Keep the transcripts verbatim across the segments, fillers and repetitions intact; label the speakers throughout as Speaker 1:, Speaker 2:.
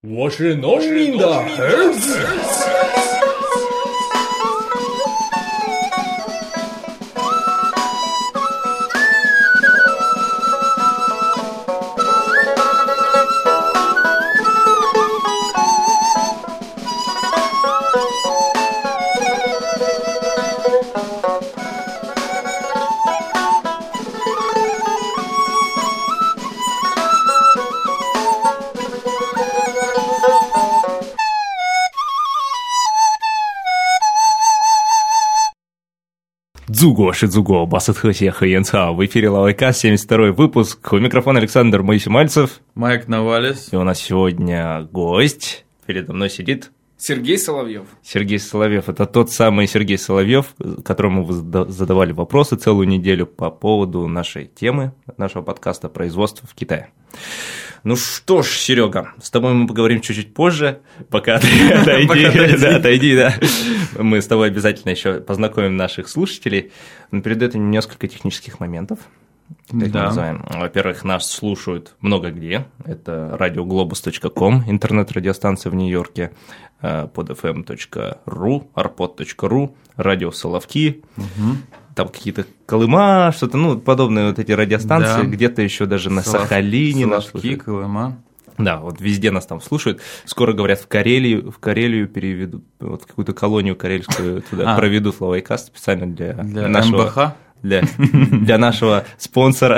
Speaker 1: 我是农民的儿子。Дзуго, Шидзуго, Басатхоси, Хаенца. В эфире Лавайкаст, семьдесят второй выпуск. У микрофона Александр Моисей-Мальцев.
Speaker 2: Майк Навалис.
Speaker 1: И у нас сегодня гость. Передо мной сидит
Speaker 3: Сергей Соловьев.
Speaker 1: Сергей Соловьев. Это тот самый Сергей Соловьев, которому вы задавали вопросы целую неделю по поводу нашей темы, нашего подкаста «Производство в Китае». Ну что ж, Серега, с тобой мы поговорим чуть-чуть позже, пока ты отойди, да. Мы с тобой обязательно еще познакомим наших слушателей. Но перед этим несколько технических моментов. Да. Во-первых, нас слушают много где. Это радиоглобус точка ком, интернет-радиостанция в Нью-Йорке, под эф эм точка ру, арпод точка ру, радио Соловки. Угу. Там какие-то Колыма, что-то, ну, подобные вот эти радиостанции, да. Где-то еще даже на Солов... Сахалине.
Speaker 2: Соловки, Колыма.
Speaker 1: Да, вот везде нас там слушают. Скоро, говорят, в Карелию, в Карелию переведут, вот в какую-то колонию карельскую туда а. проведут Лавайкаст специально для,
Speaker 2: для
Speaker 1: нашего...
Speaker 2: эм бэ ха?
Speaker 1: Для, для нашего спонсора.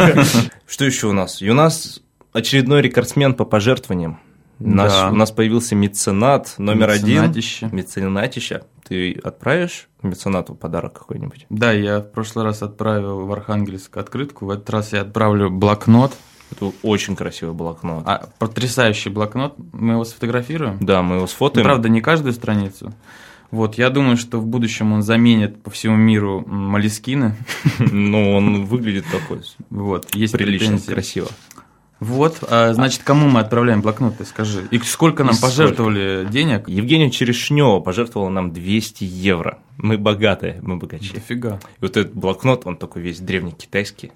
Speaker 1: Что еще у нас? И у нас очередной рекордсмен по пожертвованиям. Наш, да. У нас появился меценат номер один. Меценатище. Ты отправишь меценату подарок какой-нибудь?
Speaker 2: Да, я в прошлый раз отправил в Архангельск открытку, в этот раз я отправлю блокнот.
Speaker 1: Это очень красивый блокнот.
Speaker 2: А, потрясающий блокнот. Мы его сфотографируем?
Speaker 1: Да, мы его сфотаем.
Speaker 2: Ну, правда, не каждую страницу. Вот, я думаю, что в будущем он заменит по всему миру Молескины.
Speaker 1: Ну, он выглядит такой.
Speaker 2: Вот, есть
Speaker 1: прилично, красиво.
Speaker 2: Вот, а, значит, кому мы отправляем блокнот, ты скажи? И сколько нам и пожертвовали сколько? Денег?
Speaker 1: Евгения Черешнева пожертвовала нам двести евро. Мы богатые, мы богачи.
Speaker 2: Дофига.
Speaker 1: И вот этот блокнот, он такой весь древнекитайский.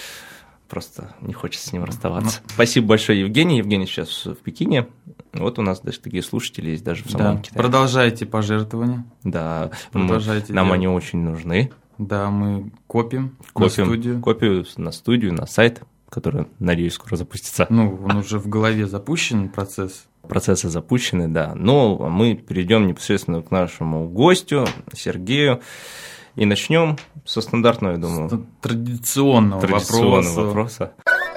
Speaker 1: Просто не хочется с ним расставаться. Ну. Спасибо большое, Евгений. Евгений сейчас в Пекине. Вот у нас даже такие слушатели есть даже в самом
Speaker 2: да.
Speaker 1: Китае.
Speaker 2: Продолжайте пожертвования.
Speaker 1: Да,
Speaker 2: продолжайте.
Speaker 1: Мы, нам они очень нужны.
Speaker 2: Да, мы копим,
Speaker 1: копим
Speaker 2: на студию.
Speaker 1: Копию на студию, на сайт, который, надеюсь, скоро запустится.
Speaker 2: Ну, он уже в голове запущен, процесс.
Speaker 1: Процессы запущены, да. Но мы перейдем непосредственно к нашему гостю, Сергею. И начнем со стандартного, я думаю,
Speaker 2: с традиционного,
Speaker 1: традиционного
Speaker 2: вопроса.
Speaker 1: вопроса.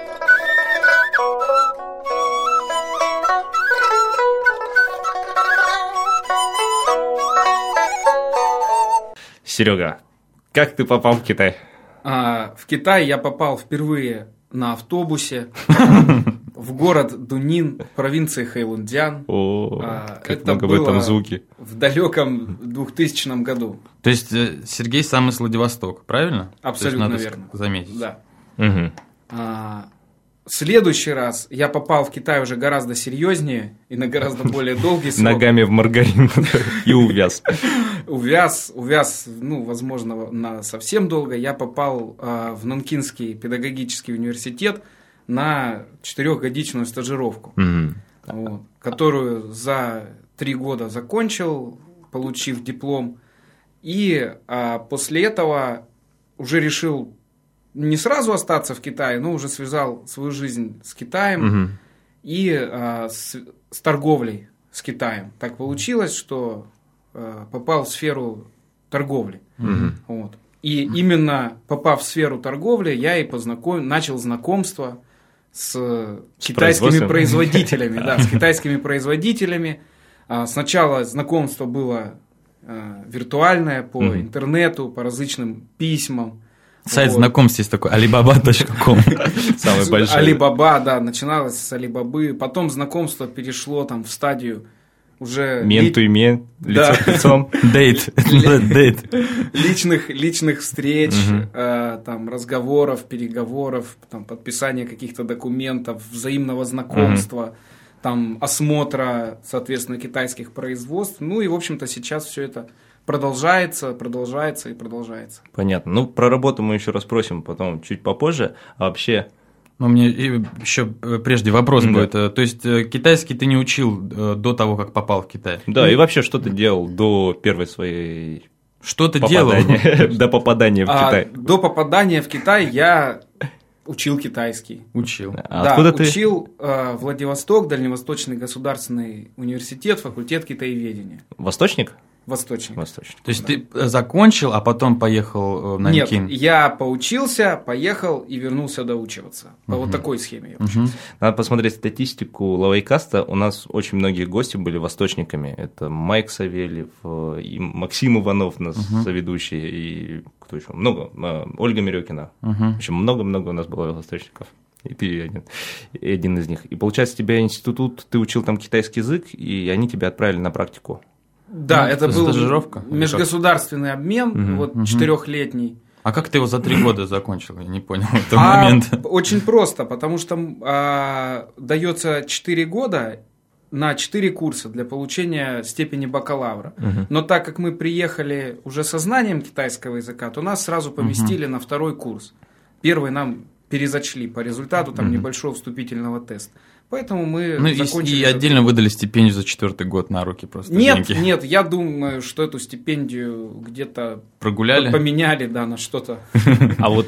Speaker 1: Серега, как ты попал в Китай?
Speaker 3: А, в Китай я попал впервые на автобусе в город Дунин, провинции Хэйлунцзян.
Speaker 1: О, а, как это много в этом звуке.
Speaker 3: В далеком двухтысячном году.
Speaker 2: То есть Сергей сам из Владивостока, правильно?
Speaker 3: Абсолютно
Speaker 2: надо
Speaker 3: верно.
Speaker 2: Заметить.
Speaker 3: Да.
Speaker 1: Угу.
Speaker 3: А, в следующий раз я попал в Китай уже гораздо серьезнее и на гораздо более долгий срок.
Speaker 1: Ногами в маргарин и увяз.
Speaker 3: Увяз, увяз, ну, возможно, на совсем долго. Я попал в Нанкинский педагогический университет на четырехгодичную стажировку,
Speaker 1: mm-hmm.
Speaker 3: вот, которую за три года закончил, получив диплом. И а, после этого уже решил не сразу остаться в Китае, но уже связал свою жизнь с Китаем
Speaker 1: mm-hmm.
Speaker 3: и а, с, с торговлей с Китаем. Так получилось, что а, попал в сферу торговли.
Speaker 1: Mm-hmm.
Speaker 3: Вот. И именно попав в сферу торговли, я и познаком... начал знакомство с, с китайскими производителями. Да, с китайскими производителями. Сначала знакомство было виртуальное по mm-hmm. интернету, по различным письмам.
Speaker 2: Сайт вот. Знакомств есть такой, алибаба точка ком.
Speaker 1: Самый большой.
Speaker 3: Алибаба, да, начиналось с Алибабы. Потом знакомство перешло там в стадию уже...
Speaker 1: Мен-то-мен, лицо к лицом.
Speaker 2: Дейт. Дейт.
Speaker 3: Личных, личных встреч, uh-huh. э, там, разговоров, переговоров, там, подписания каких-то документов, взаимного знакомства, uh-huh. там, осмотра, соответственно, китайских производств. Ну и, в общем-то, сейчас все это продолжается, продолжается и продолжается.
Speaker 1: Понятно. Ну, про работу мы еще расспросим потом чуть попозже. А вообще,
Speaker 2: Ну, мне еще прежде вопрос да. будет. То есть, китайский ты не учил до того, как попал в Китай?
Speaker 1: Да, и вообще, что ты делал до первой своей...
Speaker 2: Что ты делал?
Speaker 1: До попадания в Китай.
Speaker 3: До попадания в Китай я учил китайский.
Speaker 2: Учил.
Speaker 3: Да, откуда ты? Учил Владивосток, Дальневосточный государственный университет, факультет китаеведения.
Speaker 1: Восточник?
Speaker 3: Восточник.
Speaker 1: Восточник.
Speaker 2: То есть, да. ты закончил, а потом поехал на Нанькин?
Speaker 3: Нет, я поучился, поехал и вернулся доучиваться. По угу. вот такой схеме я учился.
Speaker 1: Угу. Надо посмотреть статистику Лавайкаста. У нас очень многие гости были восточниками. Это Майк Савельев, и Максим Иванов, наш угу. соведущий, и кто еще? Много. Ольга Мирёкина. Угу. В общем, много-много у нас было восточников. И ты один, и один из них. И получается, тебя институт, ты учил там китайский язык, и они тебя отправили на практику.
Speaker 3: Да,
Speaker 2: ну,
Speaker 3: это был
Speaker 2: стажировка?
Speaker 3: Межгосударственный обмен, угу, вот угу. четырехлетний.
Speaker 2: А как ты его за три года закончил? Я не понял в тот
Speaker 3: а
Speaker 2: момент.
Speaker 3: Очень просто, потому что а, дается четыре года на четыре курса для получения степени бакалавра. Угу. Но так как мы приехали уже со знанием китайского языка, то нас сразу поместили угу. на второй курс. Первый нам перезачли по результату там, угу. небольшого вступительного теста. Поэтому мы
Speaker 2: ну,
Speaker 3: закончили...
Speaker 2: И, и отдельно выдали стипендию за четвертый год на руки просто.
Speaker 3: Нет,
Speaker 2: деньги.
Speaker 3: Нет, я думаю, что эту стипендию где-то
Speaker 2: прогуляли,
Speaker 3: поменяли, да, на что-то.
Speaker 1: А вот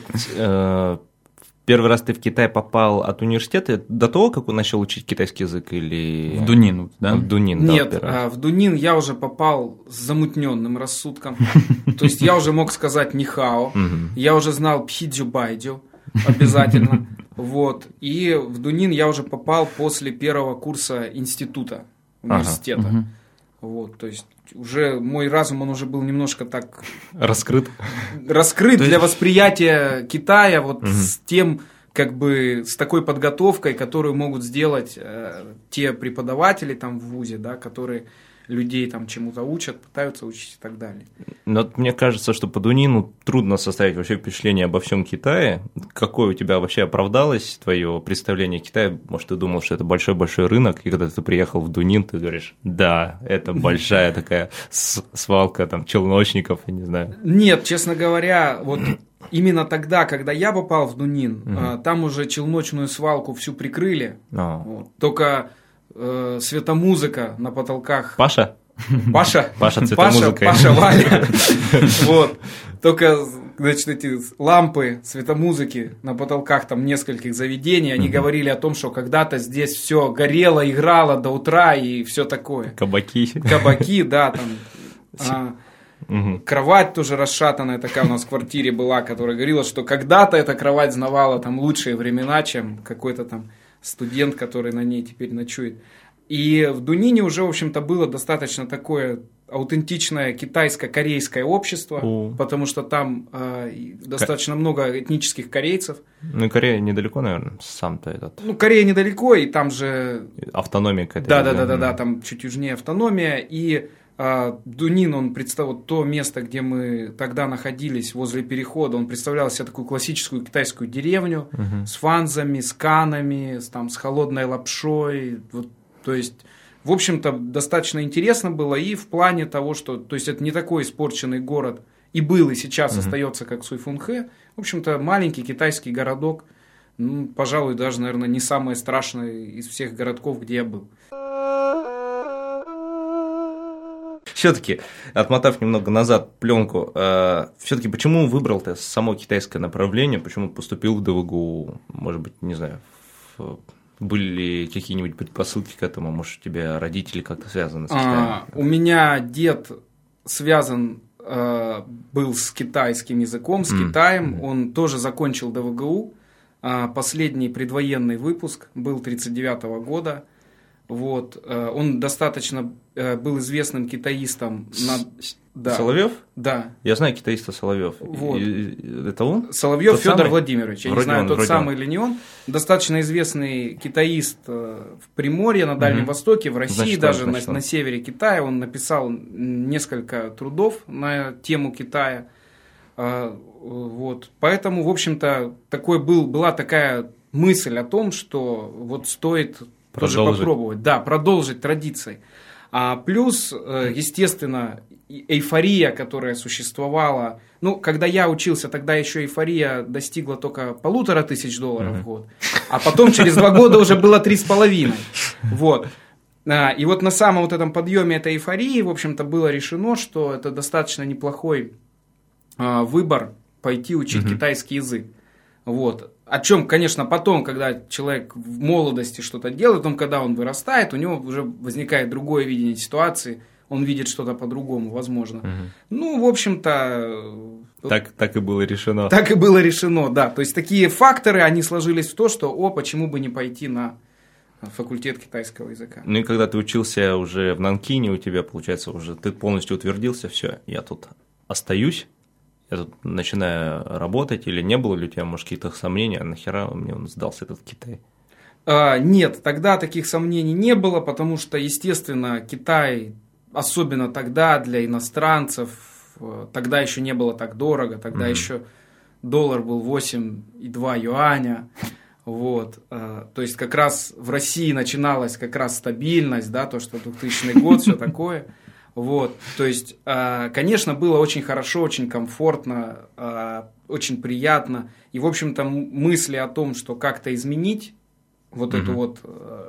Speaker 1: первый раз ты в Китай попал от университета до того, как он начал учить китайский язык, или...
Speaker 2: В Дунин, да?
Speaker 1: В Дунин, да.
Speaker 3: Нет, в Дунин я уже попал с замутненным рассудком. То есть я уже мог сказать нихао, я уже знал пхиджу-байдю обязательно. Вот. И в Дунин я уже попал после первого курса института, университета. Ага, угу. Вот, то есть уже мой разум, он уже был немножко так...
Speaker 1: Раскрыт.
Speaker 3: Раскрыт для восприятия Китая вот угу. с тем, как бы, с такой подготовкой, которую могут сделать э, те преподаватели там в вузе, да, которые... людей там чему-то учат, пытаются учить и так далее.
Speaker 1: Но мне кажется, что по Дунину трудно составить вообще впечатление обо всем Китае. Какое у тебя вообще оправдалось твое представление о Китае? Может, ты думал, что это большой-большой рынок, и когда ты приехал в Дунин, ты говоришь, да, это большая такая свалка там челночников, я не знаю.
Speaker 3: Нет, честно говоря, вот именно тогда, когда я попал в Дунин, угу. там уже челночную свалку всю прикрыли. Вот. Только... светомузыка на потолках.
Speaker 1: Паша?
Speaker 3: Паша?
Speaker 1: Паша цветомузыкой.
Speaker 3: Паша, Паша Валя. Вот. Только, значит, эти лампы светомузыки на потолках там нескольких заведений, они угу. говорили о том, что когда-то здесь все горело, играло до утра и все такое.
Speaker 1: Кабаки.
Speaker 3: Кабаки, да, там. А, угу. Кровать тоже расшатанная такая у нас в квартире была, которая говорила, что когда-то эта кровать знавала там лучшие времена, чем какой-то там студент, который на ней теперь ночует. И в Дунине уже, в общем-то, было достаточно такое аутентичное китайско-корейское общество, О. потому что там э, достаточно Ко... много этнических корейцев.
Speaker 1: Ну, и Корея недалеко, наверное, сам-то этот.
Speaker 3: Ну, Корея недалеко, и там же...
Speaker 1: Автономия какая-то.
Speaker 3: Да-да-да, там чуть южнее автономия, и э, Дунин, он представлял то место, где мы тогда находились, возле перехода, он представлял себе такую классическую китайскую деревню угу. с фанзами, с канами, с, там, с холодной лапшой, вот, то есть... В общем-то, достаточно интересно было и в плане того, что, то есть, это не такой испорченный город, и был, и сейчас mm-hmm. остается, как Суйфунхэ. В общем-то, маленький китайский городок, ну, пожалуй, даже, наверное, не самый страшный из всех городков, где я был.
Speaker 1: Все-таки, отмотав немного назад пленку, э, все-таки почему выбрал ты само китайское направление, почему поступил в ДВГУ, может быть, не знаю, в... Были ли какие-нибудь предпосылки к этому? Может, у тебя родители как-то связаны с Китаем?
Speaker 3: А, у меня дед связан э, был с китайским языком, с mm. Китаем. Mm. Он тоже закончил ДВГУ. А, последний предвоенный выпуск был тридцать девятого года. Вот. Он достаточно был известным китаистом. На... Да.
Speaker 1: Соловьев?
Speaker 3: Да.
Speaker 1: Я знаю китаиста Соловьев.
Speaker 3: Вот.
Speaker 1: Это он?
Speaker 3: Соловьев Федор самый? Владимирович. Я вроде не знаю, он, тот самый
Speaker 1: он.
Speaker 3: или не он. Достаточно известный китаист в Приморье, на Дальнем угу. Востоке, в России,
Speaker 1: значит,
Speaker 3: даже
Speaker 1: он, значит,
Speaker 3: на,
Speaker 1: он.
Speaker 3: на севере Китая. Он написал несколько трудов на тему Китая. Вот. Поэтому, в общем-то, такой был, была такая мысль о том, что вот стоит тоже попробовать. Да, продолжить традиции. А плюс, естественно, эйфория, которая существовала, ну, когда я учился, тогда еще эйфория достигла только полутора тысяч долларов mm-hmm. в год, а потом через два года уже было три с половиной. Вот. И вот на самом вот этом подъеме этой эйфории, в общем-то, было решено, что это достаточно неплохой выбор пойти учить mm-hmm. китайский язык. Вот. О чем, конечно, потом, когда человек в молодости что-то делает, потом, когда он вырастает, у него уже возникает другое видение ситуации, он видит что-то по-другому, возможно. Угу. Ну, в общем-то...
Speaker 1: Так, так и было решено.
Speaker 3: Так и было решено, да. То есть, такие факторы, они сложились в то, что, о, почему бы не пойти на факультет китайского языка.
Speaker 1: Ну, и когда ты учился уже в Нанкине, у тебя, получается, уже ты полностью утвердился, все, я тут остаюсь, я тут начинаю работать, или не было ли у тебя, может, каких-то сомнений, а нахера мне он сдался этот Китай?
Speaker 3: А, нет, тогда таких сомнений не было, потому что, естественно, Китай... Особенно тогда для иностранцев, тогда еще не было так дорого, тогда mm-hmm. еще доллар был восемь и два юаня. Вот. То есть как раз в России начиналась как раз стабильность, да, то, что двухтысячный год, все такое. Вот. То есть, конечно, было очень хорошо, очень комфортно, очень приятно. И, в общем-то, мысли о том, что как-то изменить вот mm-hmm. эту вот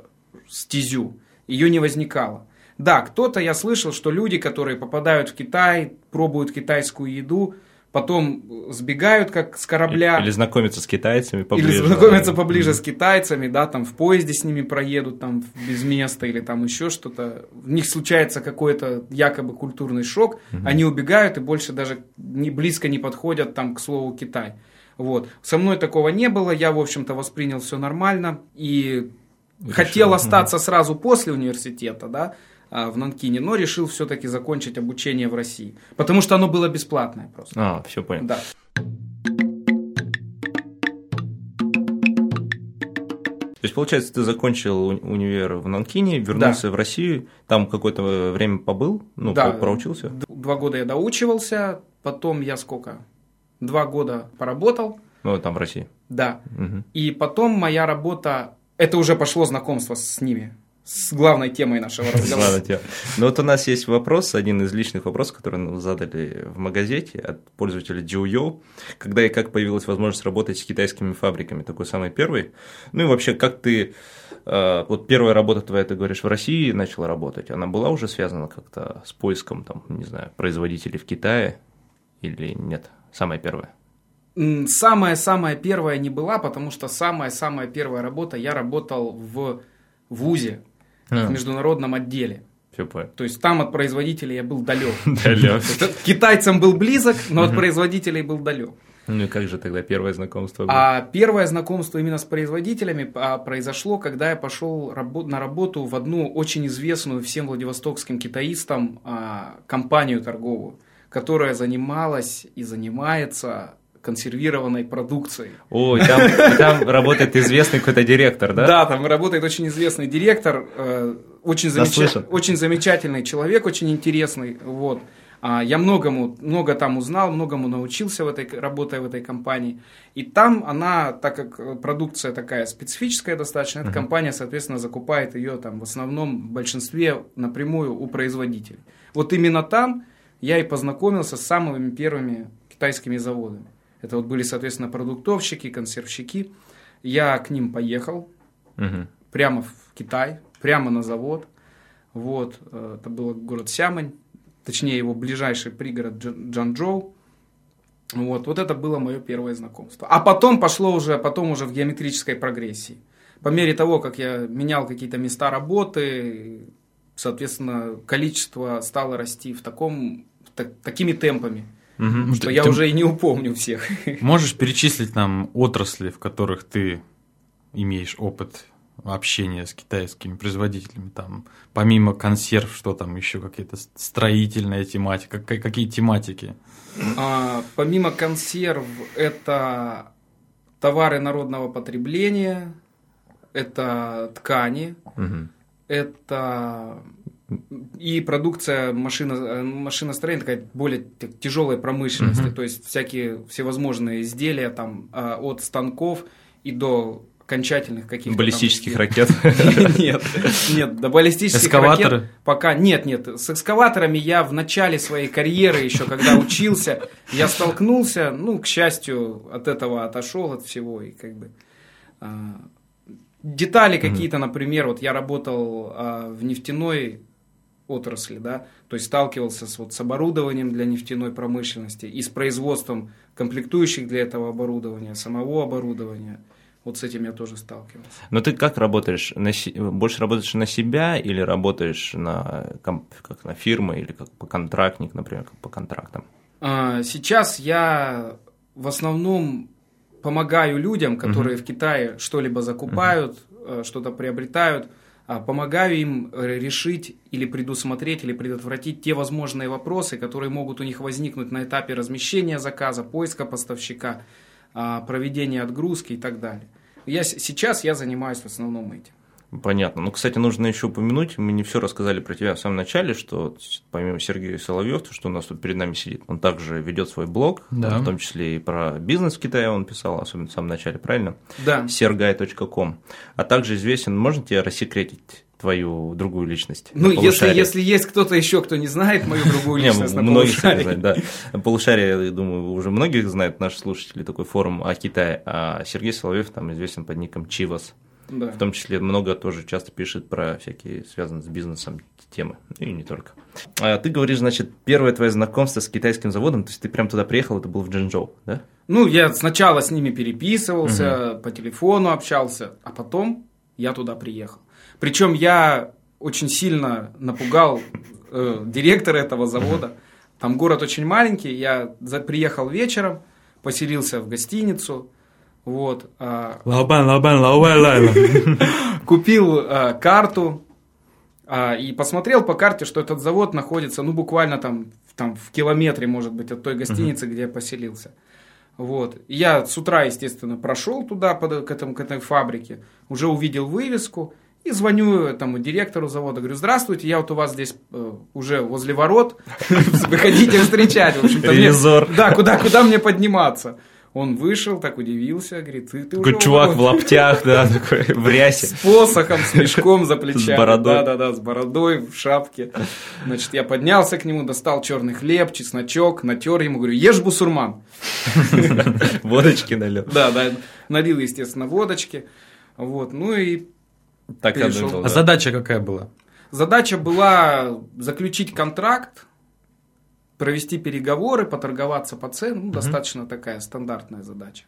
Speaker 3: стезю, ее не возникало. Да, кто-то, я слышал, что люди, которые попадают в Китай, пробуют китайскую еду, потом сбегают как с корабля.
Speaker 1: Или знакомятся с китайцами поближе.
Speaker 3: Или знакомятся поближе mm-hmm. с китайцами, да, там в поезде с ними проедут там без места или там еще что-то. В них случается какой-то якобы культурный шок, mm-hmm. они убегают и больше даже не, близко не подходят там к слову Китай. Вот. Со мной такого не было, я, в общем-то, воспринял все нормально и Решил. хотел остаться mm-hmm. сразу после университета, да, в Нанкине, но решил все-таки закончить обучение в России, потому что оно было бесплатное просто.
Speaker 1: А, все понял.
Speaker 3: Да.
Speaker 1: То есть, получается, ты закончил универ в Нанкине, вернулся да. в Россию, там какое-то время побыл, ну, да. проучился?
Speaker 3: Два года я доучивался, потом я сколько? Два года поработал.
Speaker 1: Ну, там в России?
Speaker 3: Да. Угу. И потом моя работа, это уже пошло знакомство с ними. С главной темой нашего разговора.
Speaker 1: Ну вот у нас есть вопрос, один из личных вопросов, который нам задали в магазете от пользователя Джиуйоу. Когда и как появилась возможность работать с китайскими фабриками, такой самый первый. Ну и вообще, как ты, вот первая работа твоя, ты говоришь, в России начала работать, она была уже связана как-то с поиском, там, не знаю, производителей в Китае или нет? Самая первая?
Speaker 3: Самая-самая первая не была, потому что самая-самая первая работа, я работал в вузе. А. В международном отделе.
Speaker 1: Все понял.
Speaker 3: То есть там от производителей я был далек.
Speaker 1: Далек.
Speaker 3: Китайцам был близок, но от производителей был далек.
Speaker 1: Ну и как же тогда первое знакомство было?
Speaker 3: А первое знакомство именно с производителями произошло, когда я пошел на работу в одну очень известную всем владивостокским китаистам компанию торговую, которая занималась и занимается консервированной продукцией.
Speaker 1: Ой, там, там работает известный какой-то директор, да?
Speaker 3: Да, там работает очень известный директор, э, очень, замеч... очень замечательный человек, очень интересный. Вот. А, я многому, много там узнал, многому научился, в этой, работая в этой компании. И там она, так как продукция такая специфическая достаточно, эта uh-huh. компания, соответственно, закупает ее там, в основном, в большинстве напрямую у производителей. Вот именно там я и познакомился с самыми первыми китайскими заводами. Это вот были, соответственно, продуктовщики, консервщики. Я к ним поехал, угу. прямо в Китай, прямо на завод. Вот. Это был город Сямэнь, точнее его ближайший пригород Чжанчжоу. Вот. Вот это было мое первое знакомство. А потом пошло уже, потом уже в геометрической прогрессии. По мере того, как я менял какие-то места работы, соответственно, количество стало расти в таком, так, такими темпами. Угу. Что ты, я ты уже и не упомню всех.
Speaker 2: Можешь перечислить нам отрасли, в которых ты имеешь опыт общения с китайскими производителями? Там, помимо консерв, что там еще какие-то строительная тематика? Какие тематики?
Speaker 3: А, помимо консерв, это товары народного потребления, это ткани, угу. это... И продукция машино, машиностроения, такая более тяжелой промышленности, uh-huh. то есть всякие всевозможные изделия там, от станков и до окончательных каких-то...
Speaker 1: Баллистических там... ракет?
Speaker 3: Нет, нет, до баллистических
Speaker 2: Эскаваторы?
Speaker 3: ракет пока... Нет, нет, с эскаваторами я в начале своей карьеры, еще когда учился, я столкнулся, ну, к счастью, от этого отошел, от всего, и как бы... Детали какие-то, например, вот я работал в нефтяной отрасли, да, то есть сталкивался с, вот, с оборудованием для нефтяной промышленности и с производством комплектующих для этого оборудования, самого оборудования. Вот с этим я тоже сталкивался.
Speaker 1: Но ты как работаешь? На, больше работаешь на себя или работаешь на, как на фирмы или как по контрактник, например, как по контрактам?
Speaker 3: Сейчас я в основном помогаю людям, которые uh-huh. в Китае что-либо закупают, uh-huh. что-то приобретают, помогаю им решить или предусмотреть, или предотвратить те возможные вопросы, которые могут у них возникнуть на этапе размещения заказа, поиска поставщика, проведения отгрузки и так далее. Я, сейчас я занимаюсь в основном этим.
Speaker 1: Понятно. Ну, кстати, нужно еще упомянуть, мы не все рассказали про тебя в самом начале, что помимо Сергея Соловьева, что у нас тут перед нами сидит, он также ведет свой блог, да. в том числе и про бизнес в Китае он писал, особенно в самом начале, правильно?
Speaker 3: Да.
Speaker 1: сергай точка ком. А также известен, можно тебе рассекретить твою другую личность?
Speaker 3: Ну, если, если есть кто-то еще, кто не знает мою другую личность на полушарии.
Speaker 1: Да. Полушарие, я думаю, уже многих знают наши слушатели, такой форум о Китае, а Сергей Соловьев там известен под ником Чивас.
Speaker 3: Да.
Speaker 1: В том числе много тоже часто пишет про всякие связанные с бизнесом темы, и не только. А ты говоришь, значит, первое твое знакомство с китайским заводом, то есть ты прям туда приехал, это был в Чжэнчжоу, да?
Speaker 3: Ну, я сначала с ними переписывался, угу. по телефону общался, а потом я туда приехал. Причем я очень сильно напугал э, директора этого завода. Там город очень маленький, я за, приехал вечером, поселился в гостиницу. Вот, а,
Speaker 2: лаобан, лаобан, лаобан,
Speaker 3: купил а, карту а, и посмотрел по карте, что этот завод находится, ну, буквально там, там в километре, может быть, от той гостиницы, uh-huh. где я поселился. Вот. Я с утра, естественно, прошел туда, под, к, этому, к этой фабрике, уже увидел вывеску и звоню этому директору завода, говорю: здравствуйте, я вот у вас здесь э, уже возле ворот, выходите встречать. В общем-то,
Speaker 1: ревизор.
Speaker 3: Да, куда, куда мне подниматься? Он вышел, так удивился, говорит: ты, ты
Speaker 1: такой уже чувак в лаптях, да, такой в рясе.
Speaker 3: С посохом, с мешком за плечами.
Speaker 1: С бородой.
Speaker 3: Да-да-да, с бородой, в шапке. Значит, я поднялся к нему, достал черный хлеб, чесночок, натер ему, говорю: ешь, бусурман.
Speaker 1: Водочки налил.
Speaker 3: Да, да, налил, естественно, водочки. Вот, ну и
Speaker 2: так перешел. А задача какая была?
Speaker 3: Задача была заключить контракт, провести переговоры, поторговаться по ценам, ну, uh-huh. достаточно такая стандартная задача.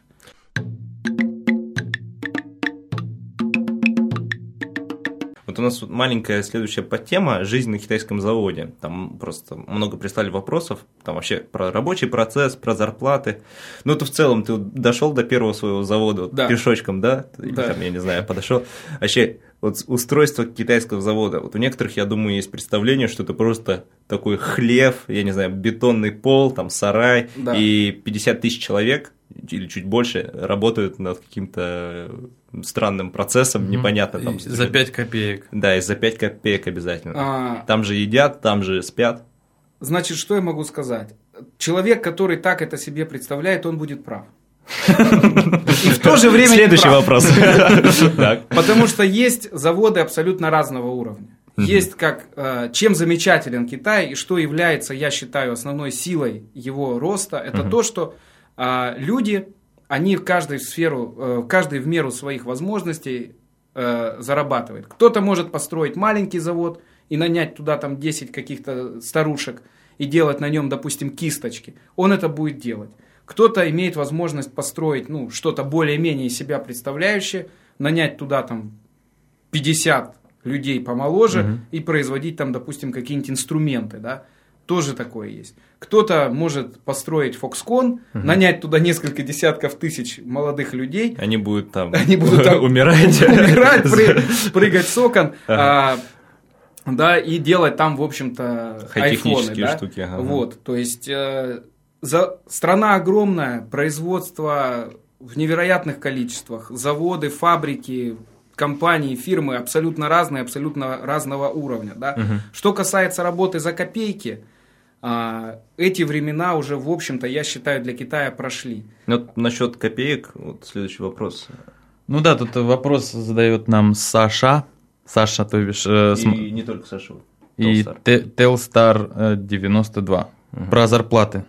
Speaker 1: Вот у нас маленькая следующая подтема – жизнь на китайском заводе. Там просто много прислали вопросов, там вообще про рабочий процесс, про зарплаты. Ну, ты в целом, ты дошел до первого своего завода
Speaker 3: да.
Speaker 1: пешочком, да? Или,
Speaker 3: да.
Speaker 1: там, я не знаю, подошел. Вообще, вот устройство китайского завода. Вот у некоторых, я думаю, есть представление, что это просто такой хлев, я не знаю, бетонный пол, там сарай,
Speaker 3: да.
Speaker 1: и пятьдесят тысяч человек или чуть больше работают над каким-то странным процессом, угу. непонятно. Там,
Speaker 2: за пять копеек.
Speaker 1: Да, и за пять копеек обязательно.
Speaker 3: А...
Speaker 1: Там же едят, там же спят.
Speaker 3: Значит, что я могу сказать? Человек, который так это себе представляет, он будет прав. И в то же время
Speaker 1: следующий вопрос.
Speaker 3: Потому что есть заводы абсолютно разного уровня. Есть как, чем замечателен Китай и что является, я считаю, основной силой его роста, это то, что люди, они в каждой сферу, каждый в меру своих возможностей зарабатывает. Кто-то может построить маленький завод и нанять туда там десять каких-то старушек и делать на нем, допустим, кисточки. Он это будет делать. Кто-то имеет возможность построить, ну, что-то более-менее из себя представляющее, нанять туда там пятьдесят людей помоложе угу. и производить там, допустим, какие-нибудь инструменты, да, тоже такое есть. Кто-то может построить Foxconn, угу. нанять туда несколько десятков тысяч молодых людей.
Speaker 1: Они будут там,
Speaker 3: Они будут там
Speaker 1: умирать,
Speaker 3: умирать прыгать с окон, ага. а, да, и делать там, в общем-то, айфоны. Да?
Speaker 1: Штуки. Ага.
Speaker 3: Вот, то есть, э, за, страна огромная, производство в невероятных количествах, заводы, фабрики, компании, фирмы абсолютно разные, абсолютно разного уровня. Да?
Speaker 1: Угу.
Speaker 3: Что касается работы за копейки, эти времена уже, в общем-то, я считаю, для Китая прошли.
Speaker 1: Вот насчет копеек, вот следующий вопрос.
Speaker 2: Ну да, тут вопрос задает нам Саша. Саша, то бишь... Э,
Speaker 1: и
Speaker 2: см...
Speaker 1: не только Саша.
Speaker 2: И Telstar девяносто два. Угу. Про зарплаты.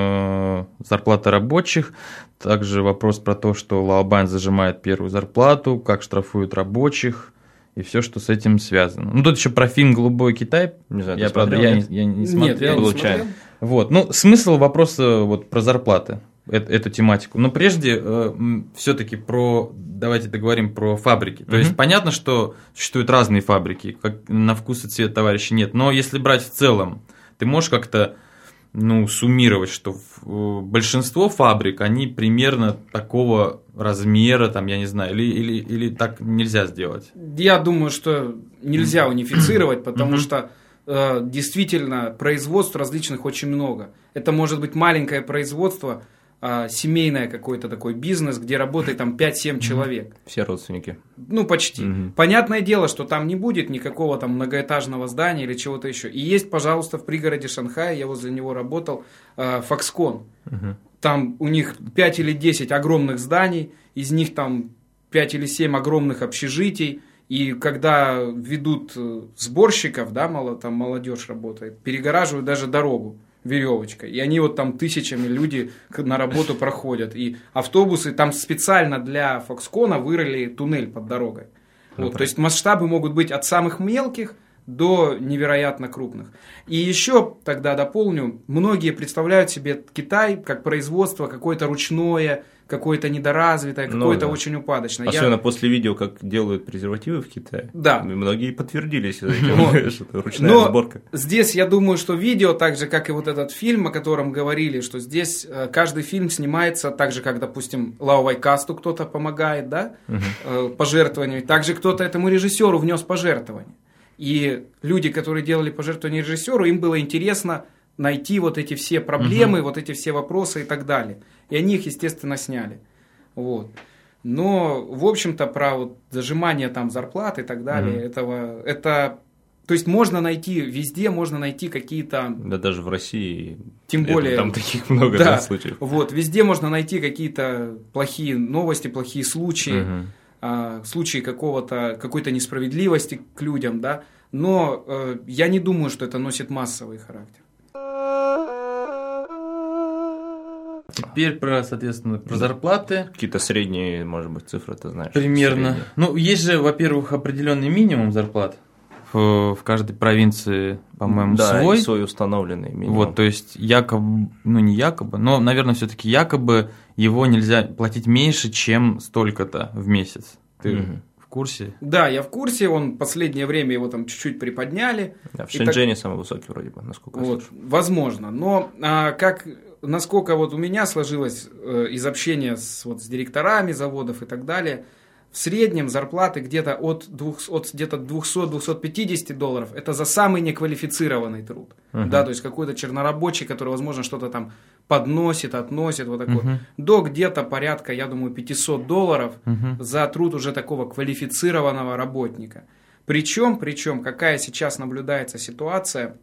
Speaker 2: Э, зарплаты рабочих. Также вопрос про то, что Лаобань зажимает первую зарплату, как штрафуют рабочих. И все, что с этим связано. Ну, тут еще про фильм «Голубой Китай».
Speaker 1: Не знаю,
Speaker 2: я, правда, я не, я не смотрел.
Speaker 3: Нет, я не смотрел.
Speaker 2: Вот. Ну, смысл вопроса вот, про зарплаты, эту, эту тематику. Но прежде э, все-таки про, давайте договорим про фабрики. То mm-hmm. есть понятно, что существуют разные фабрики, как на вкус и цвет товарища нет. Но если брать в целом, ты можешь как-то ну, суммировать, что большинство фабрик, они примерно такого размера, там, я не знаю, или, или, или так нельзя сделать?
Speaker 3: Я думаю, что нельзя унифицировать, потому что э, действительно производств различных очень много. Это может быть маленькое производство, э, семейное какой-то такой бизнес, где работает там пять-семь человек.
Speaker 1: Все родственники.
Speaker 3: Ну, почти. Угу. Понятное дело, что там не будет никакого там многоэтажного здания или чего-то еще. И есть, пожалуйста, в пригороде Шанхая, я возле него работал, э, Foxconn. Угу. Там у них пять или десять огромных зданий, из них там пять или семь огромных общежитий. И когда ведут сборщиков, да, мало, там молодежь работает, перегораживают даже дорогу веревочкой. И они вот там тысячами люди на работу проходят. И автобусы там специально для Foxconn вырыли туннель под дорогой. Вот, то есть масштабы могут быть от самых мелких до невероятно крупных. И еще тогда дополню, многие представляют себе Китай как производство какое-то ручное, какое-то недоразвитое, какое-то ну, да. очень упадочное.
Speaker 1: Особенно
Speaker 3: Я... после
Speaker 1: видео, как делают презервативы в Китае.
Speaker 3: Да.
Speaker 1: И многие подтвердились, что это ручная
Speaker 3: Но
Speaker 1: сборка.
Speaker 3: Здесь я думаю, что видео, так же как и вот этот фильм, о котором говорили, что здесь каждый фильм снимается так же, как, допустим, Лао Вайкасту кто-то помогает, да, угу. пожертвованиями. Также кто-то этому режиссеру внес пожертвования. И люди, которые делали пожертвования режиссеру, им было интересно найти вот эти все проблемы, угу. вот эти все вопросы и так далее. И они их, естественно, сняли. Вот. Но, в общем-то, про вот зажимание там зарплат и так далее, угу. этого, это... То есть можно найти, везде можно найти какие-то...
Speaker 1: Да даже в России.
Speaker 3: Тем более...
Speaker 1: Там таких много
Speaker 3: да,
Speaker 1: да, случаев.
Speaker 3: Вот, везде можно найти какие-то плохие новости, плохие случаи. Угу. случаи какого-то, какой-то несправедливости к людям, да, но э, я не думаю, что это носит массовый характер.
Speaker 2: Теперь про, соответственно, про зарплаты.
Speaker 1: Какие-то средние, может быть, цифры, ты знаешь?
Speaker 2: Примерно.
Speaker 1: Средние.
Speaker 2: Ну, есть же, во-первых, определенный минимум зарплат. В, в каждой провинции, по-моему,
Speaker 1: да,
Speaker 2: свой.
Speaker 1: Да, свой установленный минимум.
Speaker 2: Вот, то есть, якобы, ну не якобы, но, наверное, все-таки якобы его нельзя платить меньше, чем столько-то в месяц. Ты угу. в курсе?
Speaker 3: Да, я в курсе, он последнее время его там чуть-чуть приподняли.
Speaker 1: Да, в Шэньчжэне так... самый высокий вроде бы, насколько я
Speaker 3: вот,
Speaker 1: слышу.
Speaker 3: Возможно, но а, как, насколько вот у меня сложилось э, из общения с, вот, с директорами заводов и так далее, в среднем зарплаты где-то от, от где-то двести - двести пятьдесят долларов. Это за самый неквалифицированный труд. Uh-huh. Да, то есть какой-то чернорабочий, который, возможно, что-то там подносит, относит, вот такой. Uh-huh. До где-то порядка, я думаю, пятьсот долларов uh-huh. за труд уже такого квалифицированного работника. Причем, причем, какая сейчас наблюдается ситуация,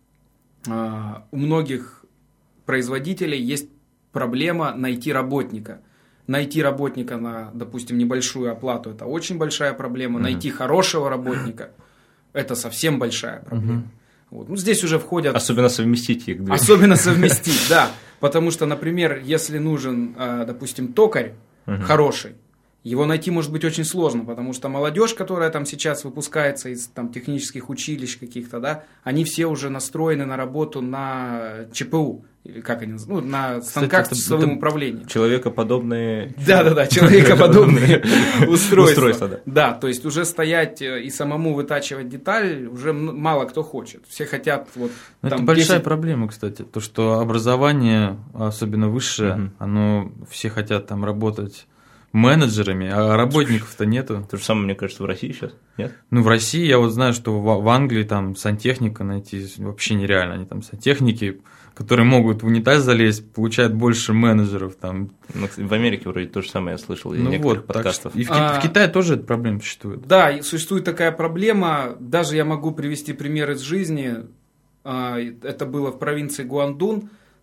Speaker 3: э, у многих производителей есть проблема найти работника. Найти работника на, допустим, небольшую оплату – это очень большая проблема. Mm-hmm. Найти хорошего работника – это совсем большая проблема. Mm-hmm. Вот. Ну, здесь уже входят…
Speaker 1: Особенно совместить их.
Speaker 3: Особенно совместить, да. Потому что, например, если нужен, допустим, токарь mm-hmm. хороший, его найти может быть очень сложно, потому что молодежь, которая там сейчас выпускается из там, технических училищ каких-то, да, они все уже настроены на работу на ЧПУ, или как они называют, ну, на станках с часовым управлением.
Speaker 1: Человекоподобные...
Speaker 3: Да-да-да, человекоподобные устройства.
Speaker 1: Устройства, да.
Speaker 3: Да, то есть уже стоять и самому вытачивать деталь уже мало кто хочет. Все хотят вот...
Speaker 2: Это большая проблема, кстати, то, что образование, особенно высшее, оно, все хотят там работать менеджерами, а работников-то нету.
Speaker 1: То же самое, мне кажется, в России сейчас, нет?
Speaker 2: Ну, в России, я вот знаю, что в, в Англии там сантехника найти вообще нереально. Они там сантехники, которые могут в унитаз залезть, получают больше менеджеров там.
Speaker 1: Ну, в Америке вроде то же самое я слышал из
Speaker 2: ну
Speaker 1: некоторых
Speaker 2: вот,
Speaker 1: подкастов.
Speaker 2: Что, и в,
Speaker 3: а,
Speaker 2: в Китае тоже эта проблема существует.
Speaker 3: Да, существует такая проблема. Даже я могу привести пример из жизни. Это было в провинции Гуандун.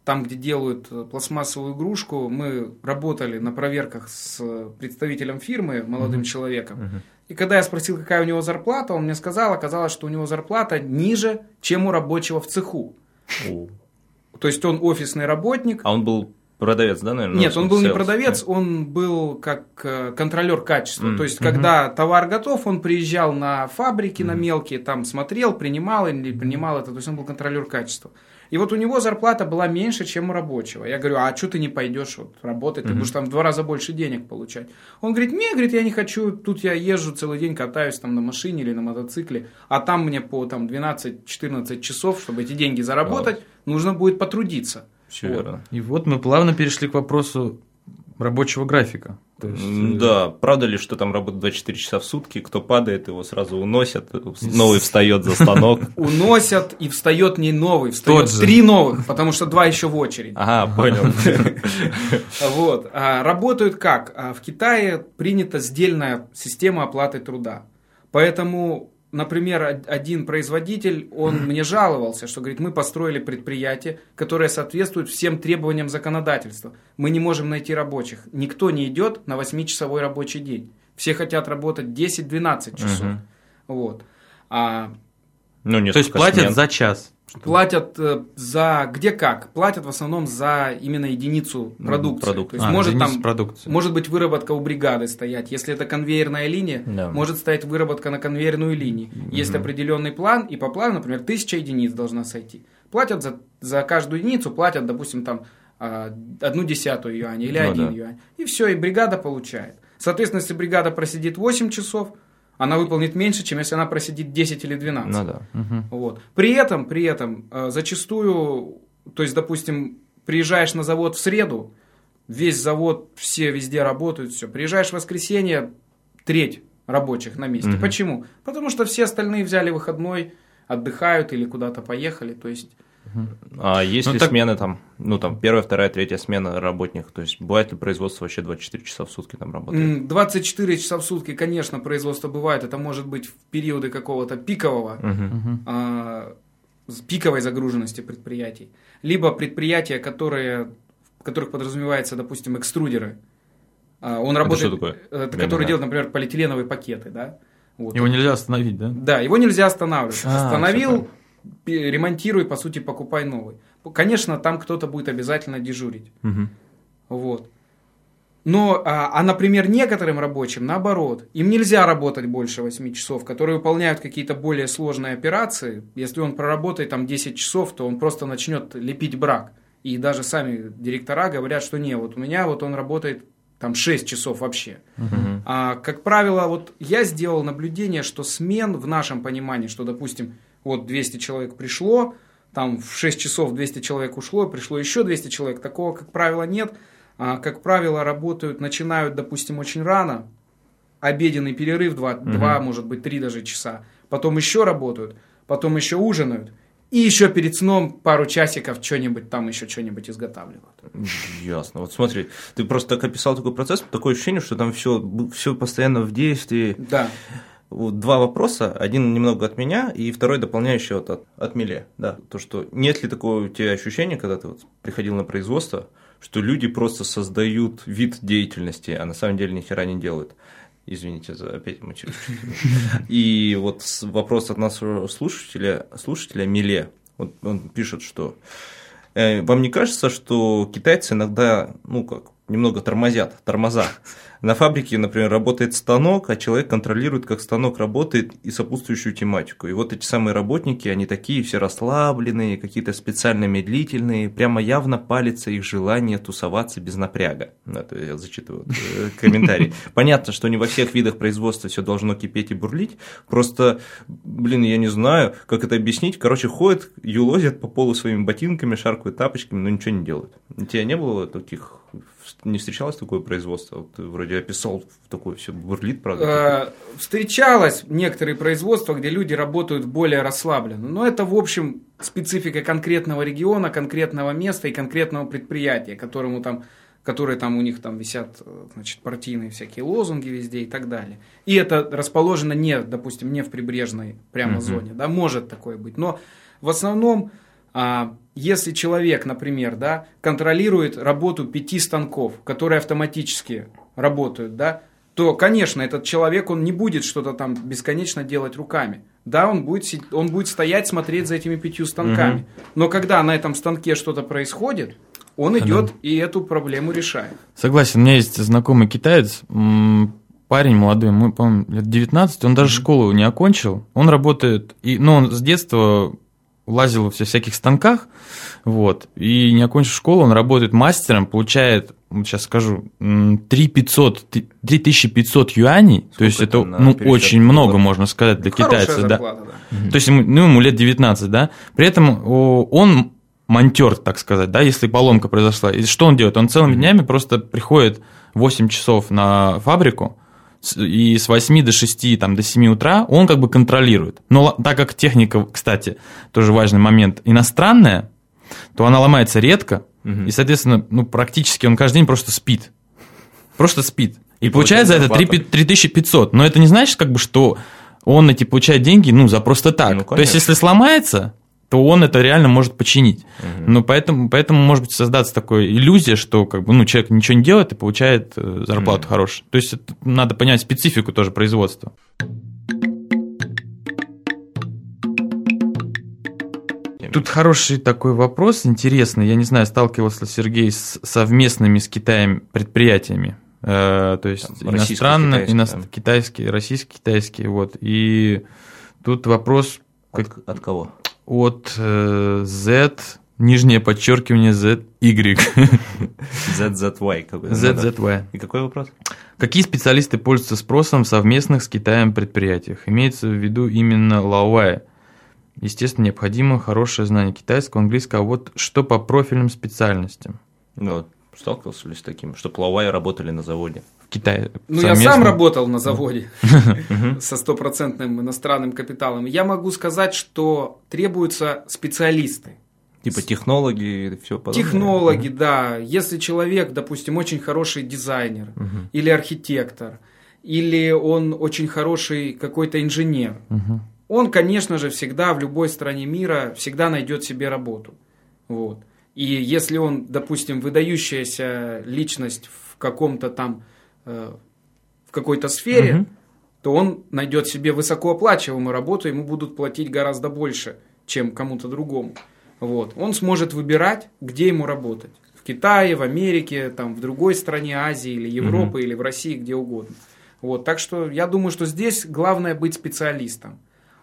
Speaker 3: там, где делают пластмассовую игрушку, мы работали на проверках с представителем фирмы, молодым mm-hmm. человеком. Mm-hmm. И когда я спросил, какая у него зарплата, он мне сказал, оказалось, что у него зарплата ниже, чем у рабочего в цеху. Oh. То есть он офисный работник.
Speaker 1: А он был продавец, да, наверное?
Speaker 3: Нет, он был не продавец, он был как контролер качества. Mm-hmm. То есть, когда mm-hmm. товар готов, он приезжал на фабрики, mm-hmm. на мелкие, там смотрел, принимал или принимал это. То есть, он был контролер качества. И вот у него зарплата была меньше, чем у рабочего. Я говорю, а что ты не пойдешь вот, работать, ты mm-hmm. будешь там в два раза больше денег получать. Он говорит, не, говорит, я не хочу, тут я езжу целый день, катаюсь там на машине или на мотоцикле, а там мне по там, двенадцать-четырнадцать часов, чтобы эти деньги заработать, oh. нужно будет потрудиться.
Speaker 1: Все вот. Верно.
Speaker 2: И вот мы плавно перешли к вопросу рабочего графика.
Speaker 1: То есть... Да, правда ли, что там работает двадцать четыре часа в сутки, кто падает, его сразу уносят, новый встает за станок.
Speaker 3: Уносят, и встает не новый, встает три новых, потому что два еще в очереди.
Speaker 1: Ага, понял.
Speaker 3: Вот. Работают как? В Китае принята сдельная система оплаты труда. Поэтому... Например, один производитель, он мне жаловался, что, говорит, мы построили предприятие, которое соответствует всем требованиям законодательства. Мы не можем найти рабочих. Никто не идет на восьмичасовой рабочий день. Все хотят работать десять-двенадцать часов. Угу. Вот. А...
Speaker 2: Ну, то есть платят смен. За час.
Speaker 3: Платят за где как. Платят в основном за именно единицу продукции.
Speaker 1: Продукт.
Speaker 3: То есть
Speaker 2: а,
Speaker 3: может, там,
Speaker 2: продукции.
Speaker 3: может быть выработка у бригады стоять. Если это конвейерная линия, да. может стоять выработка на конвейерную линию. Mm-hmm. Есть определенный план, и по плану, например, тысяча единиц должна сойти. Платят за, за каждую единицу, платят, допустим, там одну десятую юаня или ну, один да. юань. И все, и бригада получает. Соответственно, если бригада просидит восемь часов, она выполнит меньше, чем если она просидит десять или двенадцать.
Speaker 1: Ну, да. угу.
Speaker 3: Вот. При этом, при этом, зачастую, то есть, допустим, приезжаешь на завод в среду, весь завод, все везде работают, все. Приезжаешь в воскресенье, треть рабочих на месте. Угу. Почему? Потому что все остальные взяли выходной, отдыхают или куда-то поехали, то есть...
Speaker 1: А есть ну, ли так... смены там, ну там первая, вторая, третья смена работников, то есть бывает ли производство вообще двадцать четыре часа в сутки там работает?
Speaker 3: двадцать четыре часа в сутки, конечно, производство бывает, это может быть в периоды какого-то пикового, uh-huh. а, пиковой загруженности предприятий, либо предприятия, которые, в которых подразумевается, допустим, экструдеры. А, он
Speaker 1: это
Speaker 3: работает,
Speaker 1: что такое?
Speaker 3: Это, который делает, например, полиэтиленовые пакеты, да?
Speaker 2: Вот. Его нельзя остановить, да?
Speaker 3: Да, его нельзя останавливать. А, Остановил, ремонтируй, по сути, покупай новый. Конечно, там кто-то будет обязательно дежурить.
Speaker 1: Угу.
Speaker 3: Вот. Но, а, а, например, некоторым рабочим, наоборот, им нельзя работать больше восьми часов, которые выполняют какие-то более сложные операции. Если он проработает там десять часов, то он просто начнет лепить брак. И даже сами директора говорят, что не, вот у меня вот он работает там шесть часов вообще.
Speaker 1: Uh-huh.
Speaker 3: А, как правило, вот я сделал наблюдение, что смен в нашем понимании, что, допустим, вот двести человек пришло, там в шесть часов двести человек ушло, пришло еще двести человек, такого, как правило, нет. А, как правило, работают, начинают, допустим, очень рано, обеденный перерыв два, uh-huh. два, может быть, три даже часа, потом еще работают, потом еще ужинают, и еще перед сном пару часиков что-нибудь там еще что-нибудь изготавливают.
Speaker 1: Ясно. Вот смотри, ты просто так описал такой процесс, такое ощущение, что там все, все постоянно в действии.
Speaker 3: Да.
Speaker 1: Вот два вопроса, один немного от меня, и второй дополняющий вот от, от Миле. Да. То, что нет ли такого у тебя ощущения, когда ты вот приходил на производство, что люди просто создают вид деятельности, а на самом деле ни хера не делают. Извините за опять мучаю. И вот вопрос от нашего слушателя, слушателя Миле. Вот он пишет, что э, вам не кажется, что китайцы иногда, ну как, немного тормозят, тормоза. На фабрике, например, работает станок, а человек контролирует, как станок работает и сопутствующую тематику. И вот эти самые работники, они такие все расслабленные, какие-то специально медлительные, прямо явно палится их желание тусоваться без напряга. Это я зачитываю комментарий. Понятно, что не во всех видах производства все должно кипеть и бурлить, просто, блин, я не знаю, как это объяснить. Короче, ходят, юлозят по полу своими ботинками, шаркают тапочками, но ничего не делают. У тебя не было таких... Не встречалось такое производство? Вот ты вроде описал, такое все бурлит, правда?
Speaker 3: Встречалось некоторые производства, где люди работают более расслабленно. Но это, в общем, специфика конкретного региона, конкретного места и конкретного предприятия, которому там, которые там у них там висят, значит, партийные всякие лозунги везде и так далее. И это расположено не, допустим, не в прибрежной прямо uh-huh. зоне. Да, может такое быть. Но в основном... если человек, например, да, контролирует работу пяти станков, которые автоматически работают, да, то, конечно, этот человек, он не будет что-то там бесконечно делать руками. Да, он будет, он будет стоять, смотреть за этими пятью станками. Угу. Но когда на этом станке что-то происходит, он идет да. и эту проблему решает.
Speaker 2: Согласен, у меня есть знакомый китаец, парень молодой, ему, по-моему, лет девятнадцать, он даже mm-hmm. школу не окончил, он работает, и, ну, он с детства лазил во всяких станках, вот, и не окончив школу, он работает мастером, получает, сейчас скажу, три тысячи пятьсот юаней, сколько то есть это, ну, очень много, можно сказать, для
Speaker 3: Хорошая
Speaker 2: китайца,
Speaker 3: зарплата,
Speaker 2: да.
Speaker 3: да. Mm-hmm.
Speaker 2: То есть ему, ну, ему лет девятнадцать, да, при этом он монтер, так сказать, да, если поломка произошла, и что он делает? Он целыми mm-hmm. днями просто приходит восемь часов на фабрику, и с восьми до шести, там, до семи утра он как бы контролирует. Но так как техника, кстати, тоже важный момент, иностранная, то она ломается редко, угу. и, соответственно, ну, практически он каждый день просто спит. Просто спит. И, и получает за это три тысячи пятьсот. Но это не значит, как бы, что он эти получает деньги, ну, за просто так. Ну, то есть, если сломается, то он это реально может починить. Угу. Но поэтому, поэтому может быть создаться такая иллюзия, что как бы, ну, человек ничего не делает и получает зарплату угу. хорошую. То есть это, надо понять специфику тоже производства. Тут хороший такой вопрос, интересный. Я не знаю, сталкивался ли Сергей с совместными с Китаем предприятиями. Э, то есть там, иностранные, иностранные, китайские, российские, китайские. Вот. И тут вопрос...
Speaker 1: От, как... от кого?
Speaker 2: От э, Z, нижнее подчеркивание Z, Y.
Speaker 1: зет зет вай.
Speaker 2: зет зет вай.
Speaker 1: И какой вопрос?
Speaker 2: Какие специалисты пользуются спросом в совместных с Китаем предприятиях? Имеется в виду именно Лаовай. Естественно, необходимо хорошее знание китайского, английского. А вот что по профильным специальностям?
Speaker 1: Ну, сталкивался ли с таким, чтобы Лаовай работали на заводе?
Speaker 2: В Китае.
Speaker 3: Ну, совместно? Я сам работал на заводе со стопроцентным иностранным капиталом. Я могу сказать, что требуются специалисты.
Speaker 1: Типа технологи и все подобное?
Speaker 3: Технологи, да. Если человек, допустим, очень хороший дизайнер или архитектор, или он очень хороший какой-то инженер, он, конечно же, всегда в любой стране мира всегда найдет себе работу. Вот. И если он, допустим, выдающаяся личность в каком-то там, э, в какой-то сфере, угу. то он найдет себе высокооплачиваемую работу, ему будут платить гораздо больше, чем кому-то другому. Вот. Он сможет выбирать, где ему работать. В Китае, в Америке, там, в другой стране Азии или Европы, угу. или в России, где угодно. Вот. Так что я думаю, что здесь главное быть специалистом.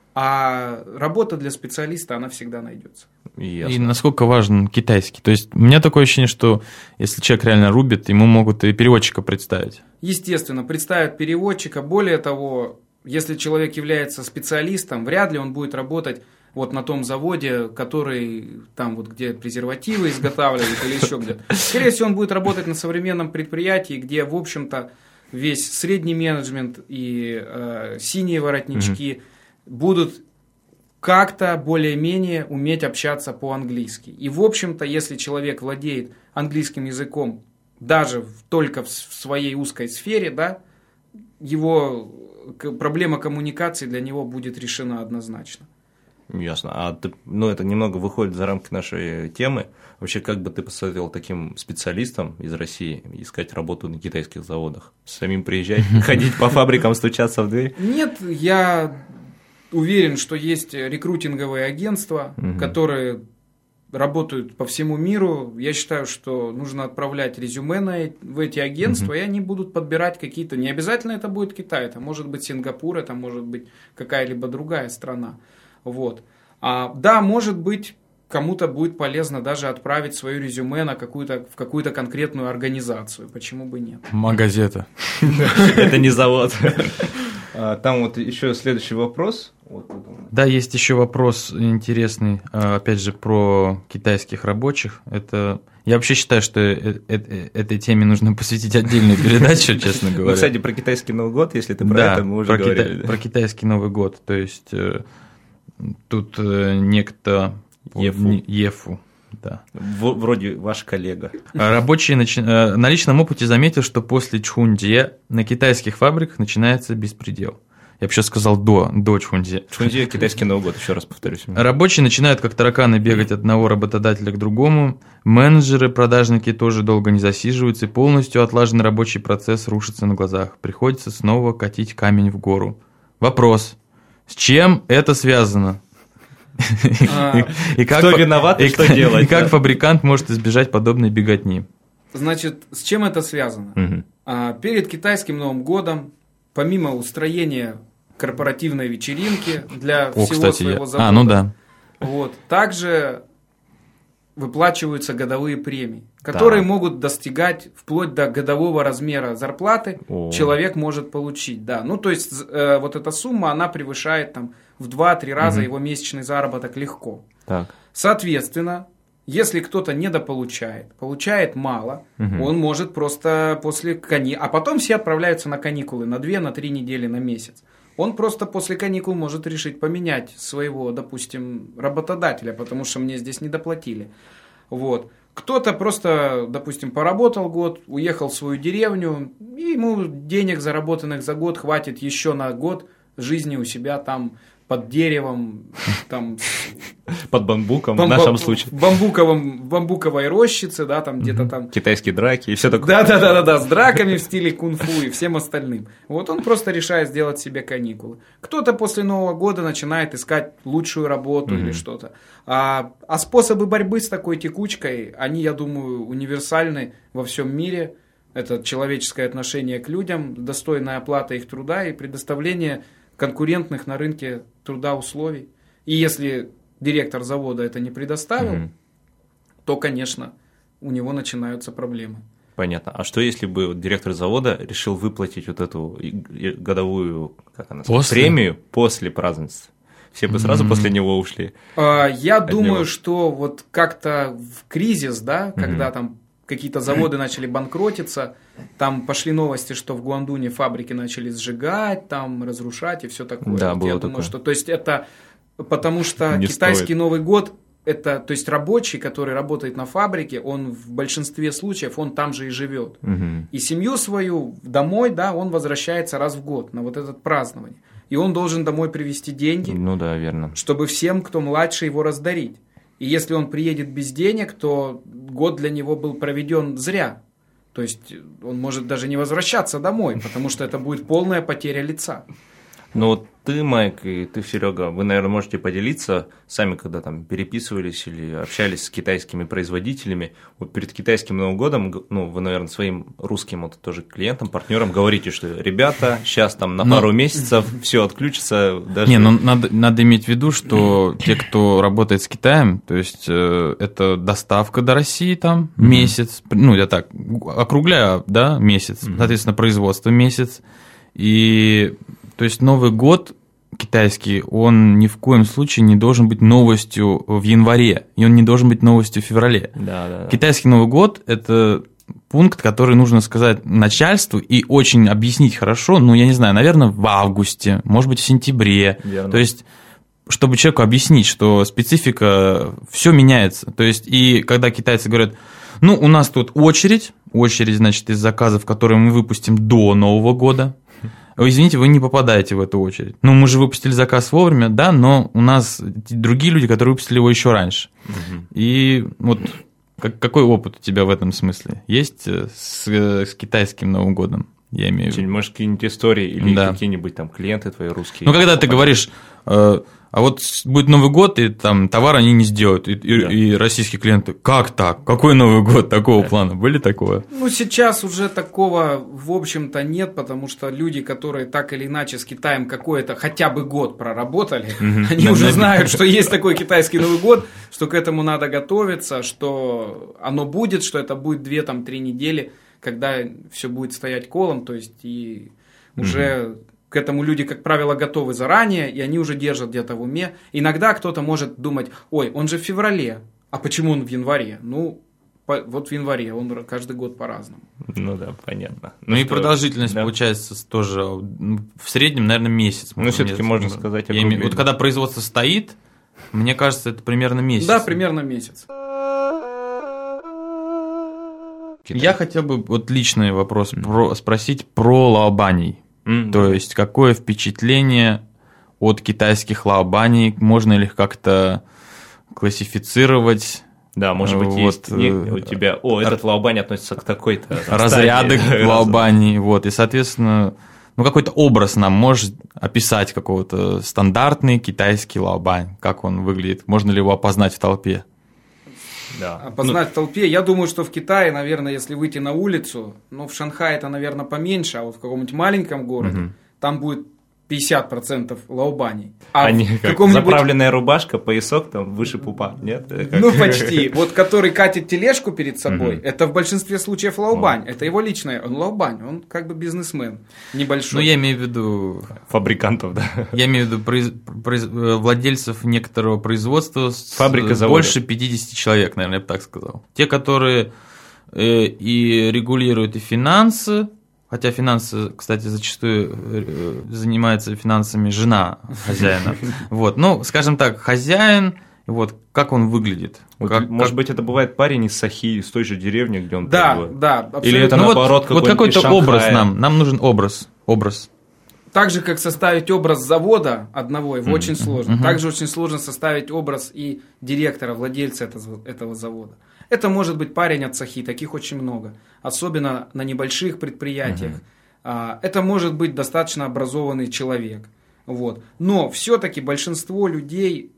Speaker 3: А работа для специалиста, она всегда найдется.
Speaker 2: Ясно. И насколько важен китайский? То есть у меня такое ощущение, что если человек реально рубит, ему могут и переводчика представить.
Speaker 3: Естественно, представят переводчика. Более того, если человек является специалистом, вряд ли он будет работать вот на том заводе, который там вот где презервативы изготавливают или еще где-то. Скорее всего, он будет работать на современном предприятии, где, в общем-то, весь средний менеджмент и э, синие воротнички угу. будут как-то более-менее уметь общаться по-английски. И, в общем-то, если человек владеет английским языком даже только в своей узкой сфере, да, его проблема коммуникации для него будет решена однозначно.
Speaker 1: Ясно. А ты, ну, это немного выходит за рамки нашей темы. Вообще, как бы ты посоветовал таким специалистам из России искать работу на китайских заводах? Самим приезжать, ходить по фабрикам, стучаться в дверь?
Speaker 3: Нет, я уверен, что есть рекрутинговые агентства, угу. которые работают по всему миру. Я считаю, что нужно отправлять резюме на, в эти агентства, угу. и они будут подбирать какие-то... Не обязательно это будет Китай, это может быть Сингапур, это может быть какая-либо другая страна. Вот. А, да, может быть, кому-то будет полезно даже отправить свое резюме на какую-то, в какую-то конкретную организацию. Почему бы нет?
Speaker 2: Магазета.
Speaker 1: Это не завод. Там вот еще следующий вопрос.
Speaker 2: Да, есть еще вопрос интересный, опять же, про китайских рабочих. Это... Я вообще считаю, что этой теме нужно посвятить отдельную передачу, честно говоря.
Speaker 1: Ну, кстати, про китайский Новый год, если ты про
Speaker 2: да,
Speaker 1: это, мы уже
Speaker 2: про
Speaker 1: говорили.
Speaker 2: Кита... Про китайский Новый год, то есть тут некто...
Speaker 1: Ефу.
Speaker 2: Ефу. Да.
Speaker 1: Вроде ваш коллега.
Speaker 2: Рабочий начи... на личном опыте заметил, что после Чхунджie на китайских фабриках начинается беспредел. Я бы сейчас сказал до, до Чхунзи.
Speaker 1: Чхунзи – китайский Новый год, еще раз повторюсь.
Speaker 2: Рабочие начинают как тараканы бегать от одного работодателя к другому. Менеджеры, продажники тоже долго не засиживаются, и полностью отлаженный рабочий процесс рушится на глазах. Приходится снова катить камень в гору. Вопрос. С чем это связано?
Speaker 1: Кто виноват и что делать?
Speaker 2: И как фабрикант может избежать подобной беготни?
Speaker 3: Значит, с чем это связано? Перед китайским Новым годом, помимо устроения корпоративной вечеринки для
Speaker 2: О,
Speaker 3: всего
Speaker 2: кстати,
Speaker 3: своего
Speaker 2: я...
Speaker 3: завода.
Speaker 2: А, ну да.
Speaker 3: Вот, также выплачиваются годовые премии, которые
Speaker 1: да.
Speaker 3: могут достигать вплоть до годового размера зарплаты.
Speaker 1: О.
Speaker 3: Человек может получить. Да. Ну, то есть, э, вот эта сумма, она превышает там, в два-три раза угу. его месячный заработок легко.
Speaker 1: Так.
Speaker 3: Соответственно, если кто-то недополучает, получает мало,
Speaker 1: угу.
Speaker 3: он может просто после каникул, а потом все отправляются на каникулы на две, на три недели, на месяц. Он просто после каникул может решить поменять своего, допустим, работодателя, потому что мне здесь не доплатили. Вот. Кто-то просто, допустим, поработал год, уехал в свою деревню, и ему денег, заработанных за год, хватит еще на год жизни у себя там под деревом, там...
Speaker 1: Под бамбуком,
Speaker 3: бам-
Speaker 1: в нашем
Speaker 3: бам-
Speaker 1: случае.
Speaker 3: В бамбуковом, бамбуковой рощице, да, там где-то там...
Speaker 1: Китайские драки и все такое.
Speaker 3: Да-да-да, с драками в стиле кунг-фу и всем остальным. Вот он просто решает сделать себе каникулы. Кто-то после Нового года начинает искать лучшую работу mm-hmm. или что-то. А, а способы борьбы с такой текучкой, они, я думаю, универсальны во всем мире. Это человеческое отношение к людям, достойная оплата их труда и предоставление конкурентных на рынке труда условий. И если директор завода это не предоставил, mm-hmm. то, конечно, у него начинаются проблемы.
Speaker 1: Понятно. А что если бы директор завода решил выплатить вот эту годовую как она,
Speaker 2: после?
Speaker 1: премию после празднества? Все бы сразу mm-hmm. после него ушли.
Speaker 3: А, я думаю,
Speaker 1: него.
Speaker 3: что вот как-то в кризис, да, mm-hmm. когда там какие-то заводы начали банкротиться, там пошли новости, что в Гуандуне фабрики начали сжигать, там разрушать и все такое.
Speaker 1: Да,
Speaker 3: вот
Speaker 1: было
Speaker 3: я
Speaker 1: такое.
Speaker 3: думаю, что, то есть это потому что
Speaker 1: Не
Speaker 3: китайский
Speaker 1: стоит.
Speaker 3: Новый год, это, то есть рабочий, который работает на фабрике, он в большинстве случаев, он там же и живет.
Speaker 1: Угу.
Speaker 3: И семью свою домой, да, он возвращается раз в год на вот это празднование. И он должен домой привезти деньги,
Speaker 1: ну да, верно.
Speaker 3: чтобы всем, кто младше, его раздарить. И если он приедет без денег, то год для него был проведен зря. То есть он может даже не возвращаться домой, потому что это будет полная потеря лица.
Speaker 1: Ну вот ты, Майк, и ты, Серега, вы, наверное, можете поделиться сами, когда там переписывались или общались с китайскими производителями. Вот перед китайским Новым годом, ну, вы, наверное, своим русским вот тоже клиентам, партнерам говорите, что ребята, сейчас там на пару Но... месяцев все отключится. Даже...
Speaker 2: Не, ну надо, надо иметь в виду, что те, кто работает с Китаем, то есть э, это доставка до России там mm-hmm. месяц, ну я так округляю, да, месяц, mm-hmm. соответственно, производство месяц, и то есть Новый год китайский, он ни в коем случае не должен быть новостью в январе, и он не должен быть новостью в феврале.
Speaker 1: Да, да, да.
Speaker 2: Китайский Новый год – это пункт, который нужно сказать начальству и очень объяснить хорошо, ну, я не знаю, наверное, в августе, может быть, в сентябре.
Speaker 1: Верно.
Speaker 2: То есть, чтобы человеку объяснить, что специфика, все меняется. То есть, и когда китайцы говорят, ну, у нас тут очередь, очередь, значит, из заказов, которые мы выпустим до Нового года, извините, вы не попадаете в эту очередь. Ну, мы же выпустили заказ вовремя, да, но у нас другие люди, которые выпустили его еще раньше. Угу. И вот как, какой опыт у тебя в этом смысле есть с, с китайским Новым годом? Я имею в виду.
Speaker 1: Может, какие-нибудь истории или
Speaker 2: да.
Speaker 1: какие-нибудь там клиенты твои русские?
Speaker 2: Ну, когда ты говоришь, э, а вот будет Новый год, и там товар они не сделают, и, и, да. и российские клиенты, как так? Какой Новый год? Такого да. плана? Были такое?
Speaker 3: Ну, сейчас уже такого, в общем-то, нет, потому что люди, которые так или иначе с Китаем какой-то хотя бы год проработали, они уже знают, что есть такой китайский Новый год, что к этому надо готовиться, что оно будет, что это будет две-три недели, когда все будет стоять колом, то есть и уже... К этому люди, как правило, готовы заранее, и они уже держат где-то в уме. Иногда кто-то может думать, ой, он же в феврале, а почему он в январе? Ну, по, вот в январе, он каждый год по-разному.
Speaker 1: Ну да, понятно.
Speaker 2: Ну, ну и что, продолжительность да. получается тоже в среднем, наверное, месяц.
Speaker 1: Ну, все-таки можно сказать.
Speaker 2: Я имею, вот когда производство стоит, мне кажется, это примерно месяц.
Speaker 3: Да, примерно месяц.
Speaker 2: Я хотел бы вот личный вопрос mm. про, спросить про лаобаней. Mm-hmm. То есть, какое впечатление от китайских лаобаней, можно ли их как-то классифицировать?
Speaker 1: Да, может быть, вот, есть не, у тебя, о, этот лаобань относится к такой-то
Speaker 2: разряды лаобаней, вот, и, соответственно, ну, какой-то образ нам можешь описать какого-то стандартный китайский лаобань, как он выглядит, можно ли его опознать в толпе?
Speaker 3: Да. Опознать ну, в толпе, я думаю, что в Китае, наверное, если выйти на улицу, ну, в Шанхае это, наверное, поменьше, а вот в каком-нибудь маленьком городе, угу. там будет пятьдесят процентов лаобаней. А
Speaker 1: Они как каком-нибудь... заправленная рубашка, поясок там выше пупа, нет?
Speaker 3: Как... Ну, почти. Вот который катит тележку перед собой, угу. это в большинстве случаев лаобань. Это его личное. Он лаобань, он как бы бизнесмен небольшой.
Speaker 2: Ну, я имею в виду...
Speaker 1: Фабрикантов, да.
Speaker 2: Я имею в виду произ... Произ... владельцев некоторого производства с...
Speaker 1: Фабрика, завода.
Speaker 2: Больше пятьдесят человек, наверное, я бы так сказал. Те, которые э, и регулируют и финансы, хотя финансы, кстати, зачастую занимается финансами жена хозяина. Вот, ну, скажем так, хозяин, вот, как он выглядит?
Speaker 1: Вот,
Speaker 2: как,
Speaker 1: может
Speaker 2: как...
Speaker 1: быть, это бывает парень из Сахи, из той же деревни, где он
Speaker 3: да,
Speaker 1: торгует.
Speaker 3: Да, абсолютно.
Speaker 1: Или это
Speaker 2: ну,
Speaker 1: наоборот
Speaker 2: вот,
Speaker 1: какой-нибудь
Speaker 2: вот какой-то образ нам, нам нужен образ, образ.
Speaker 3: Так же, как составить образ завода одного, его mm-hmm. очень сложно. Mm-hmm. Также очень сложно составить образ и директора, владельца этого, этого завода. Это может быть парень от Сахи, таких очень много. Особенно на небольших предприятиях. Mm-hmm. Это может быть достаточно образованный человек. Вот. Но все-таки большинство людей,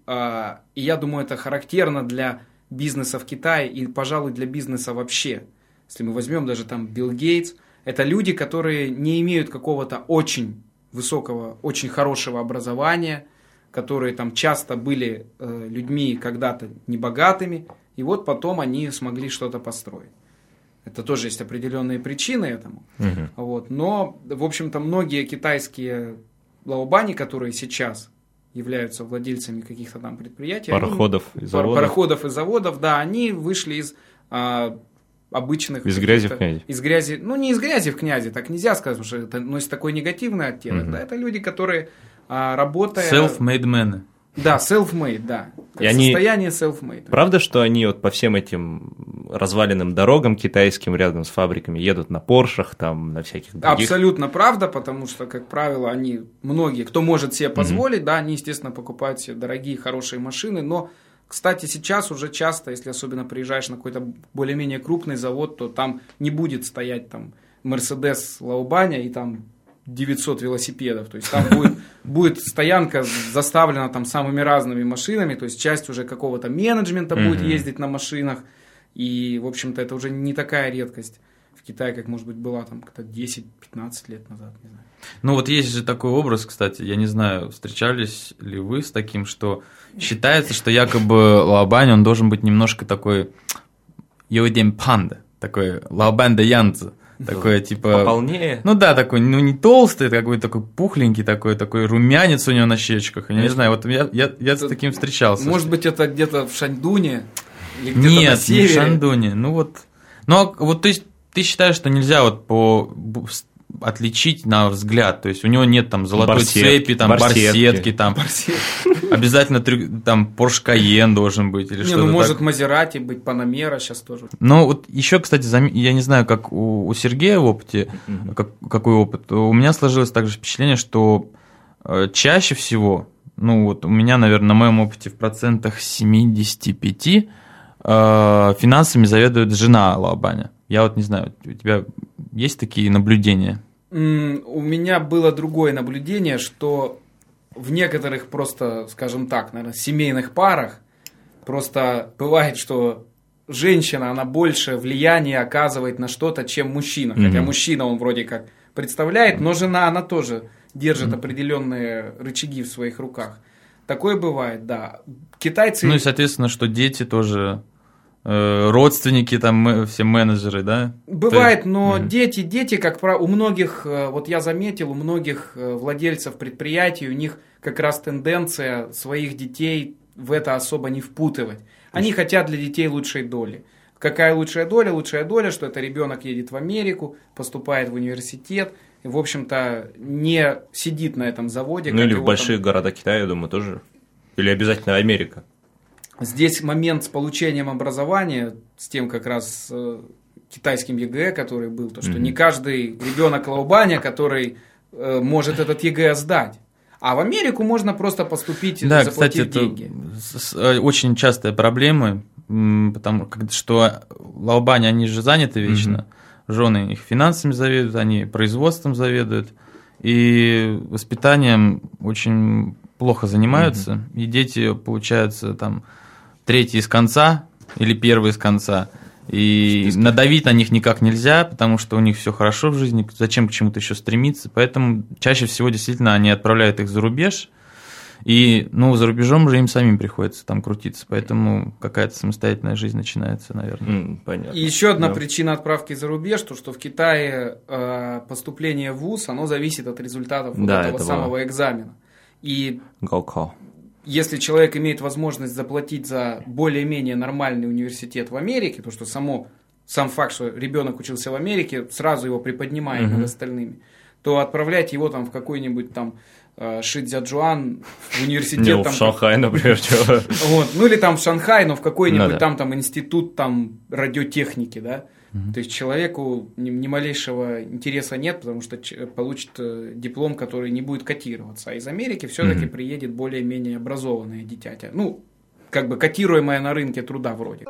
Speaker 3: и я думаю, это характерно для бизнеса в Китае и, пожалуй, для бизнеса вообще. Если мы возьмем даже там Билл Гейтс, это люди, которые не имеют какого-то очень высокого, очень хорошего образования, которые там часто были э, людьми когда-то небогатыми, и вот потом они смогли что-то построить. Это тоже есть определенные причины этому. Uh-huh. Вот. Но, в общем-то, многие китайские лаобани, которые сейчас являются владельцами каких-то там предприятий,
Speaker 1: пароходов
Speaker 3: они,
Speaker 1: и заводов.
Speaker 3: Пароходов и заводов, да, они вышли из а, обычных...
Speaker 1: Из грязи в князи.
Speaker 3: Из грязи, ну, не из грязи в князи, так нельзя сказать, потому что это носит такой негативный оттенок. Uh-huh. Да, это люди, которые а, работают...
Speaker 2: Self-made men.
Speaker 3: Да, self-made, да.
Speaker 1: И они...
Speaker 3: Состояние self-made.
Speaker 1: Правда, что они вот по всем этим разваленным дорогам китайским рядом с фабриками едут на Поршах, там, на всяких других?
Speaker 3: Абсолютно правда, потому что, как правило, они, многие, кто может себе позволить, mm-hmm. да, они, естественно, покупают себе дорогие, хорошие машины, но, кстати, сейчас уже часто, если особенно приезжаешь на какой-то более-менее крупный завод, то там не будет стоять там Мерседес Лаобаня и там девятьсот велосипедов, то есть там будет, будет стоянка заставлена там самыми разными машинами, то есть часть уже какого-то менеджмента mm-hmm. будет ездить на машинах, и, в общем-то, это уже не такая редкость в Китае, как, может быть, была там как-то десять-пятнадцать лет назад, не знаю.
Speaker 2: Ну вот есть же такой образ, кстати, я не знаю, встречались ли вы с таким, что считается, что якобы лаобань, он должен быть немножко такой йоден панда, такой лаобань да янцзы. Такое, типа...
Speaker 1: Пополнее?
Speaker 2: Ну да, такой, ну не толстый, какой-то такой пухленький, такой, такой румянец у него на щечках. Я не знаю, вот я, я, я с таким встречался.
Speaker 3: Может быть, это где-то в Шаньдуне? Или где-то
Speaker 2: Нет,
Speaker 3: на севере?
Speaker 2: не в Шаньдуне. Ну вот, ну вот, то есть, ты считаешь, что нельзя вот по... отличить на взгляд, то есть у него нет там золотой барсетки, цепи, там барсетки, барсетки там барсетки. Обязательно там Porsche Cayenne должен быть или
Speaker 3: не,
Speaker 2: что-то.
Speaker 3: Ну может Мазерати быть, Панамера сейчас тоже.
Speaker 2: Ну вот еще, кстати, я не знаю, как у, у Сергея в опыте, mm-hmm. как, какой опыт. У меня сложилось также впечатление, что э, чаще всего, ну вот у меня, наверное, на моем опыте в процентах семьдесят пять э, финансами заведует жена лаобаня. Я вот не знаю, у тебя есть такие наблюдения?
Speaker 3: Mm, у меня было другое наблюдение, что в некоторых просто, скажем так, наверное, семейных парах просто бывает, что женщина, она больше влияния оказывает на что-то, чем мужчина. Mm-hmm. Хотя мужчина, он вроде как представляет, но жена, она тоже держит mm-hmm. определенные рычаги в своих руках. Такое бывает, да. Китайцы...
Speaker 2: Ну и, соответственно, что дети тоже... родственники, там все менеджеры, да?
Speaker 3: Бывает, но mm-hmm. дети, дети, как правило, у многих, вот я заметил, у многих владельцев предприятий, у них как раз тенденция своих детей в это особо не впутывать. Они есть... хотят для детей лучшей доли. Какая лучшая доля? Лучшая доля, что это ребенок едет в Америку, поступает в университет, и, в общем-то, не сидит на этом заводе.
Speaker 1: Ну или в большие там... города Китая, я думаю, тоже. Или обязательно Америка.
Speaker 3: Здесь момент с получением образования, с тем как раз э, китайским ЕГЭ, который был, то, что mm-hmm. не каждый ребенок лаобаня, который э, может этот ЕГЭ сдать. А в Америку можно просто поступить,
Speaker 2: да,
Speaker 3: заплатив
Speaker 2: кстати,
Speaker 3: деньги.
Speaker 2: Это очень частая проблема, потому что в Албании они же заняты вечно, угу. Жены их финансами заведуют, они производством заведуют, и воспитанием очень плохо занимаются, угу. и дети, получается, там, третьи из конца или первые из конца, и Списки. Надавить на них никак нельзя, потому что у них все хорошо в жизни, зачем к чему-то еще стремиться, поэтому чаще всего действительно они отправляют их за рубеж, и ну, за рубежом уже им самим приходится там крутиться, поэтому какая-то самостоятельная жизнь начинается, наверное.
Speaker 1: Mm, понятно.
Speaker 3: И еще одна
Speaker 1: да.
Speaker 3: причина отправки за рубеж, то что в Китае э, поступление в вуз, оно зависит от результатов вот
Speaker 1: да,
Speaker 3: этого,
Speaker 1: этого
Speaker 3: самого экзамена. И
Speaker 1: Go-call.
Speaker 3: Если человек имеет возможность заплатить за более-менее нормальный университет в Америке, потому что само, сам факт, что ребенок учился в Америке, сразу его приподнимает mm-hmm. над остальными, то отправлять его там в какой-нибудь там Шицзячжуан в университет.
Speaker 1: Не,
Speaker 3: там,
Speaker 1: в Шанхай, например.
Speaker 3: Вот, ну или там в Шанхай, но в какой-нибудь
Speaker 1: ну, да.
Speaker 3: там, там институт там радиотехники, да. Mm-hmm. То есть человеку ни, ни малейшего интереса нет, потому что получит диплом, который не будет котироваться. А из Америки все-таки mm-hmm. приедет более-менее образованное дитятя. Ну, как бы котируемое на рынке труда вроде.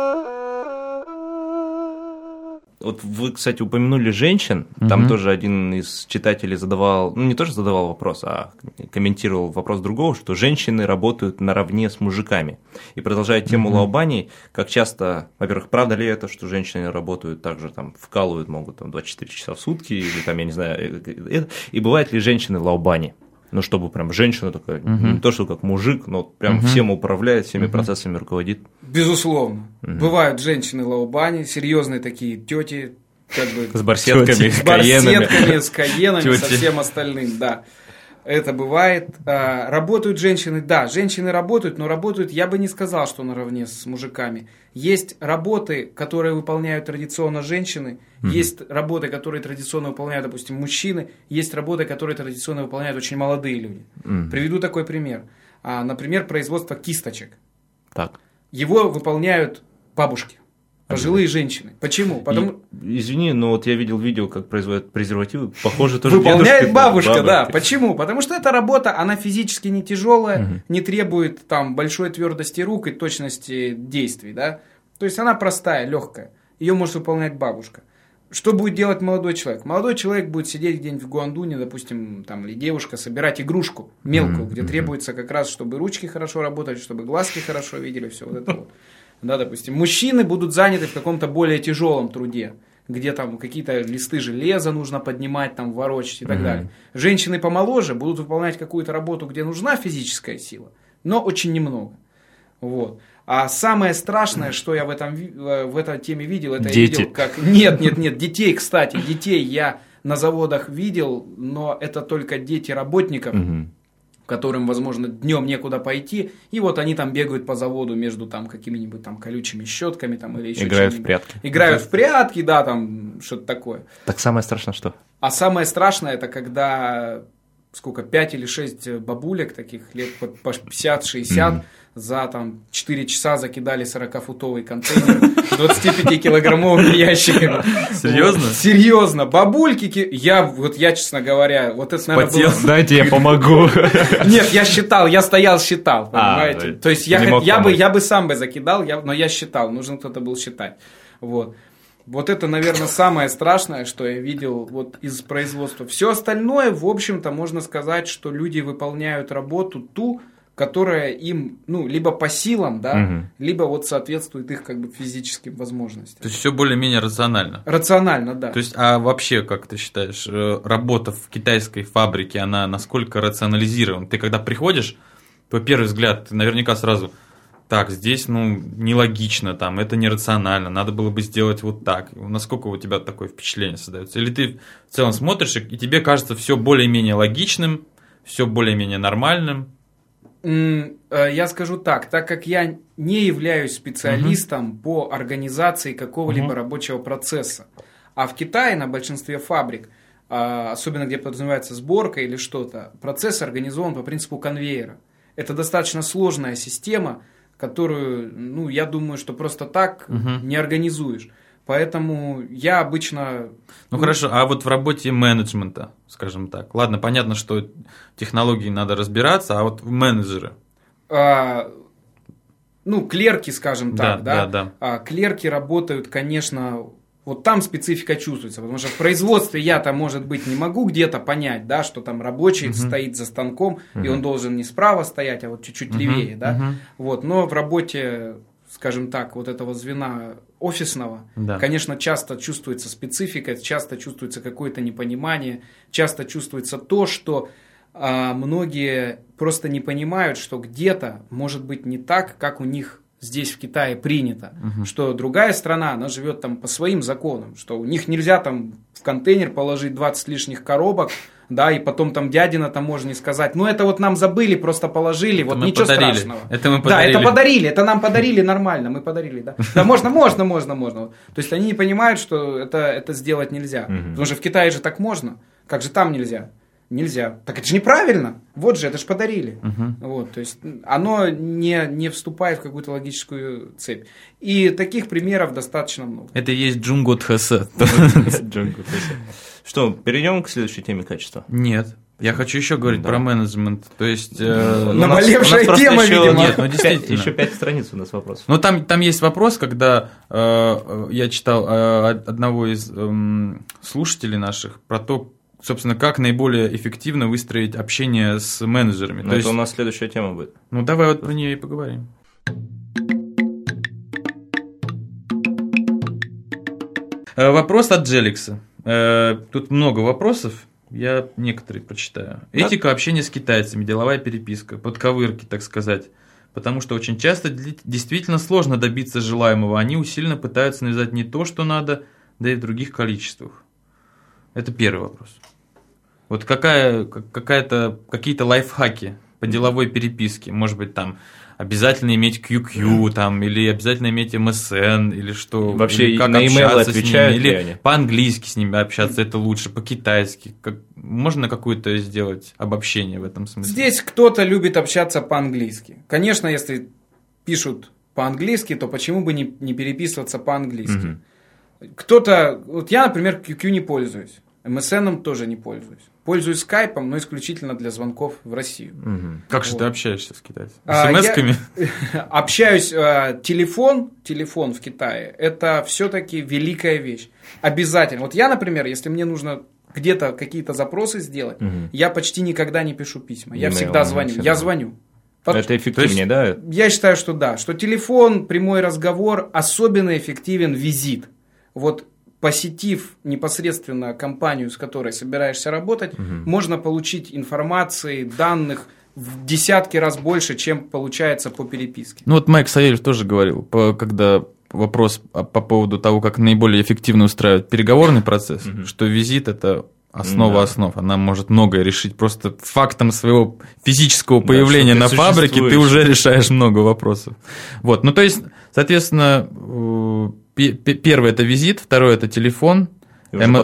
Speaker 1: Вот вы, кстати, упомянули женщин. Mm-hmm. Там тоже один из читателей задавал, ну не тоже задавал вопрос, а комментировал вопрос другого, что женщины работают наравне с мужиками. И продолжая тему mm-hmm. Лаубани, как часто, во-первых, правда ли это, что женщины работают также, там, вкалывают, могут там двадцать четыре часа в сутки, или там, я не знаю, и бывают ли женщины Лаубани? Ну, чтобы прям женщина такая, uh-huh. не то, что как мужик, но прям uh-huh. всем управляет, всеми uh-huh. процессами руководит.
Speaker 3: Безусловно. Uh-huh. Бывают женщины Лаубани, серьезные такие тети, как бы...
Speaker 1: С барсетками,
Speaker 3: с барсетками, с каенами, со всем остальным, да. Это бывает. Работают женщины, да, женщины работают, но работают, я бы не сказал, что наравне с мужиками. Есть работы, которые выполняют традиционно женщины, mm-hmm. есть работы, которые традиционно выполняют, допустим, мужчины, есть работы, которые традиционно выполняют очень молодые люди. Mm-hmm. Приведу такой пример. Например, производство кисточек.
Speaker 1: Так.
Speaker 3: Его выполняют бабушки. Пожилые женщины. Почему? Потому...
Speaker 1: И, извини, но вот я видел видео, как производят презервативы, похоже, тоже
Speaker 3: выполняет
Speaker 1: дедушки,
Speaker 3: бабушка,
Speaker 1: бабушки.
Speaker 3: Да. Почему? Потому что эта работа, она физически не тяжелая, угу. не требует там большой твердости рук и точности действий, да. То есть она простая, легкая. Ее может выполнять бабушка. Что будет делать молодой человек? Молодой человек будет сидеть где-нибудь в Гуандуне, допустим, там, или девушка, собирать игрушку мелкую, mm-hmm. где требуется как раз, чтобы ручки хорошо работали, чтобы глазки хорошо видели, все вот это вот. Да, допустим, мужчины будут заняты в каком-то более тяжелом труде, где там какие-то листы железа нужно поднимать, там, ворочать и так mm-hmm. далее. Женщины помоложе будут выполнять какую-то работу, где нужна физическая сила, но очень немного. Вот. А самое страшное, что я в, этом, в этой теме видел, это
Speaker 1: Дети.
Speaker 3: я видел, как... Нет, нет, нет, детей, кстати, детей я на заводах видел, но это только дети работников, mm-hmm. которым, возможно, днем некуда пойти, и вот они там бегают по заводу между там какими-нибудь там колючими щетками там или еще
Speaker 1: играют
Speaker 3: чем-нибудь.
Speaker 1: в прятки.
Speaker 3: Играют в прятки, да, там что-то такое.
Speaker 1: Так самое страшное что?
Speaker 3: А самое страшное, это когда сколько, пять или шесть бабулек таких лет по пятьдесят-шестьдесят mm-hmm. за там четыре часа закидали сорокафутовый контейнер двадцатипятикилограммовыми ящиками.
Speaker 2: Серьезно?
Speaker 3: Вот, серьезно. Бабульки, я, вот я, честно говоря, вот это, наверное, было...
Speaker 1: Дайте я помогу.
Speaker 3: Нет, я считал, я стоял, считал, понимаете?
Speaker 1: А,
Speaker 3: то есть я, я, бы, я бы сам бы закидал, я, но я считал, нужно кто-то был считать. Вот. Вот это, наверное, самое страшное, что я видел вот из производства. Все остальное, в общем-то, можно сказать, что люди выполняют работу ту, которая им, ну, либо по силам, да, угу. либо вот соответствует их как бы физическим возможностям.
Speaker 2: То есть все более-менее рационально.
Speaker 3: Рационально, да.
Speaker 2: То есть, а вообще, как ты считаешь, работа в китайской фабрике, она насколько рационализирована? Ты когда приходишь, то первый взгляд, ты наверняка сразу... Так, здесь, ну, нелогично, там, это нерационально, надо было бы сделать вот так. Насколько у тебя такое впечатление создается? Или ты в целом смотришь, и тебе кажется все более-менее логичным, все более-менее нормальным?
Speaker 3: Я скажу так, так как я не являюсь специалистом uh-huh. по организации какого-либо uh-huh. рабочего процесса, а в Китае на большинстве фабрик, особенно где подразумевается сборка или что-то, процесс организован по принципу конвейера. Это достаточно сложная система, которую, ну, я думаю, что просто так угу. не организуешь. Поэтому я обычно...
Speaker 2: Ну хорошо, а вот в работе менеджмента, скажем так. Ладно, понятно, что технологии надо разбираться, а вот менеджеры?
Speaker 3: А, ну, клерки, скажем так,
Speaker 2: да?
Speaker 3: Да,
Speaker 2: да, да.
Speaker 3: А, клерки работают, конечно... Вот там специфика чувствуется, потому что в производстве я-то, может быть, не могу где-то понять, да, что там рабочий uh-huh. стоит за станком, uh-huh. и он должен не справа стоять, а вот чуть-чуть uh-huh. левее, да. Uh-huh. Вот, но в работе, скажем так, вот этого звена офисного, да. конечно, часто чувствуется специфика, часто чувствуется какое-то непонимание, часто чувствуется то, что а, многие просто не понимают, что где-то может быть не так, как у них здесь в Китае принято, uh-huh. что другая страна, она живет там по своим законам, что у них нельзя там в контейнер положить двадцать лишних коробок, да, и потом там дядина там можно не сказать, ну это вот нам забыли, просто положили, это вот ничего подарили. Страшного.
Speaker 2: Это мы подарили.
Speaker 3: Да, это подарили, это нам подарили нормально, мы подарили, да. Да, можно, можно, можно, можно. То есть они не понимают, что это, это сделать нельзя, uh-huh. потому что в Китае же так можно, как же там нельзя? Нельзя. Так это же неправильно. Вот же, это же подарили. Uh-huh. Вот, то есть оно не, не вступает в какую-то логическую цепь. И таких примеров достаточно много.
Speaker 2: Это и есть Джунго Тхэсэ.
Speaker 1: Что, перейдем к следующей теме качества?
Speaker 2: Нет. Я хочу еще говорить да. про менеджмент. То есть
Speaker 3: э, наболевшая тема,
Speaker 1: еще,
Speaker 3: видимо.
Speaker 1: Нет, ну действительно. Еще пять страниц у нас вопросов.
Speaker 2: Ну там, там есть вопрос, когда э, я читал э, одного из э, слушателей наших про то, собственно, как наиболее эффективно выстроить общение с менеджерами.
Speaker 1: Ну, это есть... у нас следующая тема будет.
Speaker 2: Ну, давай вот про нее и поговорим. Вопрос от Джеликса. Тут много вопросов, я некоторые прочитаю. Да? Этика общения с китайцами, деловая переписка, подковырки, так сказать. Потому что очень часто действительно сложно добиться желаемого. Они усиленно пытаются навязать не то, что надо, да и в других количествах. Это первый вопрос. Вот какая, какая-то, какие-то лайфхаки по деловой переписке? Может быть, там обязательно иметь кью кью, там, или обязательно иметь эм эс эн, или что?
Speaker 1: Вообще
Speaker 2: или как
Speaker 1: на имейлы отвечают
Speaker 2: или
Speaker 1: они?
Speaker 2: По-английски с ними общаться, это лучше, по-китайски. Как, можно какое-то сделать обобщение в этом смысле?
Speaker 3: Здесь кто-то любит общаться по-английски. Конечно, если пишут по-английски, то почему бы не, не переписываться по-английски? Угу. Кто-то... Вот я, например, кью кью не пользуюсь. эм эс эн тоже не пользуюсь. Пользуюсь скайпом, но исключительно для звонков в Россию.
Speaker 2: Угу. Как вот. же ты общаешься с китайцами?
Speaker 3: А,
Speaker 2: эс-эм-эсками?
Speaker 3: Общаюсь. А, телефон, телефон в Китае, это все-таки великая вещь. Обязательно. Вот я, например, если мне нужно где-то какие-то запросы сделать, угу. я почти никогда не пишу письма. Я e-mail, всегда звоню. Я звоню.
Speaker 1: Это эффективнее, есть, да?
Speaker 3: Я считаю, что да. Что телефон, прямой разговор, особенно эффективен визит. Вот посетив непосредственно компанию, с которой собираешься работать, угу. можно получить информации, данных в десятки раз больше, чем получается по переписке.
Speaker 2: Ну вот Майк Савельев тоже говорил, по, когда вопрос по поводу того, как наиболее эффективно устраивать переговорный процесс, угу. что визит – это основа да. основ. Она может многое решить. Просто фактом своего физического появления да, на фабрике ты уже решаешь много вопросов. Вот. Ну, то есть, соответственно, первый – это визит, второй – это телефон, эм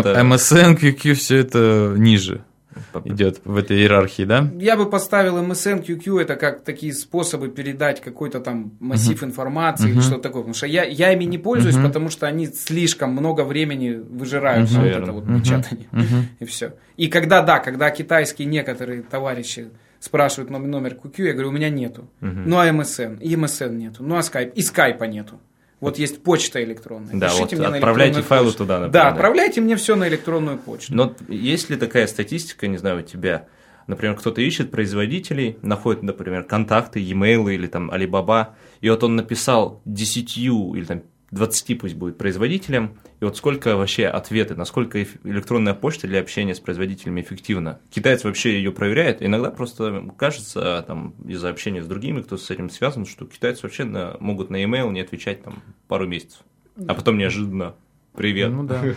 Speaker 2: эс эн, кью кью – все это ниже идет в этой иерархии, да?
Speaker 3: Я бы поставил эм эс эн, кью кью – это как такие способы передать какой-то там массив uh-huh. информации uh-huh. или что-то такое. Потому что я, я ими не пользуюсь, uh-huh. потому что они слишком много времени выжирают uh-huh. на вот это вот uh-huh. печатание. Uh-huh. И все. И когда, да, когда китайские некоторые товарищи спрашивают номер, номер кью кью, я говорю, у меня нету. Uh-huh. Ну, а эм эс эн? И эм эс эн нету. Ну, а скайп? И скайпа нету. Вот есть почта электронная.
Speaker 1: Да, Пишите вот мне отправляйте файлы почту. Туда, например.
Speaker 3: Да, да, отправляйте мне все на электронную почту.
Speaker 1: Но есть ли такая статистика, не знаю, у тебя, например, кто-то ищет производителей, находит, например, контакты, e-mail или там Alibaba, и вот он написал десятью или там двадцати пусть будет производителям, и вот сколько вообще ответы, насколько электронная почта для общения с производителями эффективна. Китайцы вообще ее проверяют, иногда просто кажется, там, из-за общения с другими, кто с этим связан, что китайцы вообще на, могут на e-mail не отвечать там пару месяцев, а потом неожиданно «Привет».
Speaker 2: Ну да.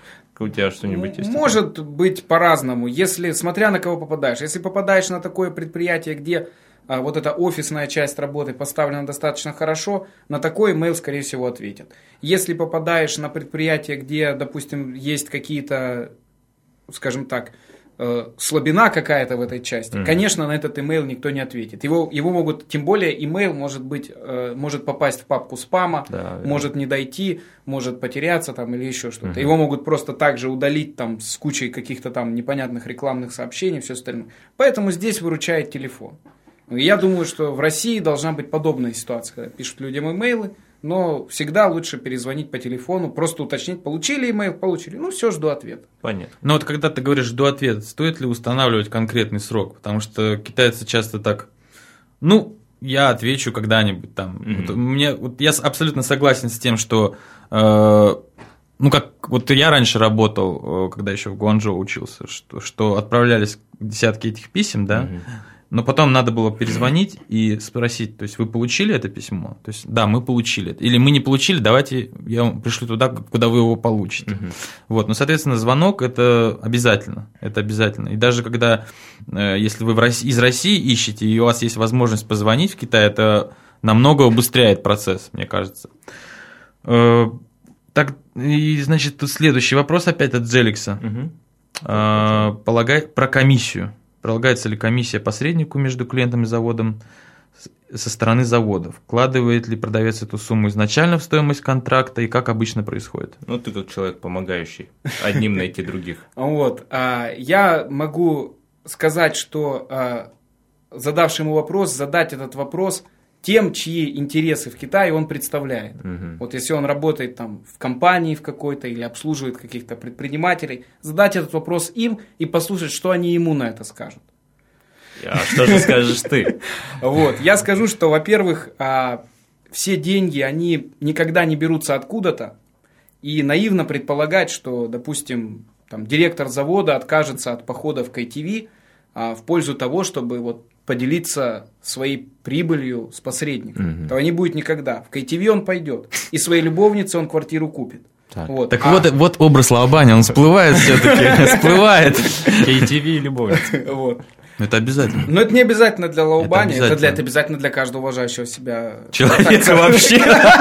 Speaker 1: У тебя что-нибудь есть?
Speaker 3: Может быть по-разному, если, смотря на кого попадаешь. Если попадаешь на такое предприятие, где а, вот эта офисная часть работы поставлена достаточно хорошо, на такой имейл, скорее всего, ответят. Если попадаешь на предприятие, где, допустим, есть какие-то, скажем так, э, слабина какая-то в этой части, mm-hmm. конечно, на этот имейл никто не ответит. Его, его могут, тем более, имейл может быть, э, может попасть в папку спама, да, может да. не дойти, может потеряться там или еще что-то. Mm-hmm. Его могут просто так же удалить там с кучей каких-то там непонятных рекламных сообщений, все остальное. Поэтому здесь выручает телефон. Я думаю, что в России должна быть подобная ситуация, когда пишут людям имейлы, но всегда лучше перезвонить по телефону, просто уточнить, получили имейл, получили, ну все, жду ответа.
Speaker 2: Понятно. Но вот когда ты говоришь «жду ответа», стоит ли устанавливать конкретный срок? Потому что китайцы часто так, ну, я отвечу когда-нибудь там. Mm-hmm. Вот, мне, вот я абсолютно согласен с тем, что, э, ну, как вот я раньше работал, когда еще в Гуанчжоу учился, что, что отправлялись десятки этих писем, да, mm-hmm. но потом надо было перезвонить и спросить, то есть вы получили это письмо? То есть да, мы получили это. Или мы не получили, давайте я вам пришлю туда, куда вы его получите. Uh-huh. Вот, но, соответственно, звонок – это обязательно. Это обязательно. И даже когда, если вы в России, из России ищете, и у вас есть возможность позвонить в Китай, это намного убыстряет процесс, мне кажется. Так, и, значит, тут следующий вопрос опять от Джеликса. Uh-huh. Полагай, про комиссию. Прилагается ли комиссия посреднику между клиентом и заводом со стороны завода? Вкладывает ли продавец эту сумму изначально в стоимость контракта и как обычно происходит?
Speaker 1: Ну, ты как человек помогающий одним найти других.
Speaker 3: Вот. Я могу сказать, что задавшему вопрос, задать этот вопрос тем, чьи интересы в Китае он представляет. Угу. Вот если он работает там в компании в какой-то или обслуживает каких-то предпринимателей, задать этот вопрос им и послушать, что они ему на это скажут.
Speaker 1: А что же скажешь ты?
Speaker 3: Вот. Я скажу, что, во-первых, все деньги, они никогда не берутся откуда-то, и наивно предполагать, что, допустим, там, директор завода откажется от похода в кей ти ви в пользу того, чтобы вот поделиться своей прибылью с посредником. Mm-hmm. Этого не будет никогда. В кей ти ви он пойдет, и своей любовнице он квартиру купит.
Speaker 2: Так, вот, так а... вот, вот образ Лаобани, он всплывает все-таки, всплывает.
Speaker 1: кей ти ви и любовница.
Speaker 3: Вот.
Speaker 2: Это обязательно.
Speaker 3: Но это не обязательно для Лаобани, это, это, для, это обязательно для каждого уважающего себя
Speaker 2: человека вообще.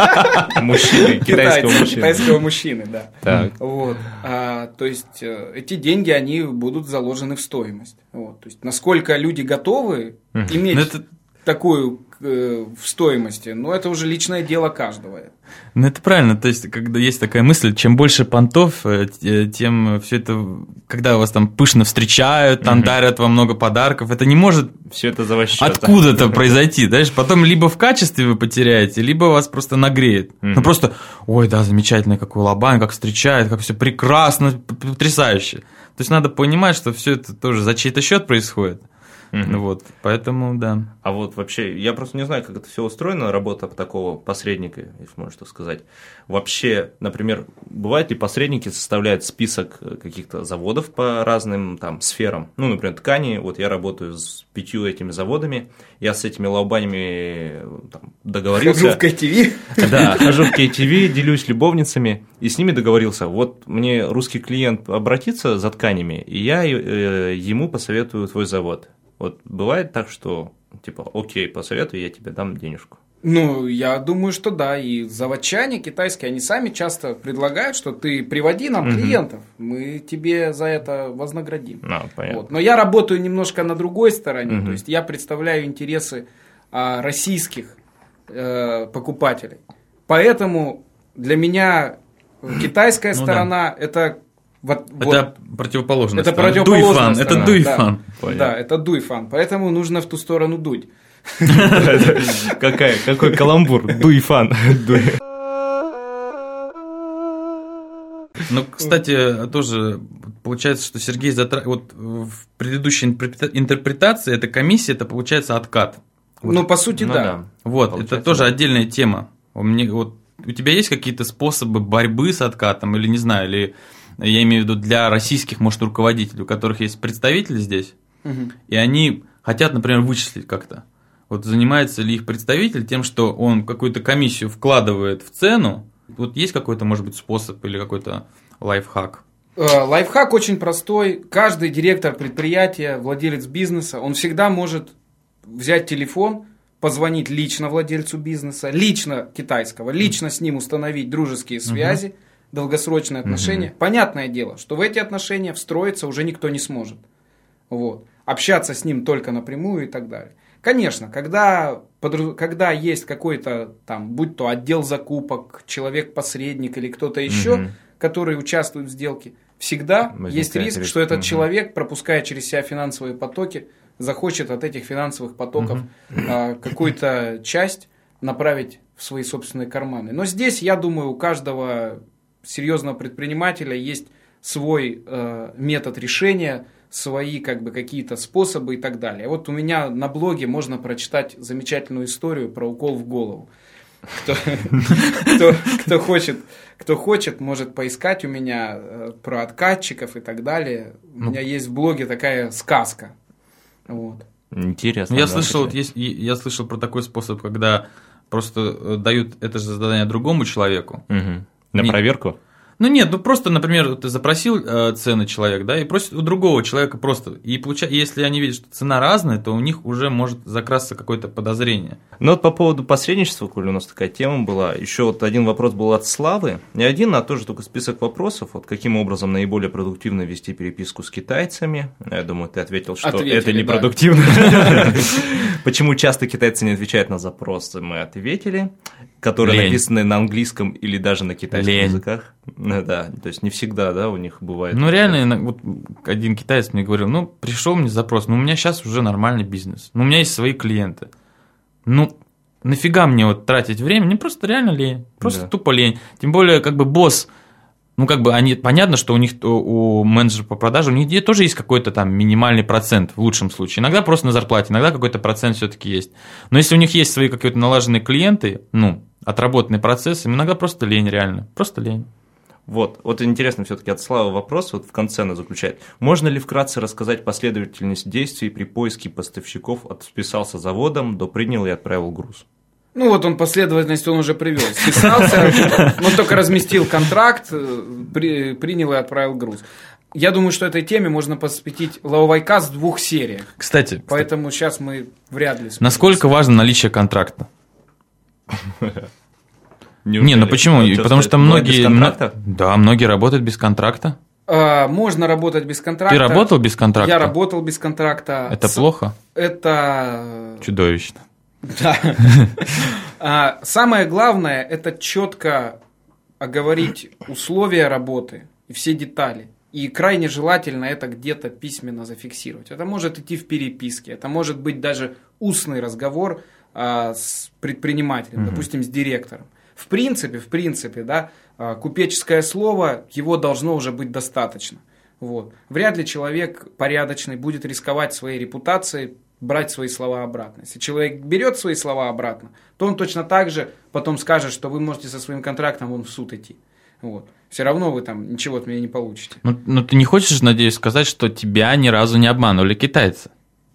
Speaker 1: Мужчины, китайского мужчины.
Speaker 3: Китайского мужчины, да.
Speaker 1: Так.
Speaker 3: Вот. А, то есть эти деньги, они будут заложены в стоимость. Вот. То есть насколько люди готовы иметь это... такую э, в стоимости, но это уже личное дело каждого.
Speaker 2: Ну, это правильно, то есть, когда есть такая мысль, чем больше понтов, тем все это, когда вас там пышно встречают, там угу. дарят вам много подарков, это не может
Speaker 1: все это за ваш счет,
Speaker 2: откуда-то произойти, знаешь, потом либо в качестве вы потеряете, либо вас просто нагреет. Угу. Ну, просто, ой, да, замечательный какой Лаобань, как встречает, как все прекрасно, потрясающе. То есть, надо понимать, что все это тоже за чей-то счет происходит. Mm-hmm. Вот, поэтому, да.
Speaker 1: А вот вообще, я просто не знаю, как это все устроено, работа такого посредника, если можно так сказать. Вообще, например, бывает ли посредники составляют список каких-то заводов по разным там сферам? Ну, например, ткани, вот я работаю с пятью этими заводами, я с этими лаобанями там, договорился.
Speaker 3: Хожу в кей ти ви.
Speaker 1: Да, хожу в кей ти ви, делюсь любовницами, и с ними договорился. Вот мне русский клиент обратится за тканями, и я э, ему посоветую твой завод. Вот бывает так, что, типа, окей, посоветую, я тебе дам денежку.
Speaker 3: Ну, я думаю, что да. И заводчане китайские, они сами часто предлагают, что ты приводи нам угу. клиентов, мы тебе за это вознаградим.
Speaker 1: А, понятно.
Speaker 3: Вот. Но я работаю немножко на другой стороне. Угу. То есть, я представляю интересы а, российских э, покупателей. Поэтому для меня китайская ну, сторона да. – это…
Speaker 2: Вот, это вот. противоположная
Speaker 3: это
Speaker 2: сторона.
Speaker 3: Противоположная
Speaker 2: дуйфан, это дуйфан.
Speaker 3: Да, да, это дуйфан, поэтому нужно в ту сторону дуть.
Speaker 1: Какая, какой каламбур, дуйфан.
Speaker 2: Ну, кстати, тоже получается, что Сергей затра... вот в предыдущей интерпретации эта комиссия, это получается откат.
Speaker 3: Вот. Ну, по сути, ну, да.
Speaker 2: да. Вот, получается, это тоже да. отдельная тема. У меня вот у тебя есть какие-то способы борьбы с откатом, или не знаю, или я имею в виду для российских, может, руководителей, у которых есть представители здесь, угу. и они хотят, например, вычислить как-то. Вот занимается ли их представитель тем, что он какую-то комиссию вкладывает в цену? Вот есть какой-то, может быть, способ или какой-то лайфхак?
Speaker 3: Лайфхак очень простой. Каждый директор предприятия, владелец бизнеса, он всегда может взять телефон, позвонить лично владельцу бизнеса, лично китайского, лично с ним установить дружеские связи, угу. долгосрочные отношения. Угу. Понятное дело, что в эти отношения встроиться уже никто не сможет. Вот. Общаться с ним только напрямую и так далее. Конечно, когда, когда есть какой-то там, будь то отдел закупок, человек-посредник или кто-то еще, угу. который участвует в сделке, всегда возникает есть риск, риск, что этот угу. человек, пропуская через себя финансовые потоки, захочет от этих финансовых потоков угу. а, какую-то часть направить в свои собственные карманы. Но здесь, я думаю, у каждого серьезного предпринимателя есть свой э, метод решения, свои как бы какие-то способы и так далее. Вот у меня на блоге можно прочитать замечательную историю про укол в голову. Кто, кто, кто, хочет, кто хочет, может поискать у меня про откатчиков и так далее. У меня есть в блоге такая сказка. Вот.
Speaker 1: Интересно.
Speaker 2: Я
Speaker 1: да,
Speaker 2: слышал, вот есть, я слышал про такой способ, когда просто дают это же задание другому человеку.
Speaker 1: Угу. На Не... проверку?
Speaker 2: Ну нет, ну просто, например, ты запросил э, цены человек, да, и просит у другого человека просто. И получается, если они видят, что цена разная, то у них уже может закрасться какое-то подозрение.
Speaker 1: Ну вот по поводу посредничества, коли у нас такая тема была, еще вот один вопрос был от Славы. Не один, а тоже только список вопросов. Вот каким образом наиболее продуктивно вести переписку с китайцами? Я думаю, ты ответил, что Ответили, это непродуктивно. Почему часто китайцы не отвечают на запросы? Мы ответили. Которые написаны на английском или даже на китайском языках. Да, то есть не всегда, да, у них бывает.
Speaker 2: Ну, реально, вот один китаец мне говорил, ну, пришел мне запрос, ну, у меня сейчас уже нормальный бизнес, ну, у меня есть свои клиенты. Ну, нафига мне вот тратить время? Мне просто реально лень, просто да. тупо лень. Тем более, как бы босс, ну, как бы они, понятно, что у них, у менеджера по продаже, у них тоже есть какой-то там минимальный процент в лучшем случае. Иногда просто на зарплате, иногда какой-то процент все-таки есть. Но если у них есть свои какие-то налаженные клиенты, ну, отработанный процесс, им иногда просто лень, реально, просто лень.
Speaker 1: Вот, вот интересно все-таки от Славы вопрос, вот в конце она заключает. Можно ли вкратце рассказать последовательность действий при поиске поставщиков от «списался заводом» до «принял и отправил груз»?
Speaker 3: Ну вот он последовательность он уже привел. Списался, он только разместил контракт, при, принял и отправил груз. Я думаю, что этой теме можно посвятить лаовайкас в двух сериях.
Speaker 2: Кстати.
Speaker 3: Поэтому кстати. Сейчас мы вряд ли...
Speaker 2: Насколько важно наличие контракта? Не, ну почему? А Потому что многие... Да, многие работают без контракта.
Speaker 3: А, можно работать без контракта.
Speaker 2: Ты работал без контракта?
Speaker 3: Я работал без контракта.
Speaker 2: Это С... плохо?
Speaker 3: Это...
Speaker 2: Чудовищно.
Speaker 3: Да. а, самое главное, это четко оговорить условия работы и все детали. И крайне желательно это где-то письменно зафиксировать. Это может идти в переписке, это может быть даже устный разговор а, с предпринимателем, угу. допустим, с директором. В принципе, в принципе, да, купеческое слово, его должно уже быть достаточно. Вот. Вряд ли человек порядочный будет рисковать своей репутацией, брать свои слова обратно. Если человек берет свои слова обратно, то он точно так же потом скажет, что вы можете со своим контрактом вон в суд идти. Вот. Все равно вы там ничего от меня не получите.
Speaker 2: Но, но ты не хочешь, надеюсь, сказать, что тебя ни разу не обманывали китайцы?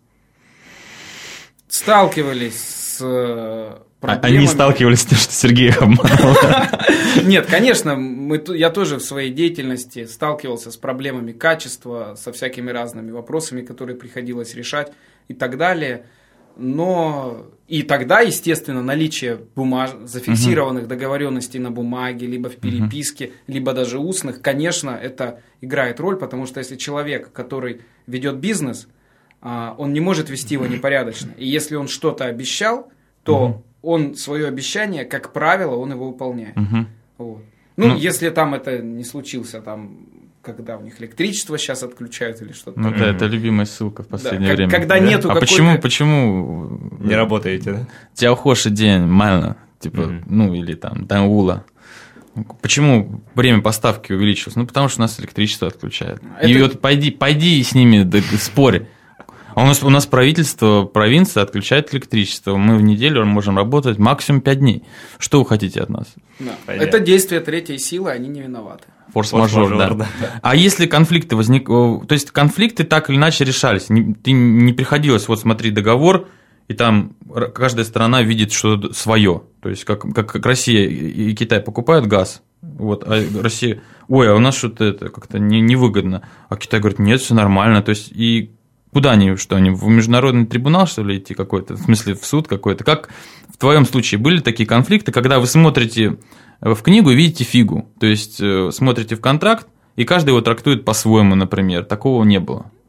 Speaker 3: Сталкивались с...
Speaker 2: Проблемами. Они сталкивались с тем, что Сергей их обманул.
Speaker 3: Нет, конечно, мы, я тоже в своей деятельности сталкивался с проблемами качества, со всякими разными вопросами, которые приходилось решать и так далее. Но и тогда, естественно, наличие бумаж... зафиксированных угу. договоренностей на бумаге, либо в переписке, угу. либо даже устных, конечно, это играет роль, потому что если человек, который ведет бизнес, он не может вести его непорядочно. И если он что-то обещал, то угу. он свое обещание, как правило, он его выполняет. Угу. Вот. Ну, ну, если там это не случился, там, когда у них электричество сейчас отключают или что-то.
Speaker 2: Ну, да, это любимая ссылка в последнее да, время.
Speaker 3: Когда да? нету
Speaker 2: а
Speaker 3: какой-то...
Speaker 2: почему, почему
Speaker 1: не работаете, да?
Speaker 2: Тяохоши день, мально, типа, mm-hmm. ну, или там, Дангула. Почему время поставки увеличилось? Ну, потому что у нас электричество отключают. Это... И вот пойди, пойди с ними да, спорь. А у нас, у нас правительство провинции отключает электричество. Мы в неделю можем работать максимум пять дней. Что вы хотите от нас?
Speaker 3: Да. Это действие третьей силы, они не виноваты.
Speaker 2: Форс-мажор, да. да. А если конфликты возникли, то есть конфликты так или иначе решались, не, ты не приходилось, вот смотри, договор, и там каждая сторона видит что-то свое. То есть как, как, как Россия и Китай покупают газ, вот, а Россия, ой, а у нас что-то это как-то не, невыгодно. А Китай говорит, нет, все нормально. То есть и куда они, что они, в международный трибунал, что ли, идти какой-то, в смысле в суд какой-то? Как в твоем случае были такие конфликты, когда вы смотрите в книгу и видите фигу, то есть смотрите в контракт, и каждый его трактует по-своему, например, такого не было?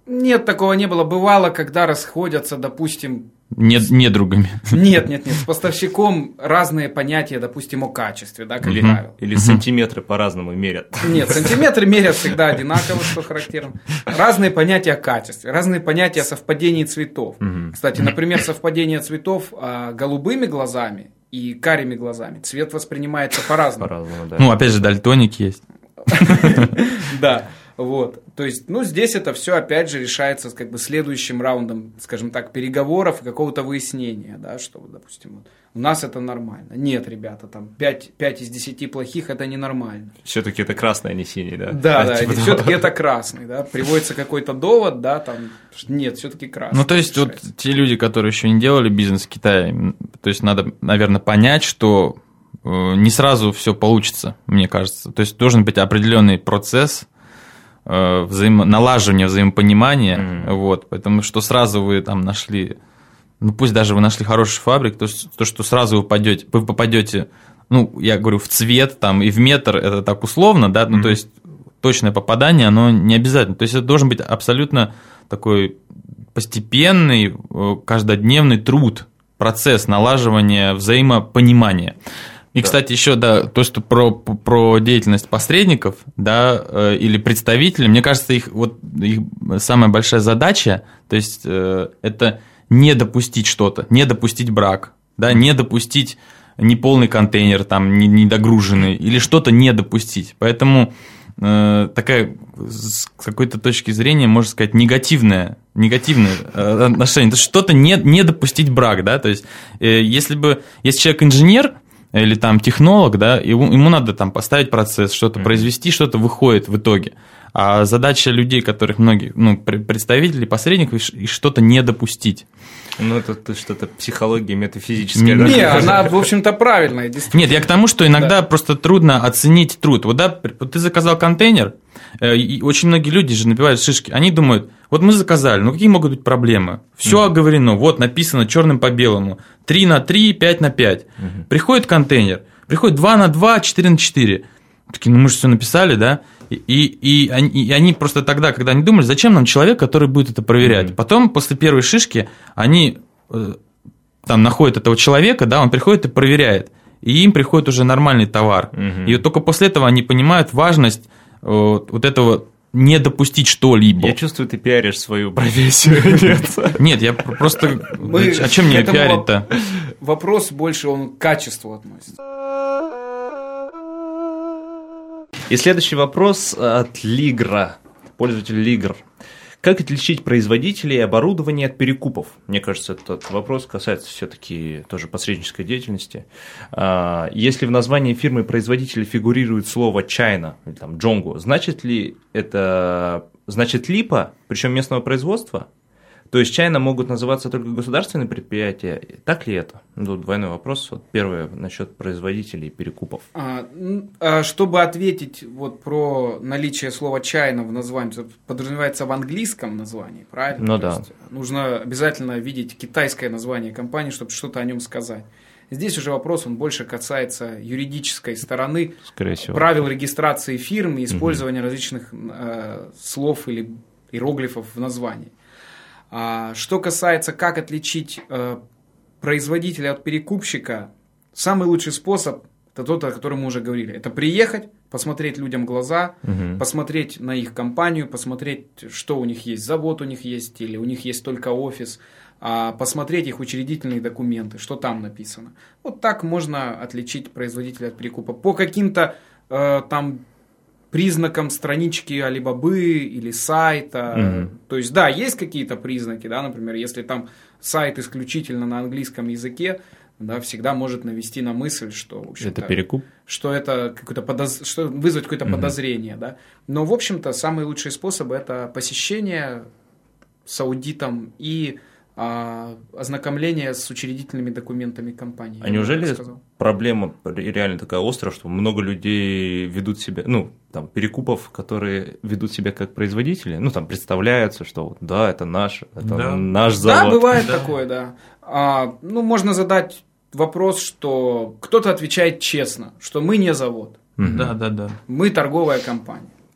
Speaker 3: Нет, такого не было. Бывало, когда расходятся, допустим...
Speaker 2: Не, недругами.
Speaker 3: Нет, нет, нет. С поставщиком разные понятия, допустим, о качестве, да, как правило.
Speaker 1: Или сантиметры по-разному мерят.
Speaker 3: Нет, сантиметры мерят всегда одинаково, что характерно. Разные понятия о качестве, разные понятия о совпадении цветов. Кстати, например, совпадение цветов голубыми глазами и карими глазами. Цвет воспринимается по-разному.
Speaker 1: По-разному, да.
Speaker 2: Ну, опять же, дальтоник есть.
Speaker 3: Да. Вот, то есть, ну, здесь это все, опять же, решается как бы следующим раундом, скажем так, переговоров и какого-то выяснения, да, что, допустим, вот, у нас это нормально. Нет, ребята, там пять, пять из десяти плохих – это ненормально.
Speaker 1: Все-таки это красный, а не синий, да?
Speaker 3: Да,
Speaker 1: а,
Speaker 3: да,
Speaker 1: типа
Speaker 3: все-таки это красный, да, приводится какой-то довод, да, там, нет, все-таки красный.
Speaker 2: Ну, то есть, вот те люди, которые еще не делали бизнес в Китае, то есть, надо, наверное, понять, что не сразу все получится, мне кажется. То есть, должен быть определенный процесс, взаимо... налаживание взаимопонимания, mm-hmm. вот, потому что сразу вы там нашли, ну пусть даже вы нашли хороший фабрик, то, то что сразу вы попадете, вы попадете, ну я говорю в цвет там и в метр, это так условно, да, mm-hmm. ну то есть точное попадание, оно не обязательно, то есть это должен быть абсолютно такой постепенный, каждодневный труд, процесс налаживания взаимопонимания. И, кстати, еще, да, то, что про, про деятельность посредников, да, э, или представителей, мне кажется, их, вот, их самая большая задача, то есть, э, это не допустить что-то, не допустить брак, да, не допустить неполный контейнер, там, недогруженный, или что-то не допустить. Поэтому э, такая, с какой-то точки зрения, можно сказать, негативное, негативное отношение, то есть, что-то не, не допустить брак, да, то есть, э, если бы, если человек инженер, или там технолог, да, ему, ему надо там поставить процесс, что-то mm-hmm. произвести, что-то выходит в итоге. А задача людей, которых многие, ну, представителей, посредников, и что-то не допустить.
Speaker 1: Ну, это, это что-то психология метафизическая.
Speaker 3: Не, не она, в общем-то, правильная, действительно.
Speaker 2: Нет, я к тому, что иногда да. просто трудно оценить труд. Вот, да, вот ты заказал контейнер, и очень многие люди же набивают шишки, они думают, вот мы заказали, ну какие могут быть проблемы? Все mm-hmm. оговорено, вот написано черным по белому, три на три, пять на пять. Mm-hmm. Приходит контейнер, приходит два на два, четыре на четыре. Такие, ну мы же все написали, да? И, и, и, они, и они просто тогда, когда они думали, зачем нам человек, который будет это проверять? Mm-hmm. Потом, после первой шишки, они э, там находят этого человека, да, он приходит и проверяет. И им приходит уже нормальный товар. Mm-hmm. И вот только после этого они понимают важность э, вот этого не допустить что-либо.
Speaker 1: Я чувствую, ты пиаришь свою профессию. Нет,
Speaker 2: Нет, я просто... Мы а чем мне пиарить-то?
Speaker 3: Вопрос больше, он к качеству относится.
Speaker 1: И следующий вопрос от Лигра, пользователь Лигр. Как отличить производителей и оборудование от перекупов? Мне кажется, этот вопрос касается все-таки тоже посреднической деятельности. Если в названии фирмы-производителя фигурирует слово China или там Джонгу, значит ли это значит липа, причем местного производства? То есть China могут называться только государственные предприятия. Так ли это? Ну, двойной вопрос. Вот первое насчет производителей и перекупов.
Speaker 3: А, чтобы ответить вот про наличие слова China в названии, подразумевается в английском названии, правильно?
Speaker 1: Ну
Speaker 3: То
Speaker 1: да.
Speaker 3: есть нужно обязательно видеть китайское название компании, чтобы что-то о нем сказать. Здесь уже вопрос, он больше касается юридической стороны,
Speaker 1: скорее всего,
Speaker 3: правил регистрации фирм и использования угу. различных э, слов или иероглифов в названии. А что касается, как отличить э, производителя от перекупщика, самый лучший способ – это тот, о котором мы уже говорили. Это приехать, посмотреть людям в глаза, угу. посмотреть на их компанию, посмотреть, что у них есть, завод у них есть, или у них есть только офис, а посмотреть их учредительные документы, что там написано. Вот так можно отличить производителя от перекупа. По каким-то э, там признакам странички Алибабы или сайта. Mm-hmm. То есть, да, есть какие-то признаки, да, например, если там сайт исключительно на английском языке, да, всегда может навести на мысль, что, в общем-то,
Speaker 1: это перекуп,
Speaker 3: что это какое-то подоз... что вызвать какое-то mm-hmm. подозрение, да. Но, в общем-то, самый лучший способ – это посещение с аудитом и а, ознакомление с учредительными документами компании.
Speaker 1: А неужели проблема реально такая острая, что много людей ведут себя, ну, там, перекупов, которые ведут себя как производители, ну, там, представляются, что да, это наш, это да. наш завод.
Speaker 3: Да, бывает да. такое, да. А, ну, можно задать вопрос, что кто-то отвечает честно, что мы не завод.
Speaker 2: Угу. Да, да, да.
Speaker 3: Мы торговая компания.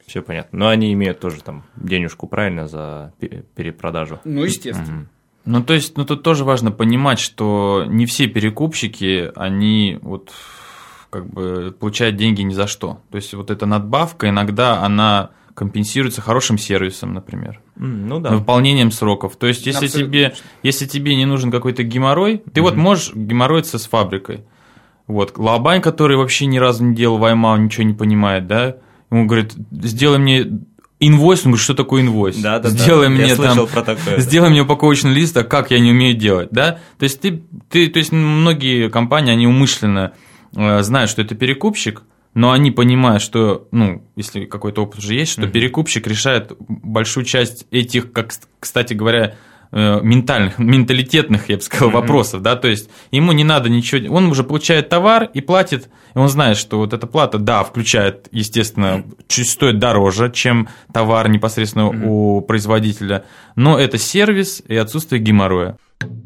Speaker 1: Все понятно. Но они имеют тоже там денежку, правильно, за перепродажу?
Speaker 3: Ну, естественно.
Speaker 1: Угу.
Speaker 2: Ну, то есть, ну, тут тоже важно понимать, что не все перекупщики, они вот как бы получают деньги ни за что. То есть, вот эта надбавка иногда она компенсируется хорошим сервисом, например,
Speaker 1: ну, да.
Speaker 2: выполнением сроков. То есть, если тебе, если тебе не нужен какой-то геморрой, ты mm-hmm. вот можешь геморроиться с фабрикой. Вот, Лобань, который вообще ни разу не делал ваймау, ничего не понимает, да, ему говорит, сделай мне инвойс, он говорит, что такое инвойс?
Speaker 1: Да, да,
Speaker 2: сделай
Speaker 1: да.
Speaker 2: мне
Speaker 1: Я слышал
Speaker 2: там,
Speaker 1: про такое.
Speaker 2: Сделай мне упаковочный лист, а как я не умею делать, да? То есть, ты, ты, то есть многие компании, они умышленно э, знают, что это перекупщик, но они понимают, что, ну, если какой-то опыт уже есть, что mm-hmm. перекупщик решает большую часть этих, как, кстати говоря, ментальных, менталитетных, я бы сказал, mm-hmm. вопросов, да, то есть ему не надо ничего, он уже получает товар и платит, и он знает, что вот эта плата, да, включает, естественно, чуть стоит дороже, чем товар непосредственно mm-hmm. у производителя, но это сервис и отсутствие геморроя.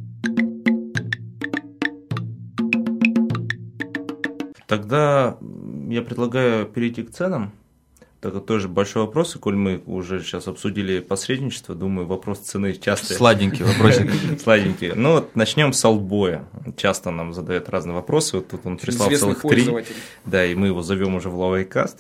Speaker 1: Тогда я предлагаю перейти к ценам. Это тоже большой вопрос, и коль мы уже сейчас обсудили посредничество, думаю, вопрос цены часто...
Speaker 2: Сладенький вопросик.
Speaker 1: Сладенький. Ну вот начнем с Олдбоя. Часто нам задают разные вопросы. Вот тут он прислал целых три. Да, и мы его зовем уже в Лавайкаст.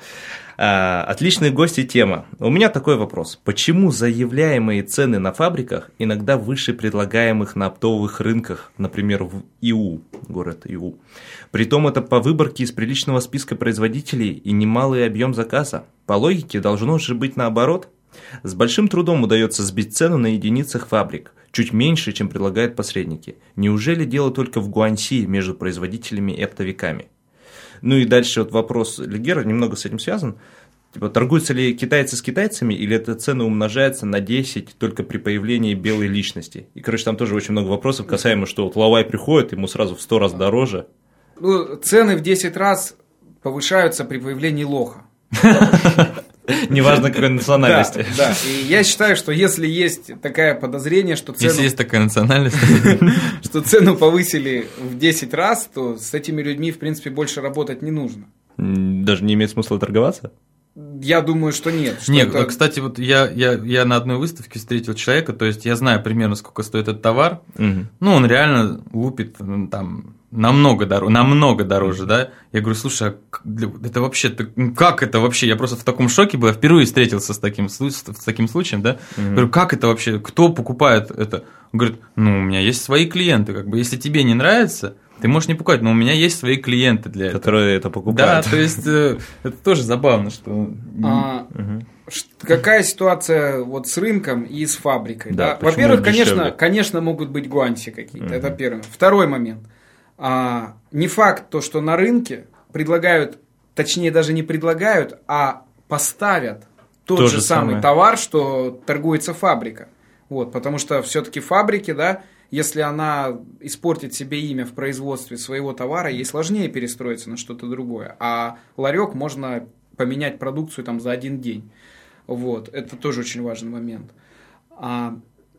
Speaker 1: А, отличные гости, тема. У меня такой вопрос. Почему заявляемые цены на фабриках иногда выше предлагаемых на оптовых рынках, например, в ИУ, город ИУ? Притом это по выборке из приличного списка производителей и немалый объем заказа. По логике должно же быть наоборот. С большим трудом удается сбить цену на единицах фабрик, чуть меньше, чем предлагают посредники. Неужели дело только в гуаньси между производителями и оптовиками? Ну и дальше вот вопрос Легера немного с этим связан. Типа, торгуются ли китайцы с китайцами, или эта цена умножается на десять только при появлении белой личности? И, короче, там тоже очень много вопросов касаемо, что вот Лавай приходит, ему сразу в сто раз дороже.
Speaker 3: Ну, цены в десять раз повышаются при появлении лоха.
Speaker 1: Неважно, какой национальности.
Speaker 3: Да, да. И я считаю, что если есть такое подозрение, что цену...
Speaker 2: Если есть такая национальность...
Speaker 3: Что цену повысили в десять раз, то с этими людьми, в принципе, больше работать не нужно.
Speaker 1: Даже не имеет смысла торговаться?
Speaker 3: Я думаю, что нет. Что
Speaker 2: нет,
Speaker 3: это...
Speaker 2: кстати, вот я, я, я на одной выставке встретил человека, то есть я знаю примерно, сколько стоит этот товар. Угу. Ну, он реально лупит там... Намного дороже, намного дороже, да? Я говорю, слушай, а это вообще, как это вообще? Я просто в таком шоке был, я впервые встретился с таким, с таким случаем, да? Mm-hmm. Говорю, как это вообще, кто покупает это? Он говорит, ну, у меня есть свои клиенты, как бы, если тебе не нравится, ты можешь не покупать, но у меня есть свои клиенты для этого.
Speaker 1: Которые это покупают.
Speaker 2: Да, то есть, это тоже забавно, что...
Speaker 3: А, угу. Какая ситуация вот с рынком и с фабрикой?
Speaker 1: Да,
Speaker 3: да? Во-первых, конечно, конечно, могут быть гуаньси какие-то, угу. Это первое. Второй момент. А, не факт то, что на рынке предлагают, точнее даже не предлагают, а поставят тот то же, же самый самое. Товар, что торгуется фабрика. Вот, потому что все-таки фабрики, да, если она испортит себе имя в производстве своего товара, ей сложнее перестроиться на что-то другое. А ларек можно поменять продукцию там за один день. Вот, это тоже очень важный момент. А,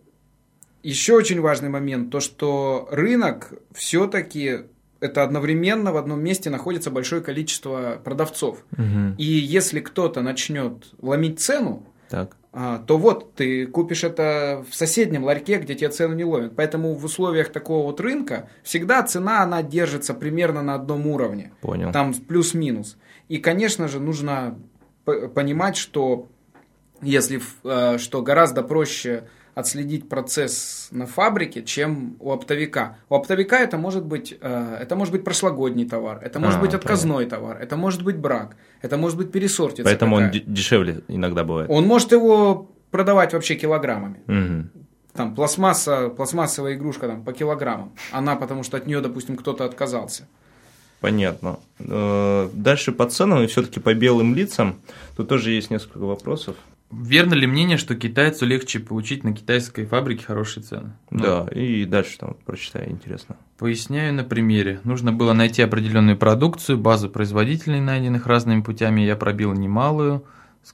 Speaker 3: Еще очень важный момент, то что рынок все-таки это одновременно в одном месте находится большое количество продавцов. Угу. И если кто-то начнет ломить цену, так. то вот ты купишь это в соседнем ларьке, где тебе цену не ломят. Поэтому в условиях такого вот рынка всегда цена она держится примерно на одном уровне.
Speaker 1: Понял.
Speaker 3: Там плюс-минус. И, конечно же, нужно понимать, что, если, что гораздо проще отследить процесс на фабрике, чем у оптовика. У оптовика это может быть, это может быть прошлогодний товар, это может а, быть отказной понятно. Товар, это может быть брак, это может быть пересортица.
Speaker 1: Поэтому
Speaker 3: какая.
Speaker 1: Он дешевле иногда бывает.
Speaker 3: Он может его продавать вообще килограммами.
Speaker 1: Угу.
Speaker 3: Там пластмасса, пластмассовая игрушка там, по килограммам. Она, потому что от нее, допустим, кто-то отказался.
Speaker 1: Понятно. Дальше по ценам и все-таки по белым лицам. Тут тоже есть несколько вопросов.
Speaker 2: Верно ли мнение, что китайцу легче получить на китайской фабрике хорошие цены?
Speaker 1: Да, ну, и дальше там прочитаю, интересно.
Speaker 2: Поясняю на примере. Нужно было найти определенную продукцию, базу производителей, найденных разными путями, я пробил немалую.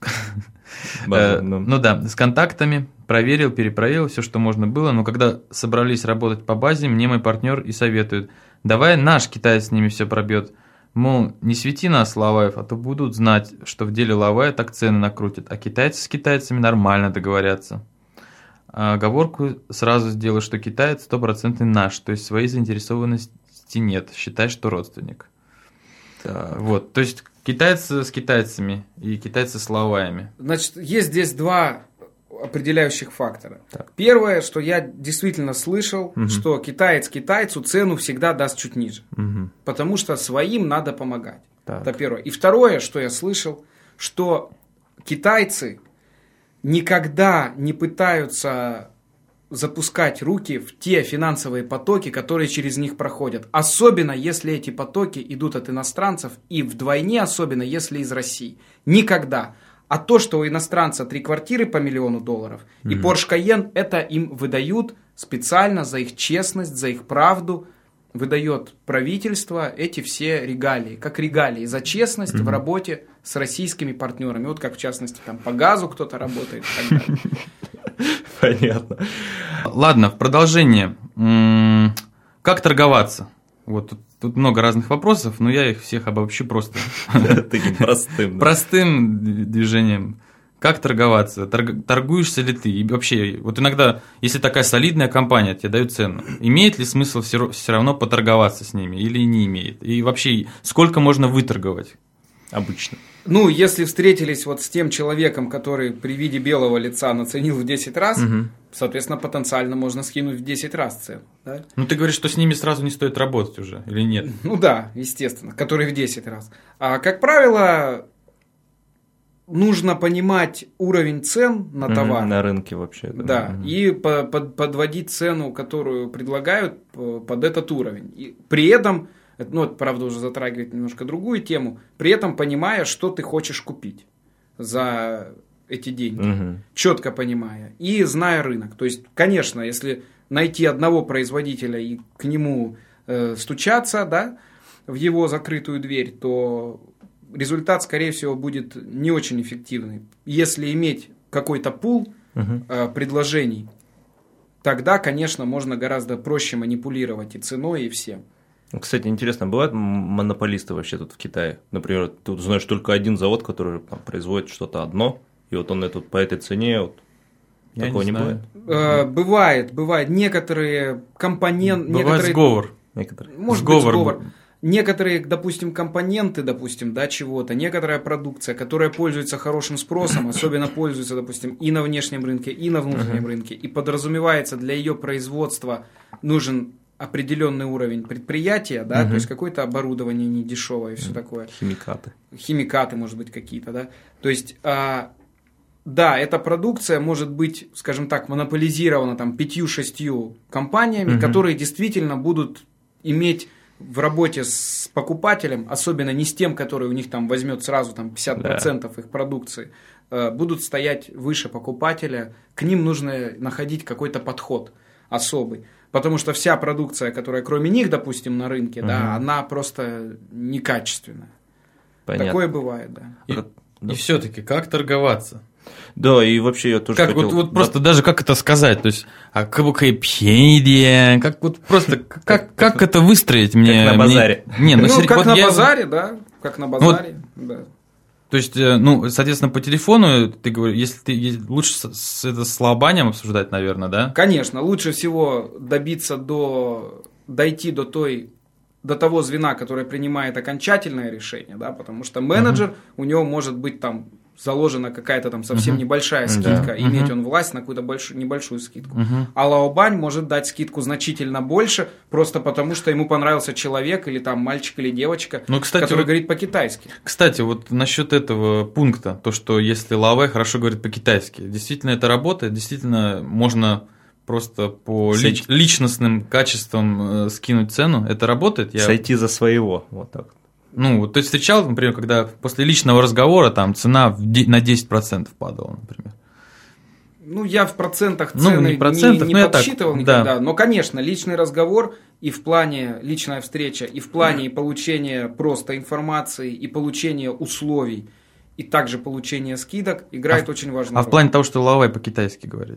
Speaker 2: Базу, ну. ну да, с контактами, проверил, перепроверил все, что можно было, но когда собрались работать по базе, мне мой партнер и советует, давай наш китаец с ними все пробьет. Мол, не свети нас, Лаваев, а то будут знать, что в деле Лавая так цены накрутят, а китайцы с китайцами нормально договорятся. А оговорку сразу сделаю, что китаец стопроцентный наш, то есть своей заинтересованности нет, считай, что родственник. Так. Вот, то есть китайцы с китайцами и китайцы с лаваями.
Speaker 3: Значит, есть здесь два определяющих фактора. Так. Первое, что я действительно слышал, угу. что китаец китайцу цену всегда даст чуть ниже, угу. потому что своим надо помогать. Так. Это первое. И второе, что я слышал, что китайцы никогда не пытаются запускать руки в те финансовые потоки, которые через них проходят. Особенно, если эти потоки идут от иностранцев, и вдвойне особенно, если из России. Никогда. А то, что у иностранца три квартиры по миллиону долларов mm-hmm. и Porsche Cayenne, это им выдают специально за их честность, за их правду. Выдает правительство эти все регалии, как регалии за честность mm-hmm. в работе с российскими партнерами. Вот как в частности там по газу кто-то работает и так далее.
Speaker 1: Понятно.
Speaker 2: Ладно, в продолжение. Как торговаться? Вот тут, тут много разных вопросов, но я их всех обобщу просто
Speaker 1: таким простым.
Speaker 2: Простым движением. Как торговаться? Торг, торгуешься ли ты? И вообще, вот иногда, если такая солидная компания тебе дает цену, имеет ли смысл все, все равно поторговаться с ними или не имеет? И вообще, сколько можно выторговать обычно?
Speaker 3: Ну, если встретились вот с тем человеком, который при виде белого лица наценил в десять раз, угу. соответственно, потенциально можно скинуть в десять раз цену. Да?
Speaker 2: Ну, ты говоришь, что с ними сразу не стоит работать уже, или нет?
Speaker 3: Ну да, естественно, который в десять раз. А, как правило, нужно понимать уровень цен на товар.
Speaker 1: На рынке вообще.
Speaker 3: Да, да угу. и по, под, подводить цену, которую предлагают, под этот уровень. И при этом... Ну, это, правда, уже затрагивает немножко другую тему, при этом понимая, что ты хочешь купить за эти деньги, угу. четко понимая, и зная рынок. То есть, конечно, если найти одного производителя и к нему э, стучаться, да, в его закрытую дверь, то результат, скорее всего, будет не очень эффективный. Если иметь какой-то пул угу. э, предложений, тогда, конечно, можно гораздо проще манипулировать и ценой, и всем.
Speaker 1: Кстати, интересно, бывают монополисты вообще тут в Китае? Например, ты знаешь только один завод, который там, производит что-то одно, и вот он это, по этой цене, вот,
Speaker 2: Я
Speaker 1: такого
Speaker 2: не,
Speaker 1: не бывает?
Speaker 3: Э, бывает, бывает. Некоторые компоненты...
Speaker 2: Бывает
Speaker 3: некоторые...
Speaker 2: сговор.
Speaker 1: Некоторые.
Speaker 3: Может
Speaker 2: сговор.
Speaker 3: быть, сговор. Некоторые, допустим, компоненты, допустим, да, чего-то, некоторая продукция, которая пользуется хорошим спросом, особенно пользуется, допустим, и на внешнем рынке, и на внутреннем uh-huh. рынке, и подразумевается, для ее производства нужен определенный уровень предприятия, да, угу. то есть какое-то оборудование недешевое и все такое.
Speaker 1: Химикаты.
Speaker 3: Химикаты, может быть, какие-то, да. То есть, а, да, эта продукция может быть, скажем так, монополизирована там пятью-шестью компаниями, угу. которые действительно будут иметь в работе с покупателем, особенно не с тем, который у них там возьмет сразу там пятьдесят процентов да. их продукции, будут стоять выше покупателя, к ним нужно находить какой-то подход особый. Потому что вся продукция, которая кроме них, допустим, на рынке, угу. да, она просто некачественная.
Speaker 1: Понятно.
Speaker 3: Такое бывает, да.
Speaker 2: И, и все-таки как торговаться?
Speaker 1: Да, и вообще я тоже
Speaker 2: как,
Speaker 1: хотел...
Speaker 2: Вот, вот просто даже как это сказать, то есть, а как как вот просто, как, как это выстроить мне...
Speaker 1: Как на базаре.
Speaker 3: Мне, не, ну, ну, как вот на я... базаре, да, как на базаре, вот, да.
Speaker 2: То есть, ну, соответственно, по телефону ты говоришь, если ты лучше с, с, это с лобанием обсуждать, наверное, да?
Speaker 3: Конечно, лучше всего добиться до, дойти до той, до того звена, которое принимает окончательное решение, да, потому что менеджер, uh-huh. у него может быть там заложена какая-то там совсем uh-huh. небольшая скидка, uh-huh. иметь он власть на какую-то большую, небольшую скидку. Uh-huh. А Лаобань может дать скидку значительно больше, просто потому что ему понравился человек, или там мальчик, или девочка, ну, кстати, который вот, говорит по-китайски.
Speaker 2: Кстати, вот насчет этого пункта, то, что если Лаовай хорошо говорит по-китайски, действительно это работает, действительно можно просто по лич- личностным качествам э, скинуть цену, это работает? Я...
Speaker 1: Сойти за своего, вот так.
Speaker 2: Ну, вот ты встречал, например, когда после личного разговора там цена на десять процентов падала, например?
Speaker 3: Ну, я в процентах цены ну, не, процентах, не, не подсчитывал так, никогда, да. но, конечно, личный разговор и в плане личная встреча, и в плане получения просто информации, и получения условий, и также получения скидок играет
Speaker 2: а
Speaker 3: очень важную
Speaker 2: А
Speaker 3: роль.
Speaker 2: В плане того, что Лаовай по-китайски говорит?
Speaker 3: В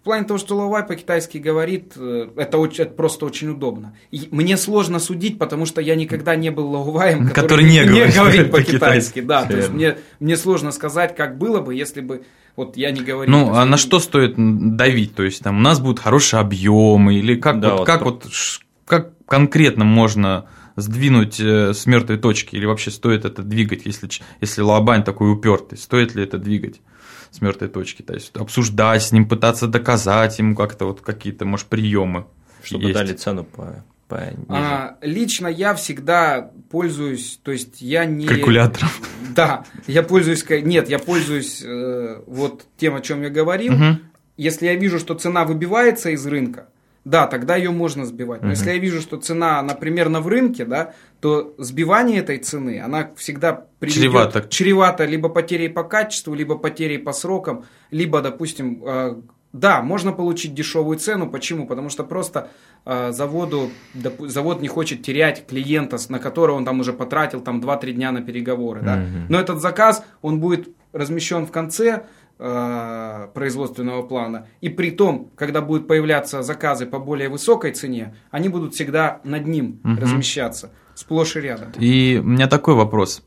Speaker 3: В плане того, что Лаовай по-китайски говорит, это, очень, это просто очень удобно. И мне сложно судить, потому что я никогда не был Лаоваем, который, который не, не говорит по-китайски. Да, то есть мне, мне сложно сказать, как было бы, если бы вот я не говорил.
Speaker 2: Ну, а на что стоит давить? То есть там у нас будут хорошие объемы, или как, да, вот, вот, как, вот, как конкретно можно сдвинуть с мертвой точки, или вообще стоит это двигать, если, если Лаобань такой упертый, стоит ли это двигать с мертвой точки, то есть обсуждать с ним, пытаться доказать ему как-то вот какие-то, может, приемы,
Speaker 1: чтобы есть. Дали цену по, по
Speaker 3: а, лично я всегда пользуюсь, то есть я не
Speaker 2: калькулятором.
Speaker 3: Да, я пользуюсь, нет, я пользуюсь э, вот тем, о чем я говорил. Угу. Если я вижу, что цена выбивается из рынка, да, тогда ее можно сбивать. Но uh-huh. если я вижу, что цена, она примерно в рынке, да, то сбивание этой цены, она всегда приведет чревато. чревато либо потерей по качеству, либо потерей по срокам, либо, допустим, э, да, можно получить дешевую цену. Почему? Потому что просто э, заводу, доп, завод не хочет терять клиента, на которого он там уже потратил там, два-три дня на переговоры. Uh-huh. Да? Но этот заказ, он будет размещен в конце производственного плана. И при том, когда будут появляться заказы по более высокой цене, они будут всегда над ним угу. размещаться, сплошь и рядом.
Speaker 2: И у меня такой вопрос.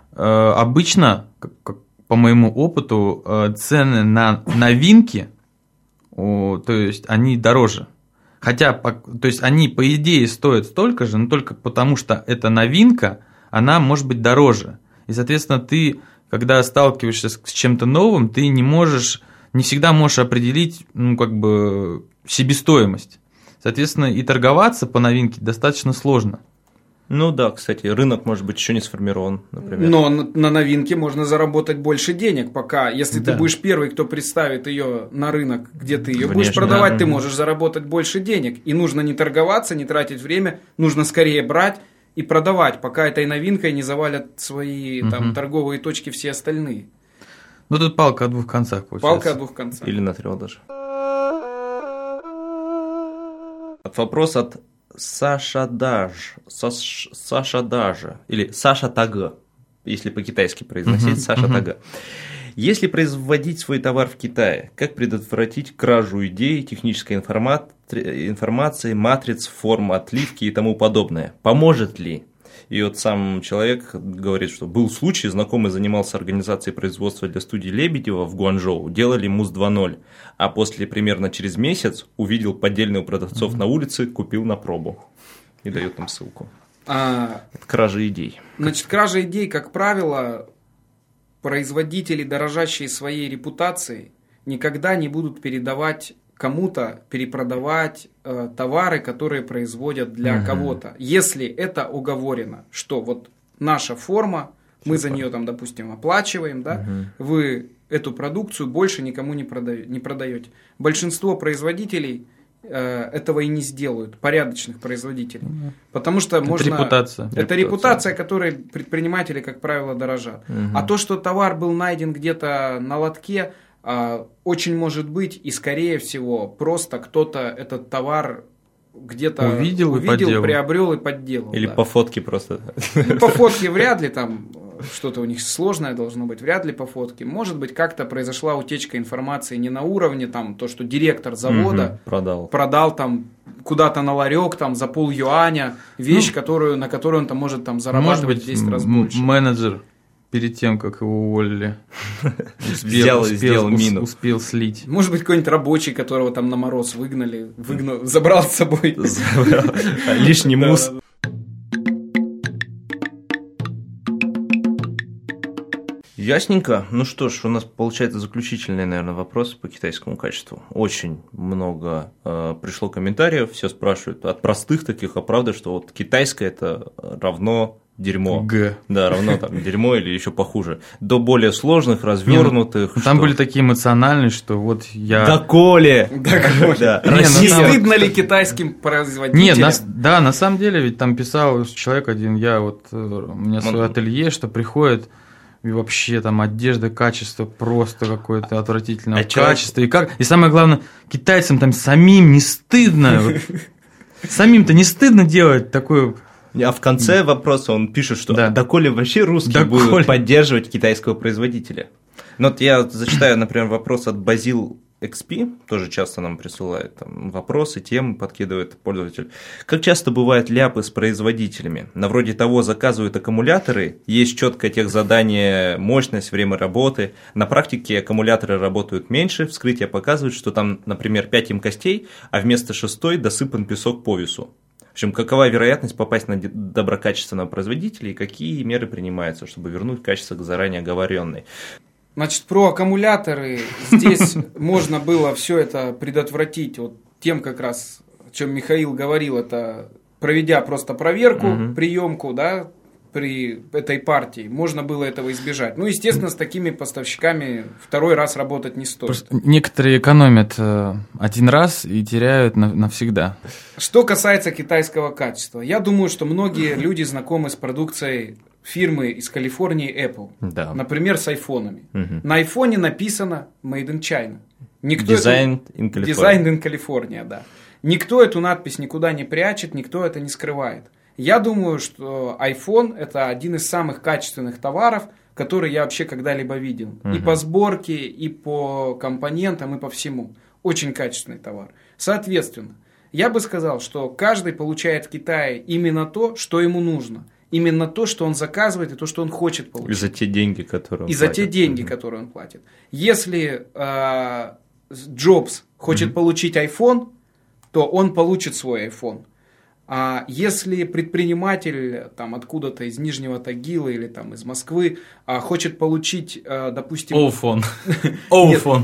Speaker 2: Обычно, по моему опыту, цены на новинки, то есть они дороже. Хотя, то есть они по идее стоят столько же, но только потому, что это новинка, она может быть дороже. И, соответственно, ты, когда сталкиваешься с чем-то новым, ты не можешь, не всегда можешь определить, ну, как бы, себестоимость. Соответственно, и торговаться по новинке достаточно сложно.
Speaker 1: Ну да, кстати, рынок может быть еще не сформирован, например.
Speaker 3: Но на новинке можно заработать больше денег, пока, если да. ты будешь первый, кто представит ее на рынок, где ты ее будешь продавать, да. ты можешь заработать больше денег. И нужно не торговаться, не тратить время, нужно скорее брать и продавать, пока этой новинкой не завалят свои угу. там, торговые точки все остальные.
Speaker 2: Ну тут палка о двух концах получается.
Speaker 3: Палка о двух концах.
Speaker 1: Или на трех даже. Вопрос от Саша Даж, Саша Дажа, или Саша Тага, если по-китайски произносить, uh-huh, Саша uh-huh. Тага. Если производить свой товар в Китае, как предотвратить кражу идей, технической информа... информации, матриц, форм отливки и тому подобное? Поможет ли? И вот сам человек говорит, что был случай, знакомый занимался организацией производства для студии Лебедева в Гуанчжоу, делали мусс два ноль, а после примерно через месяц увидел поддельный у продавцов mm-hmm. на улице, купил на пробу и дает нам ссылку. А... Это кража идей.
Speaker 3: Значит, кража идей, как правило, производители, дорожащие своей репутацией, никогда не будут передавать кому-то, перепродавать э, товары, которые производят для uh-huh. кого-то. Если это уговорено, что вот наша форма, мы за нее там, допустим, оплачиваем, да, uh-huh. вы эту продукцию больше никому не, прода- не продаете. Большинство производителей э, этого и не сделают, порядочных производителей. Uh-huh. Потому что
Speaker 2: это
Speaker 3: можно...
Speaker 2: Репутация.
Speaker 3: Это репутация, репутация которой предприниматели, как правило, дорожат. Uh-huh. А то, что товар был найден где-то на лотке, очень может быть, и скорее всего, просто кто-то этот товар где-то
Speaker 2: увидел,
Speaker 3: увидел и приобрел и подделал.
Speaker 1: Или
Speaker 3: да.
Speaker 1: по фотке просто.
Speaker 3: Ну, по фотке вряд ли, там что-то у них сложное должно быть, вряд ли по фотке. Может быть, как-то произошла утечка информации не на уровне, там, то, что директор завода
Speaker 1: угу, продал.
Speaker 3: продал там куда-то на ларек там, за пол юаня вещь, ну, которую, на которую он там может там, зарабатывать может быть, в десять раз больше.
Speaker 2: Менеджер перед тем, как его уволили,
Speaker 1: успел, сделал мину.
Speaker 2: Успел слить.
Speaker 3: Может быть, какой-нибудь рабочий, которого там на мороз выгнали, выгнал, забрал с собой.
Speaker 1: Лишний мусс. Ясненько. Ну что ж, у нас получается заключительный, наверное, вопрос по китайскому качеству. Очень много э, пришло комментариев, все спрашивают от простых таких, а правда, что вот китайское это равно дерьмо.
Speaker 2: Г.
Speaker 1: Да, равно там дерьмо или еще похуже. До более сложных, развернутых.
Speaker 2: Не, там что... были такие эмоциональные, что вот я...
Speaker 1: Доколе!
Speaker 3: Доколе! Не стыдно ли китайским производителям?
Speaker 2: Нет, да, на самом деле, ведь там писал человек один, я вот, у меня свое ателье, что приходит... И вообще там одежда, качество просто какое-то отвратительное а качество. И, как... и самое главное, китайцам там самим не стыдно. Самим-то не стыдно делать такое...
Speaker 1: А в конце вопроса он пишет, что да. доколе вообще русские будут поддерживать китайского производителя. Ну вот я зачитаю, например, вопрос от Базил икс пи тоже часто нам присылает там вопросы, темы подкидывает пользователь. Как часто бывают ляпы с производителями? На вроде того, заказывают аккумуляторы, есть четкое техзадание, мощность, время работы. На практике аккумуляторы работают меньше, вскрытие показывает, что там, например, пять емкостей, а вместо шестой досыпан песок по весу. В общем, какова вероятность попасть на доброкачественного производителя и какие меры принимаются, чтобы вернуть качество к заранее оговоренной?
Speaker 3: Значит, про аккумуляторы здесь можно было все это предотвратить вот тем, как раз, о чем Михаил говорил, это проведя просто проверку, угу. приемку, да, при этой партии, можно было этого избежать. Ну, естественно, с такими поставщиками второй раз работать не стоит.
Speaker 2: Просто некоторые экономят один раз и теряют навсегда.
Speaker 3: Что касается китайского качества, я думаю, что многие люди знакомы с продукцией фирмы из Калифорнии Apple.
Speaker 1: Да.
Speaker 3: Например, с айфонами.
Speaker 1: Угу.
Speaker 3: На айфоне написано Made in China. Никто
Speaker 1: Designed
Speaker 3: эту...
Speaker 1: in California.
Speaker 3: Designed in California, да. Никто эту надпись никуда не прячет, никто это не скрывает. Я думаю, что iPhone – это один из самых качественных товаров, которые я вообще когда-либо видел. Угу. И по сборке, и по компонентам, и по всему. Очень качественный товар. Соответственно, я бы сказал, что каждый получает в Китае именно то, что ему нужно. Именно то, что он заказывает, и то, что он хочет получить.
Speaker 1: И за те деньги, которые он
Speaker 3: и платит. И за те деньги,
Speaker 1: угу. которые
Speaker 3: он платит. Если э, Джобс хочет угу. получить iPhone, то он получит свой iPhone. А если предприниматель там, откуда-то из Нижнего Тагила или там, из Москвы а, хочет получить, а, допустим...
Speaker 2: Оуфон. Оуфон.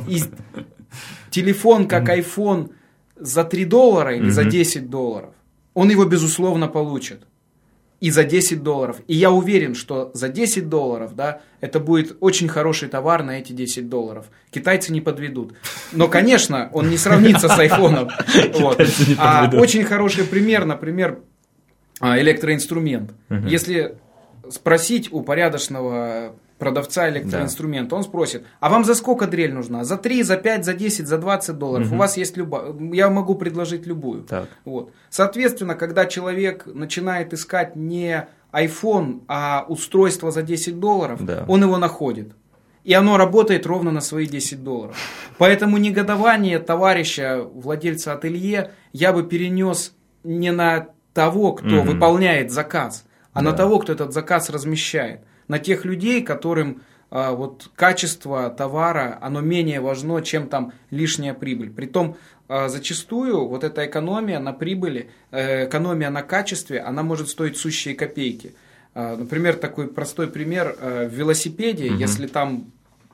Speaker 3: Телефон как iPhone за три доллара или за десять долларов, он его, безусловно, получит. И за десять долларов. И я уверен, что за десять долларов, да, это будет очень хороший товар на эти десять долларов. Китайцы не подведут. Но, конечно, он не сравнится с айфоном. Вот. А очень хороший пример, например, электроинструмент. Угу. Если спросить у порядочного продавца электроинструмента, да. он спросит, а вам за сколько дрель нужна? За три, за пять, за десять, за двадцать долларов? Угу. У вас есть любая. Я могу предложить любую.
Speaker 1: Так.
Speaker 3: Вот. Соответственно, когда человек начинает искать не iPhone, а устройство за десять долларов,
Speaker 1: да.
Speaker 3: он его находит. И оно работает ровно на свои десять долларов. Поэтому негодование товарища, владельца ателье, я бы перенес не на того, кто угу. выполняет заказ, а да. на того, кто этот заказ размещает. На тех людей, которым а, вот, качество товара, оно менее важно, чем там лишняя прибыль. Притом, а, зачастую вот эта экономия на прибыли, э, экономия на качестве, она может стоить сущие копейки. А, например, такой простой пример. А, в велосипеде, угу. если там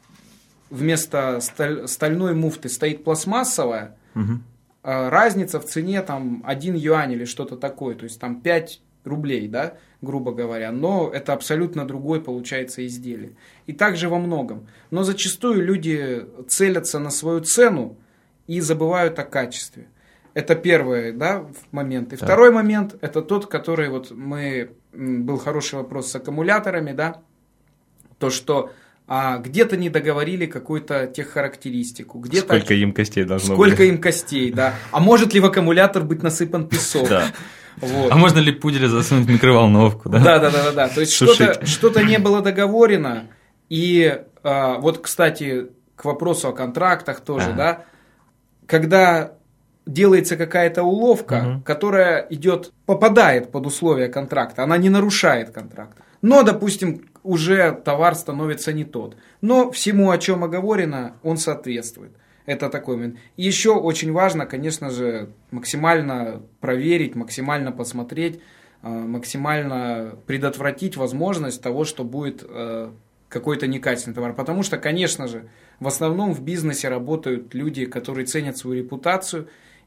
Speaker 3: вместо сталь, стальной муфты стоит пластмассовая, угу. а, разница в цене там один юань или что-то такое, то есть там пять рублей, да, грубо говоря, но это абсолютно другой получается изделие. И также во многом. Но зачастую люди целятся на свою цену и забывают о качестве. Это первый, да, момент. И да. второй момент, это тот, который вот мы, был хороший вопрос с аккумуляторами, да, то, что а, где-то не договорили какую-то теххарактеристику. Где-то,
Speaker 1: сколько емкостей должно
Speaker 3: сколько
Speaker 1: быть.
Speaker 3: Сколько емкостей, да. А может ли в аккумулятор быть насыпан песок?
Speaker 1: Да.
Speaker 2: Вот. А можно ли пуделя засунуть в микроволновку? Да,
Speaker 3: да, да, да, да. То есть что-то, что-то не было договорено. И а, вот, кстати, к вопросу о контрактах тоже, ага. да, когда делается какая-то уловка, угу. которая идет, попадает под условия контракта, она не нарушает контракт. Но, допустим, уже товар становится не тот. Но всему, о чем оговорено, он соответствует. Это такой момент. И еще очень важно, конечно же, максимально проверить, максимально посмотреть, максимально предотвратить возможность того, что будет какой-то некачественный товар. Потому что, конечно же, в основном в бизнесе работают люди, которые ценят свою репутацию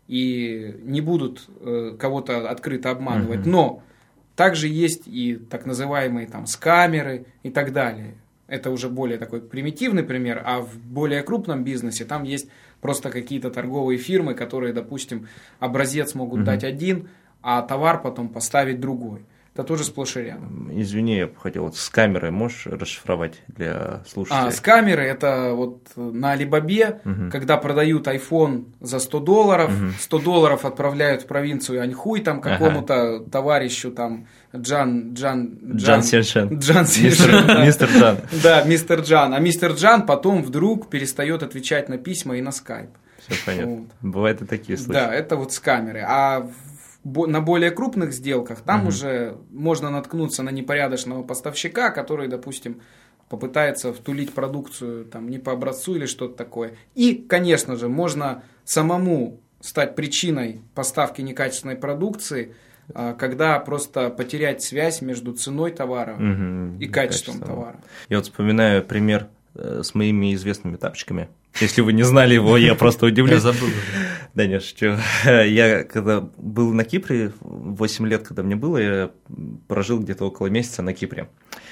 Speaker 3: и не будут кого-то открыто обманывать. Mm-hmm. Но также есть и так называемые там скамеры и так далее. Это уже более такой примитивный пример, а в более крупном бизнесе там есть просто какие-то торговые фирмы, которые, допустим, образец могут mm-hmm. дать один, а товар потом поставить другой. Это тоже сплошь и рядом.
Speaker 1: Извини, я бы хотел, вот с камерой можешь расшифровать для слушателей?
Speaker 3: А, с камерой, это вот на Алибабе, угу. когда продают iPhone за сто долларов, угу. сто долларов отправляют в провинцию Аньхуй, там какому-то ага. товарищу, там, Джан... Джан,
Speaker 1: Джан Сеншен.
Speaker 3: Джан Сеншен.
Speaker 1: Мистер Джан.
Speaker 3: Да, мистер Джан. А мистер Джан потом вдруг перестает отвечать на письма и на скайп.
Speaker 1: все понятно. Вот. Бывают и такие случаи.
Speaker 3: Да, это вот с камеры. А в, на более крупных сделках там угу. уже можно наткнуться на непорядочного поставщика, который, допустим, попытается втулить продукцию там, не по образцу или что-то такое. И, конечно же, можно самому стать причиной поставки некачественной продукции, когда просто потерять связь между ценой товара угу, и качеством качество. товара.
Speaker 1: Я вот вспоминаю пример с моими известными тапочками. Если вы не знали его, я просто удивлюсь.
Speaker 2: Я забыл.
Speaker 1: Да нет, шучу. Я когда был на Кипре, восемь лет, когда мне было, я прожил где-то около месяца на Кипре.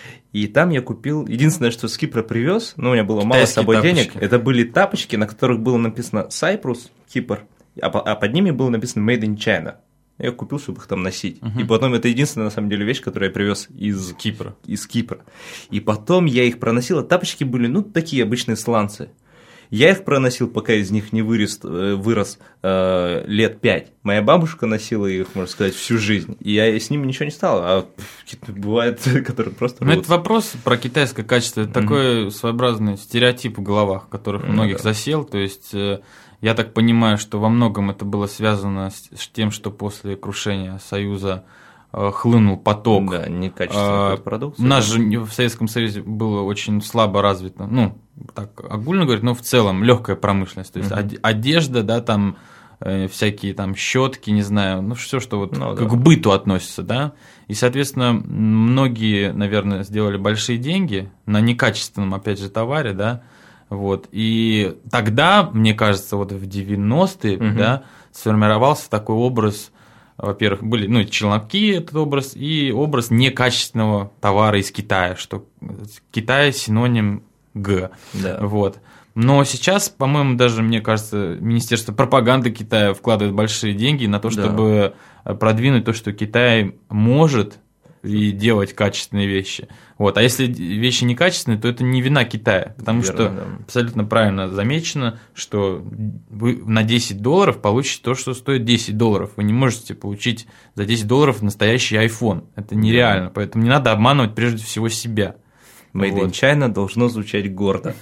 Speaker 1: И там я купил, единственное, что с Кипра привез, но у меня было Китайские мало с собой тапочки. денег, это были тапочки, на которых было написано Cyprus, Кипр, а под ними было написано Made in China. Я купил, чтобы их там носить. Uh-huh. И потом это единственная, на самом деле, вещь, которую я привез из
Speaker 2: Кипра.
Speaker 1: из Кипра. И потом я их проносил, а тапочки были, ну, такие обычные сланцы. Я их проносил, пока из них не вырос, вырос э, лет пять. Моя бабушка носила их, можно сказать, всю жизнь. И я с ними ничего не стал. А бывает, которые просто...
Speaker 2: Ну, это вопрос про китайское качество. Это mm-hmm. такой своеобразный стереотип в головах, которых у многих mm-hmm. засел. То есть... Я так понимаю, что во многом это было связано с тем, что после крушения Союза э, хлынул поток.
Speaker 1: Да, некачественной э, продукции.
Speaker 2: У нас же в Советском Союзе было очень слабо развито, ну, так огульно говорить, но в целом легкая промышленность. То есть uh-huh. одежда, да, там э, всякие там щетки, не знаю, ну, все, что вот ну, к, да. к быту относится, да. И, соответственно, многие, наверное, сделали большие деньги на некачественном, опять же, товаре, да. Вот. И тогда, мне кажется, вот в девяностые угу. да, сформировался такой образ, во-первых, были ну, челноки, этот образ, и образ некачественного товара из Китая, что Китай синоним Г.
Speaker 1: Да.
Speaker 2: Вот. Но сейчас, по-моему, даже, мне кажется, Министерство пропаганды Китая вкладывает большие деньги на то, чтобы да. продвинуть то, что Китай может и делать качественные вещи. Вот. А если вещи некачественные, то это не вина Китая, потому Верно, что да. абсолютно правильно замечено, что вы на десять долларов получите то, что стоит десять долларов. Вы не можете получить за десять долларов настоящий iPhone. Это нереально, да. поэтому не надо обманывать прежде всего себя.
Speaker 1: Made вот. in China должно звучать гордо.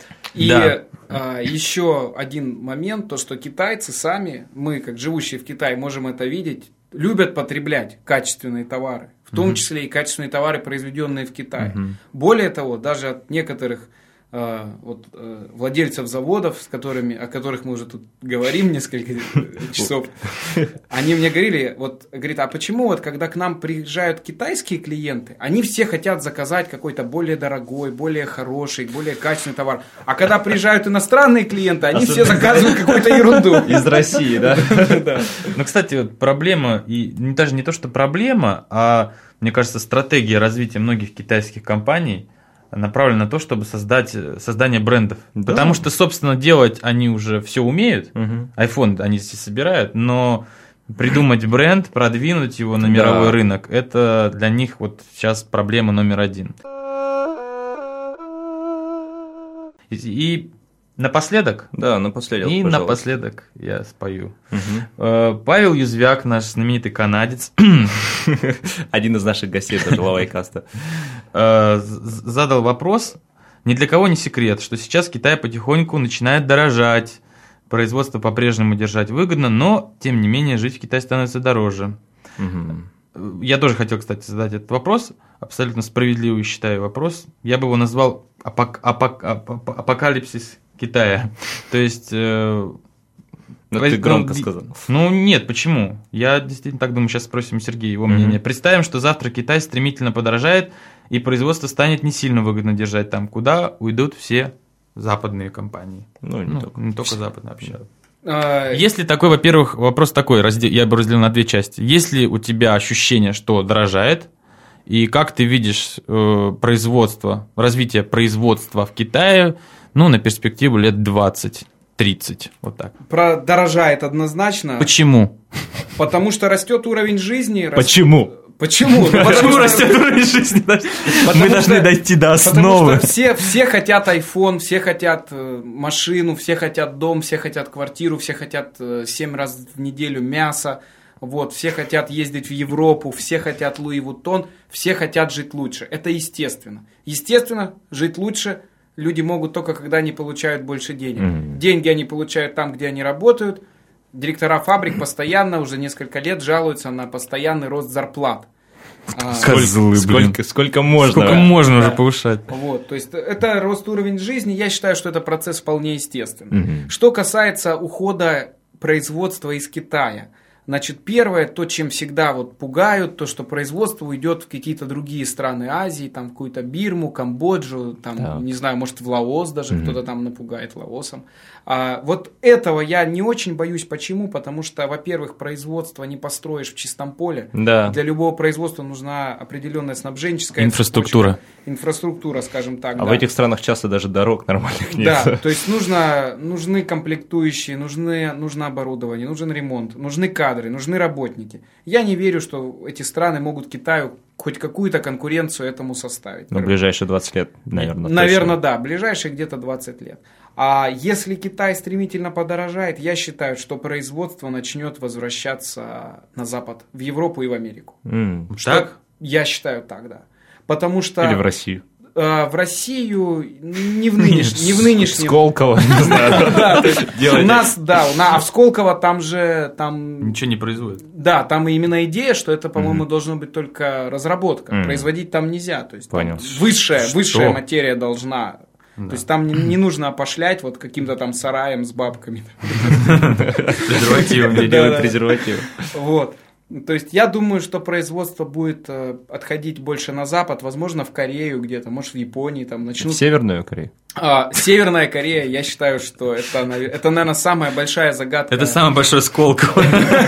Speaker 3: И да. а, еще один момент, то, что китайцы сами, мы, как живущие в Китае, можем это видеть, любят потреблять качественные товары, в том mm-hmm. числе и качественные товары, произведенные в Китае. Mm-hmm. Более того, даже от некоторых э, вот, э, владельцев заводов, с которыми, о которых мы уже тут говорим несколько часов, они мне говорили, вот, говорит, а почему вот, когда к нам приезжают китайские клиенты, они все хотят заказать какой-то более дорогой, более хороший, более качественный товар, а когда приезжают иностранные клиенты, они все заказывают какую-то ерунду.
Speaker 1: Из России, да?
Speaker 2: Ну, кстати, вот проблема, и даже не то, что проблема, а, мне кажется, стратегия развития многих китайских компаний направлена на то, чтобы создать создание брендов. Да. Потому что, собственно, делать они уже все умеют. Угу. iPhone они здесь собирают, но придумать бренд, продвинуть его на мировой да. рынок, это для них вот сейчас проблема номер один. И, и напоследок,
Speaker 1: да, напоследок,
Speaker 2: и
Speaker 1: пожалуйста.
Speaker 2: напоследок я спою.
Speaker 1: Угу.
Speaker 2: Павел Юзвяк, наш знаменитый канадец,
Speaker 1: один из наших гостей тоже Лавайкаста,
Speaker 2: задал вопрос. Ни для кого не секрет, что сейчас Китай потихоньку начинает дорожать, производство по-прежнему держать выгодно, но тем не менее жить в Китае становится дороже. Угу. Я тоже хотел, кстати, задать этот вопрос, абсолютно справедливый, считаю, вопрос. Я бы его назвал апок- апок- апок- апокалипсис Китая. То есть... Э,
Speaker 1: Но ты громко сказал.
Speaker 2: Ну, нет, почему? Я действительно так думаю, сейчас спросим Сергея его мнение. Mm-hmm. Представим, что завтра Китай стремительно подорожает, и производство станет не сильно выгодно держать там, куда уйдут все западные компании.
Speaker 1: Ну, не
Speaker 2: ну,
Speaker 1: только.
Speaker 2: Не только западные, вообще. Если такой, во-первых, вопрос такой, я бы разделил на две части. Есть ли у тебя ощущение, что дорожает, и как ты видишь э, производство, развитие производства в Китае, ну, на перспективу лет двадцать-тридцать, вот так.
Speaker 3: Продорожает однозначно.
Speaker 2: Почему?
Speaker 3: Потому что растет уровень жизни.
Speaker 1: Почему?
Speaker 3: Растет... Почему?
Speaker 2: Ну, Почему растет уровень жизни? Мы должны дойти до основы.
Speaker 3: Потому что все, все хотят iPhone, все хотят машину, все хотят дом, все хотят квартиру, все хотят семь раз в неделю мясо. Вот, все хотят ездить в Европу, все хотят Луи Вуттон, все хотят жить лучше. Это естественно. Естественно, жить лучше Люди могут только, когда они получают больше денег.
Speaker 1: Mm-hmm.
Speaker 3: Деньги они получают там, где они работают. Директора фабрик постоянно, уже несколько лет, жалуются на постоянный рост зарплат.
Speaker 2: Козлы,
Speaker 1: сколько, сколько можно?
Speaker 2: Сколько можно да. уже повышать?
Speaker 3: Вот, то есть это рост уровня жизни. Я считаю, что это процесс вполне естественный.
Speaker 1: Mm-hmm.
Speaker 3: Что касается ухода производства из Китая. Значит, первое, то, чем всегда вот пугают, то, что производство уйдет в какие-то другие страны Азии, там, в какую-то Бирму, Камбоджу, там,
Speaker 1: да.
Speaker 3: не знаю, может, в Лаос даже, mm-hmm. кто-то там напугает Лаосом. А, вот этого я не очень боюсь. Почему? Потому что, во-первых, производство не построишь в чистом поле.
Speaker 1: Да.
Speaker 3: Для любого производства нужна определенная снабженческая
Speaker 2: инфраструктура.
Speaker 3: Цепочка, инфраструктура, скажем так.
Speaker 1: А
Speaker 3: да.
Speaker 1: в этих странах часто даже дорог нормальных нет.
Speaker 3: Да, то есть нужно, нужны комплектующие, нужны, нужно оборудование, нужен ремонт, нужны кадры, нужны работники. Я не верю, что эти страны могут Китаю хоть какую-то конкуренцию этому составить.
Speaker 1: Ну, ближайшие двадцать лет, наверное.
Speaker 3: Наверное,
Speaker 1: точно.
Speaker 3: да, ближайшие где-то двадцать лет. А если Китай стремительно подорожает, я считаю, что производство начнет возвращаться на Запад, в Европу и в Америку.
Speaker 1: Mm.
Speaker 3: Что,
Speaker 2: так?
Speaker 3: Я считаю так, да. Потому что...
Speaker 1: Или в Россию.
Speaker 3: В Россию не в, нынеш... не в нынешнем...
Speaker 1: Сколково, не знаю.
Speaker 3: У нас, да, а в Сколково там же...
Speaker 2: Ничего не производят.
Speaker 3: Да, там именно идея, что это, по-моему, должна быть только разработка. Производить там нельзя. То есть высшая, высшая материя должна... То есть там не нужно опошлять вот каким-то там сараем с бабками.
Speaker 2: Презервативом, где делают презерватив.
Speaker 3: Вот. То есть я думаю, что производство будет отходить больше на Запад, возможно, в Корею где-то, может, в Японии там начнут.
Speaker 1: В Северную Корею?
Speaker 3: А, Северная Корея, я считаю, что это, это, наверное, самая большая загадка.
Speaker 2: Это самый большой Сколково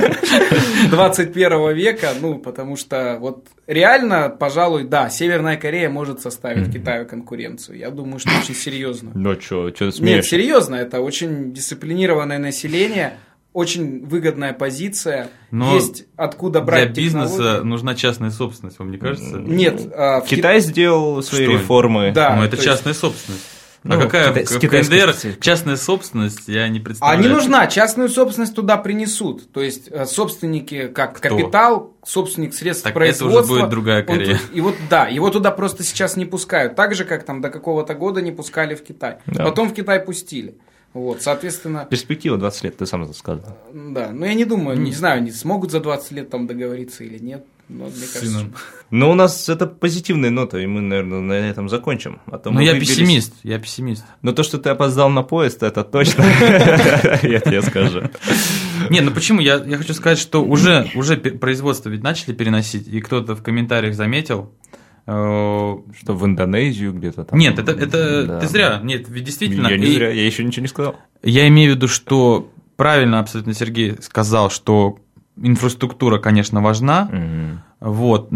Speaker 3: двадцать первого века, ну, потому что вот реально, пожалуй, да, Северная Корея может составить Китаю конкуренцию. Я думаю, что очень серьезно.
Speaker 1: Ну, что, что смеешься?
Speaker 3: Нет, серьезно, это очень дисциплинированное население. Очень выгодная позиция,
Speaker 2: но
Speaker 3: есть откуда брать
Speaker 2: для бизнеса
Speaker 3: технологии.
Speaker 2: Нужна частная собственность, вам не кажется?
Speaker 3: Нет. А,
Speaker 1: в Китай Кит... сделал свои Что? реформы.
Speaker 3: Да,
Speaker 2: но это частная есть... собственность. А ну, какая в ка эн дэ эр частная собственность, я не представляю.
Speaker 3: А не нужна, частную собственность туда принесут. То есть собственники, как Кто? Капитал, собственник средств
Speaker 2: так
Speaker 3: производства.
Speaker 2: Это уже будет другая Корея.
Speaker 3: Он, и вот да, его туда просто сейчас не пускают. Так же, как там до какого-то года не пускали в Китай. Да. Потом в Китай пустили. Вот, соответственно...
Speaker 1: Перспектива двадцать лет, ты сам это сказал.
Speaker 3: Да, но я не думаю, не знаю, они смогут за двадцать лет там договориться или нет. Но, мне кажется,
Speaker 1: но у нас это позитивная нота, и мы, наверное, на этом закончим. А то
Speaker 2: но я выбились... пессимист, я пессимист.
Speaker 1: Но то, что ты опоздал на поезд, это точно, я тебе скажу.
Speaker 2: Не, ну почему? Я хочу сказать, что уже производство ведь начали переносить, и кто-то в комментариях заметил,
Speaker 1: что в Индонезию где-то там.
Speaker 2: Нет, это, это да. Ты зря. Нет, действительно.
Speaker 1: Я не зря, я еще ничего не сказал.
Speaker 2: Я имею в виду, что правильно абсолютно Сергей сказал, что инфраструктура, конечно, важна, угу. вот,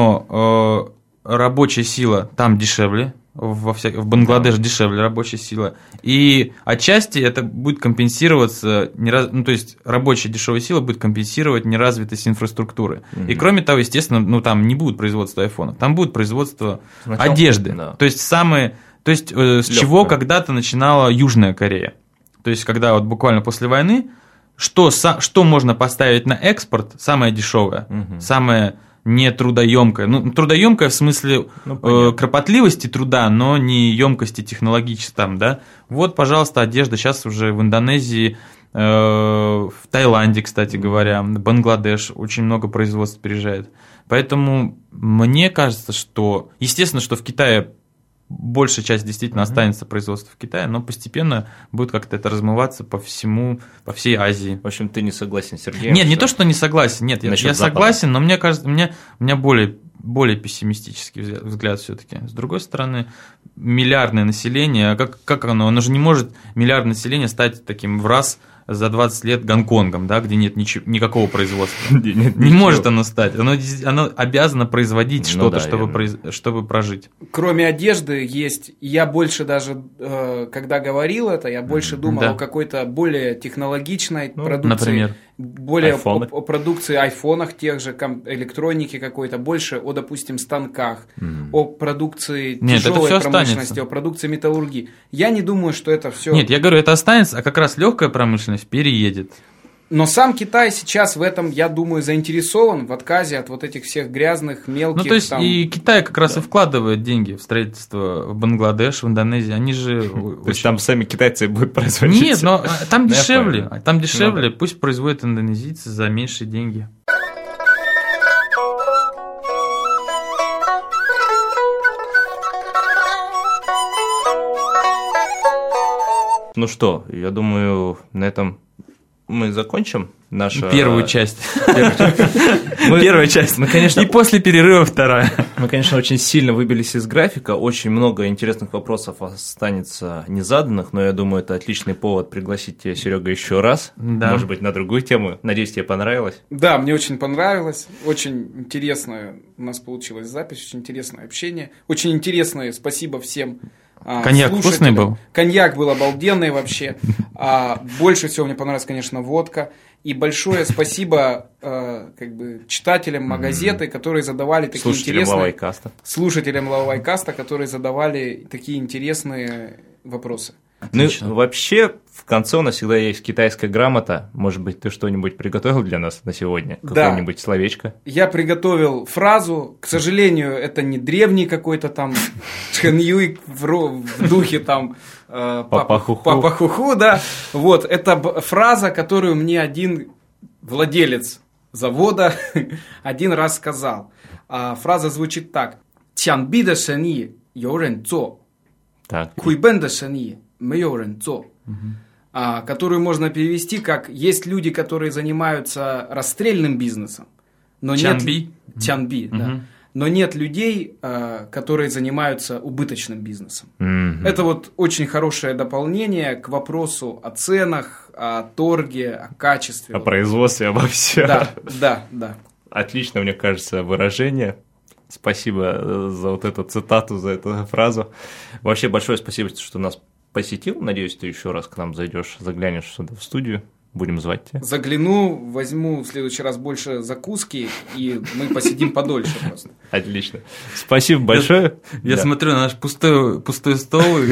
Speaker 2: но э, рабочая сила там дешевле. Во вся... В Бангладеш да. дешевле рабочая сила. И отчасти это будет компенсироваться, нераз... ну, то есть рабочая дешевая сила будет компенсировать неразвитость инфраструктуры. Mm-hmm. И кроме того, естественно, ну, там не будет производства айфонов, там будет производство Сначала... одежды. Да. То есть, самые... то есть э, с Лёгкая. чего когда-то начинала Южная Корея. То есть, когда вот буквально после войны, что, что можно поставить на экспорт, самое дешевое, mm-hmm. самое... не трудоемкая. Ну, трудоемкая в смысле ну, э, кропотливости труда, но не емкости технологической там, да. Вот, пожалуйста, одежда. Сейчас уже в Индонезии, э, в Таиланде, кстати говоря, Бангладеш очень много производств переезжает. Поэтому мне кажется, что, естественно, что в Китае большая часть действительно mm-hmm. останется производство в Китае, но постепенно будет как-то это размываться по всему, по всей Азии.
Speaker 1: В общем, ты не согласен с Сергеем?
Speaker 2: Нет, не то, что не согласен, нет, я, я согласен, но мне кажется, у меня, у меня более, более пессимистический взгляд, взгляд все-таки. С другой стороны, миллиардное население, как, как оно, оно же не может, миллиардное население, стать таким в раз за двадцать лет Гонконгом, да, где нет ничего, никакого производства. Нет, не может оно стать. Оно, оно обязано производить ну, что-то, да, чтобы, произ... чтобы прожить.
Speaker 3: Кроме одежды есть, я больше даже, когда говорил это, я больше думал да. о какой-то более технологичной ну, продукции.
Speaker 2: Например?
Speaker 3: Более о, о продукции, айфонах тех же, электроники какой-то, больше о, допустим, станках, mm. о продукции
Speaker 2: Нет,
Speaker 3: тяжелой промышленности,
Speaker 2: останется.
Speaker 3: О продукции металлургии. Я не думаю, что это все.
Speaker 2: Нет, я говорю, это останется, а как раз легкая промышленность переедет.
Speaker 3: Но сам Китай сейчас в этом, я думаю, заинтересован в отказе от вот этих всех грязных, мелких...
Speaker 2: Ну, то есть,
Speaker 3: там...
Speaker 2: и Китай как раз да. и вкладывает деньги в строительство в Бангладеш, в Индонезии. Они же...
Speaker 1: То есть, там сами китайцы будут производить?
Speaker 2: Нет, но там дешевле. Там дешевле. Пусть производят индонезийцы за меньшие деньги.
Speaker 1: Ну что, я думаю, на этом... Мы закончим нашу...
Speaker 2: Первую часть. Первая часть. Мы, конечно... И после перерыва вторая.
Speaker 1: Мы, конечно, очень сильно выбились из графика. Очень много интересных вопросов останется незаданных, но я думаю, это отличный повод пригласить тебя, Серега, еще раз. Да. Может быть, на другую тему. Надеюсь, тебе понравилось.
Speaker 3: Да, мне очень понравилось. Очень интересная у нас получилась запись, очень интересное общение. Очень интересное. Спасибо всем.
Speaker 2: Коньяк вкусный был?
Speaker 3: Коньяк был обалденный вообще. А, больше всего мне понравилась, конечно, водка. И большое спасибо э, как бы, читателям Магазеты, mm-hmm. которые задавали такие
Speaker 1: слушателям
Speaker 3: интересные...
Speaker 1: Лавайкаста.
Speaker 3: Слушателям Лавайкаста, которые задавали такие интересные вопросы.
Speaker 1: Отлично. Ну, вообще, в конце у нас всегда есть китайская грамота. Может быть, ты что-нибудь приготовил для нас на сегодня?
Speaker 3: Да.
Speaker 1: Какое-нибудь словечко?
Speaker 3: Я приготовил фразу. К сожалению, это не древний какой-то там Чхэньюй в духе там Папа Хуху, да. Вот, это фраза, которую мне один владелец завода один раз сказал. Фраза звучит так. Тянби де шэньи ю рэн цо. Куйбэн де шэньи мэ ю рэн цо. Которую можно перевести как «Есть люди, которые занимаются расстрельным бизнесом, но
Speaker 2: Тянби.
Speaker 3: нет... Тянби, mm-hmm. да. Но нет людей, которые занимаются убыточным бизнесом». Mm-hmm. Это вот очень хорошее дополнение к вопросу о ценах, о торге, о качестве.
Speaker 1: О производстве, обо всем.
Speaker 3: Да, да, да.
Speaker 1: Отлично, мне кажется, выражение. Спасибо за вот эту цитату, за эту фразу. Вообще большое спасибо, что нас посетил. Надеюсь, ты еще раз к нам зайдешь, заглянешь сюда в студию. Будем звать тебя.
Speaker 3: Загляну, возьму в следующий раз больше закуски, и мы посидим подольше просто.
Speaker 1: Отлично. Спасибо большое.
Speaker 2: Я, я да. смотрю на наш пустой, пустой стол, и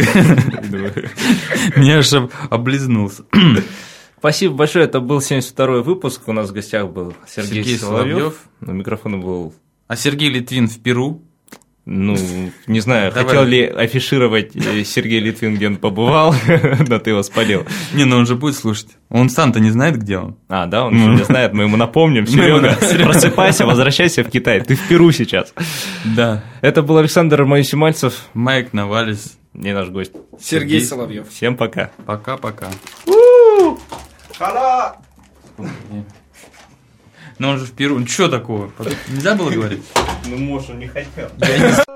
Speaker 2: меня аж облизнулся.
Speaker 1: Спасибо большое. Это был семьдесят второй выпуск. У нас в гостях был Сергей, Сергей Соловьев. На микрофоне был...
Speaker 2: А Сергей Литвин в Перу.
Speaker 1: Ну, не знаю, Давай. хотел ли афишировать Сергей Литвин, где он побывал, но ты его спалил.
Speaker 2: Не, ну он же будет слушать. Он сам-то не знает, где он.
Speaker 1: А, да, он не знает, мы ему напомним. Серега, просыпайся, возвращайся в Китай. Ты в Перу сейчас.
Speaker 2: Да.
Speaker 1: Это был Александр Моисимальцев.
Speaker 2: Майк Навалис.
Speaker 1: И наш гость.
Speaker 3: Сергей Соловьев.
Speaker 1: Всем пока.
Speaker 2: Пока-пока.
Speaker 3: Хала!
Speaker 2: Но он же в Перу. Ну, что такого? Нельзя было говорить?
Speaker 1: Ну, может, он не хотел.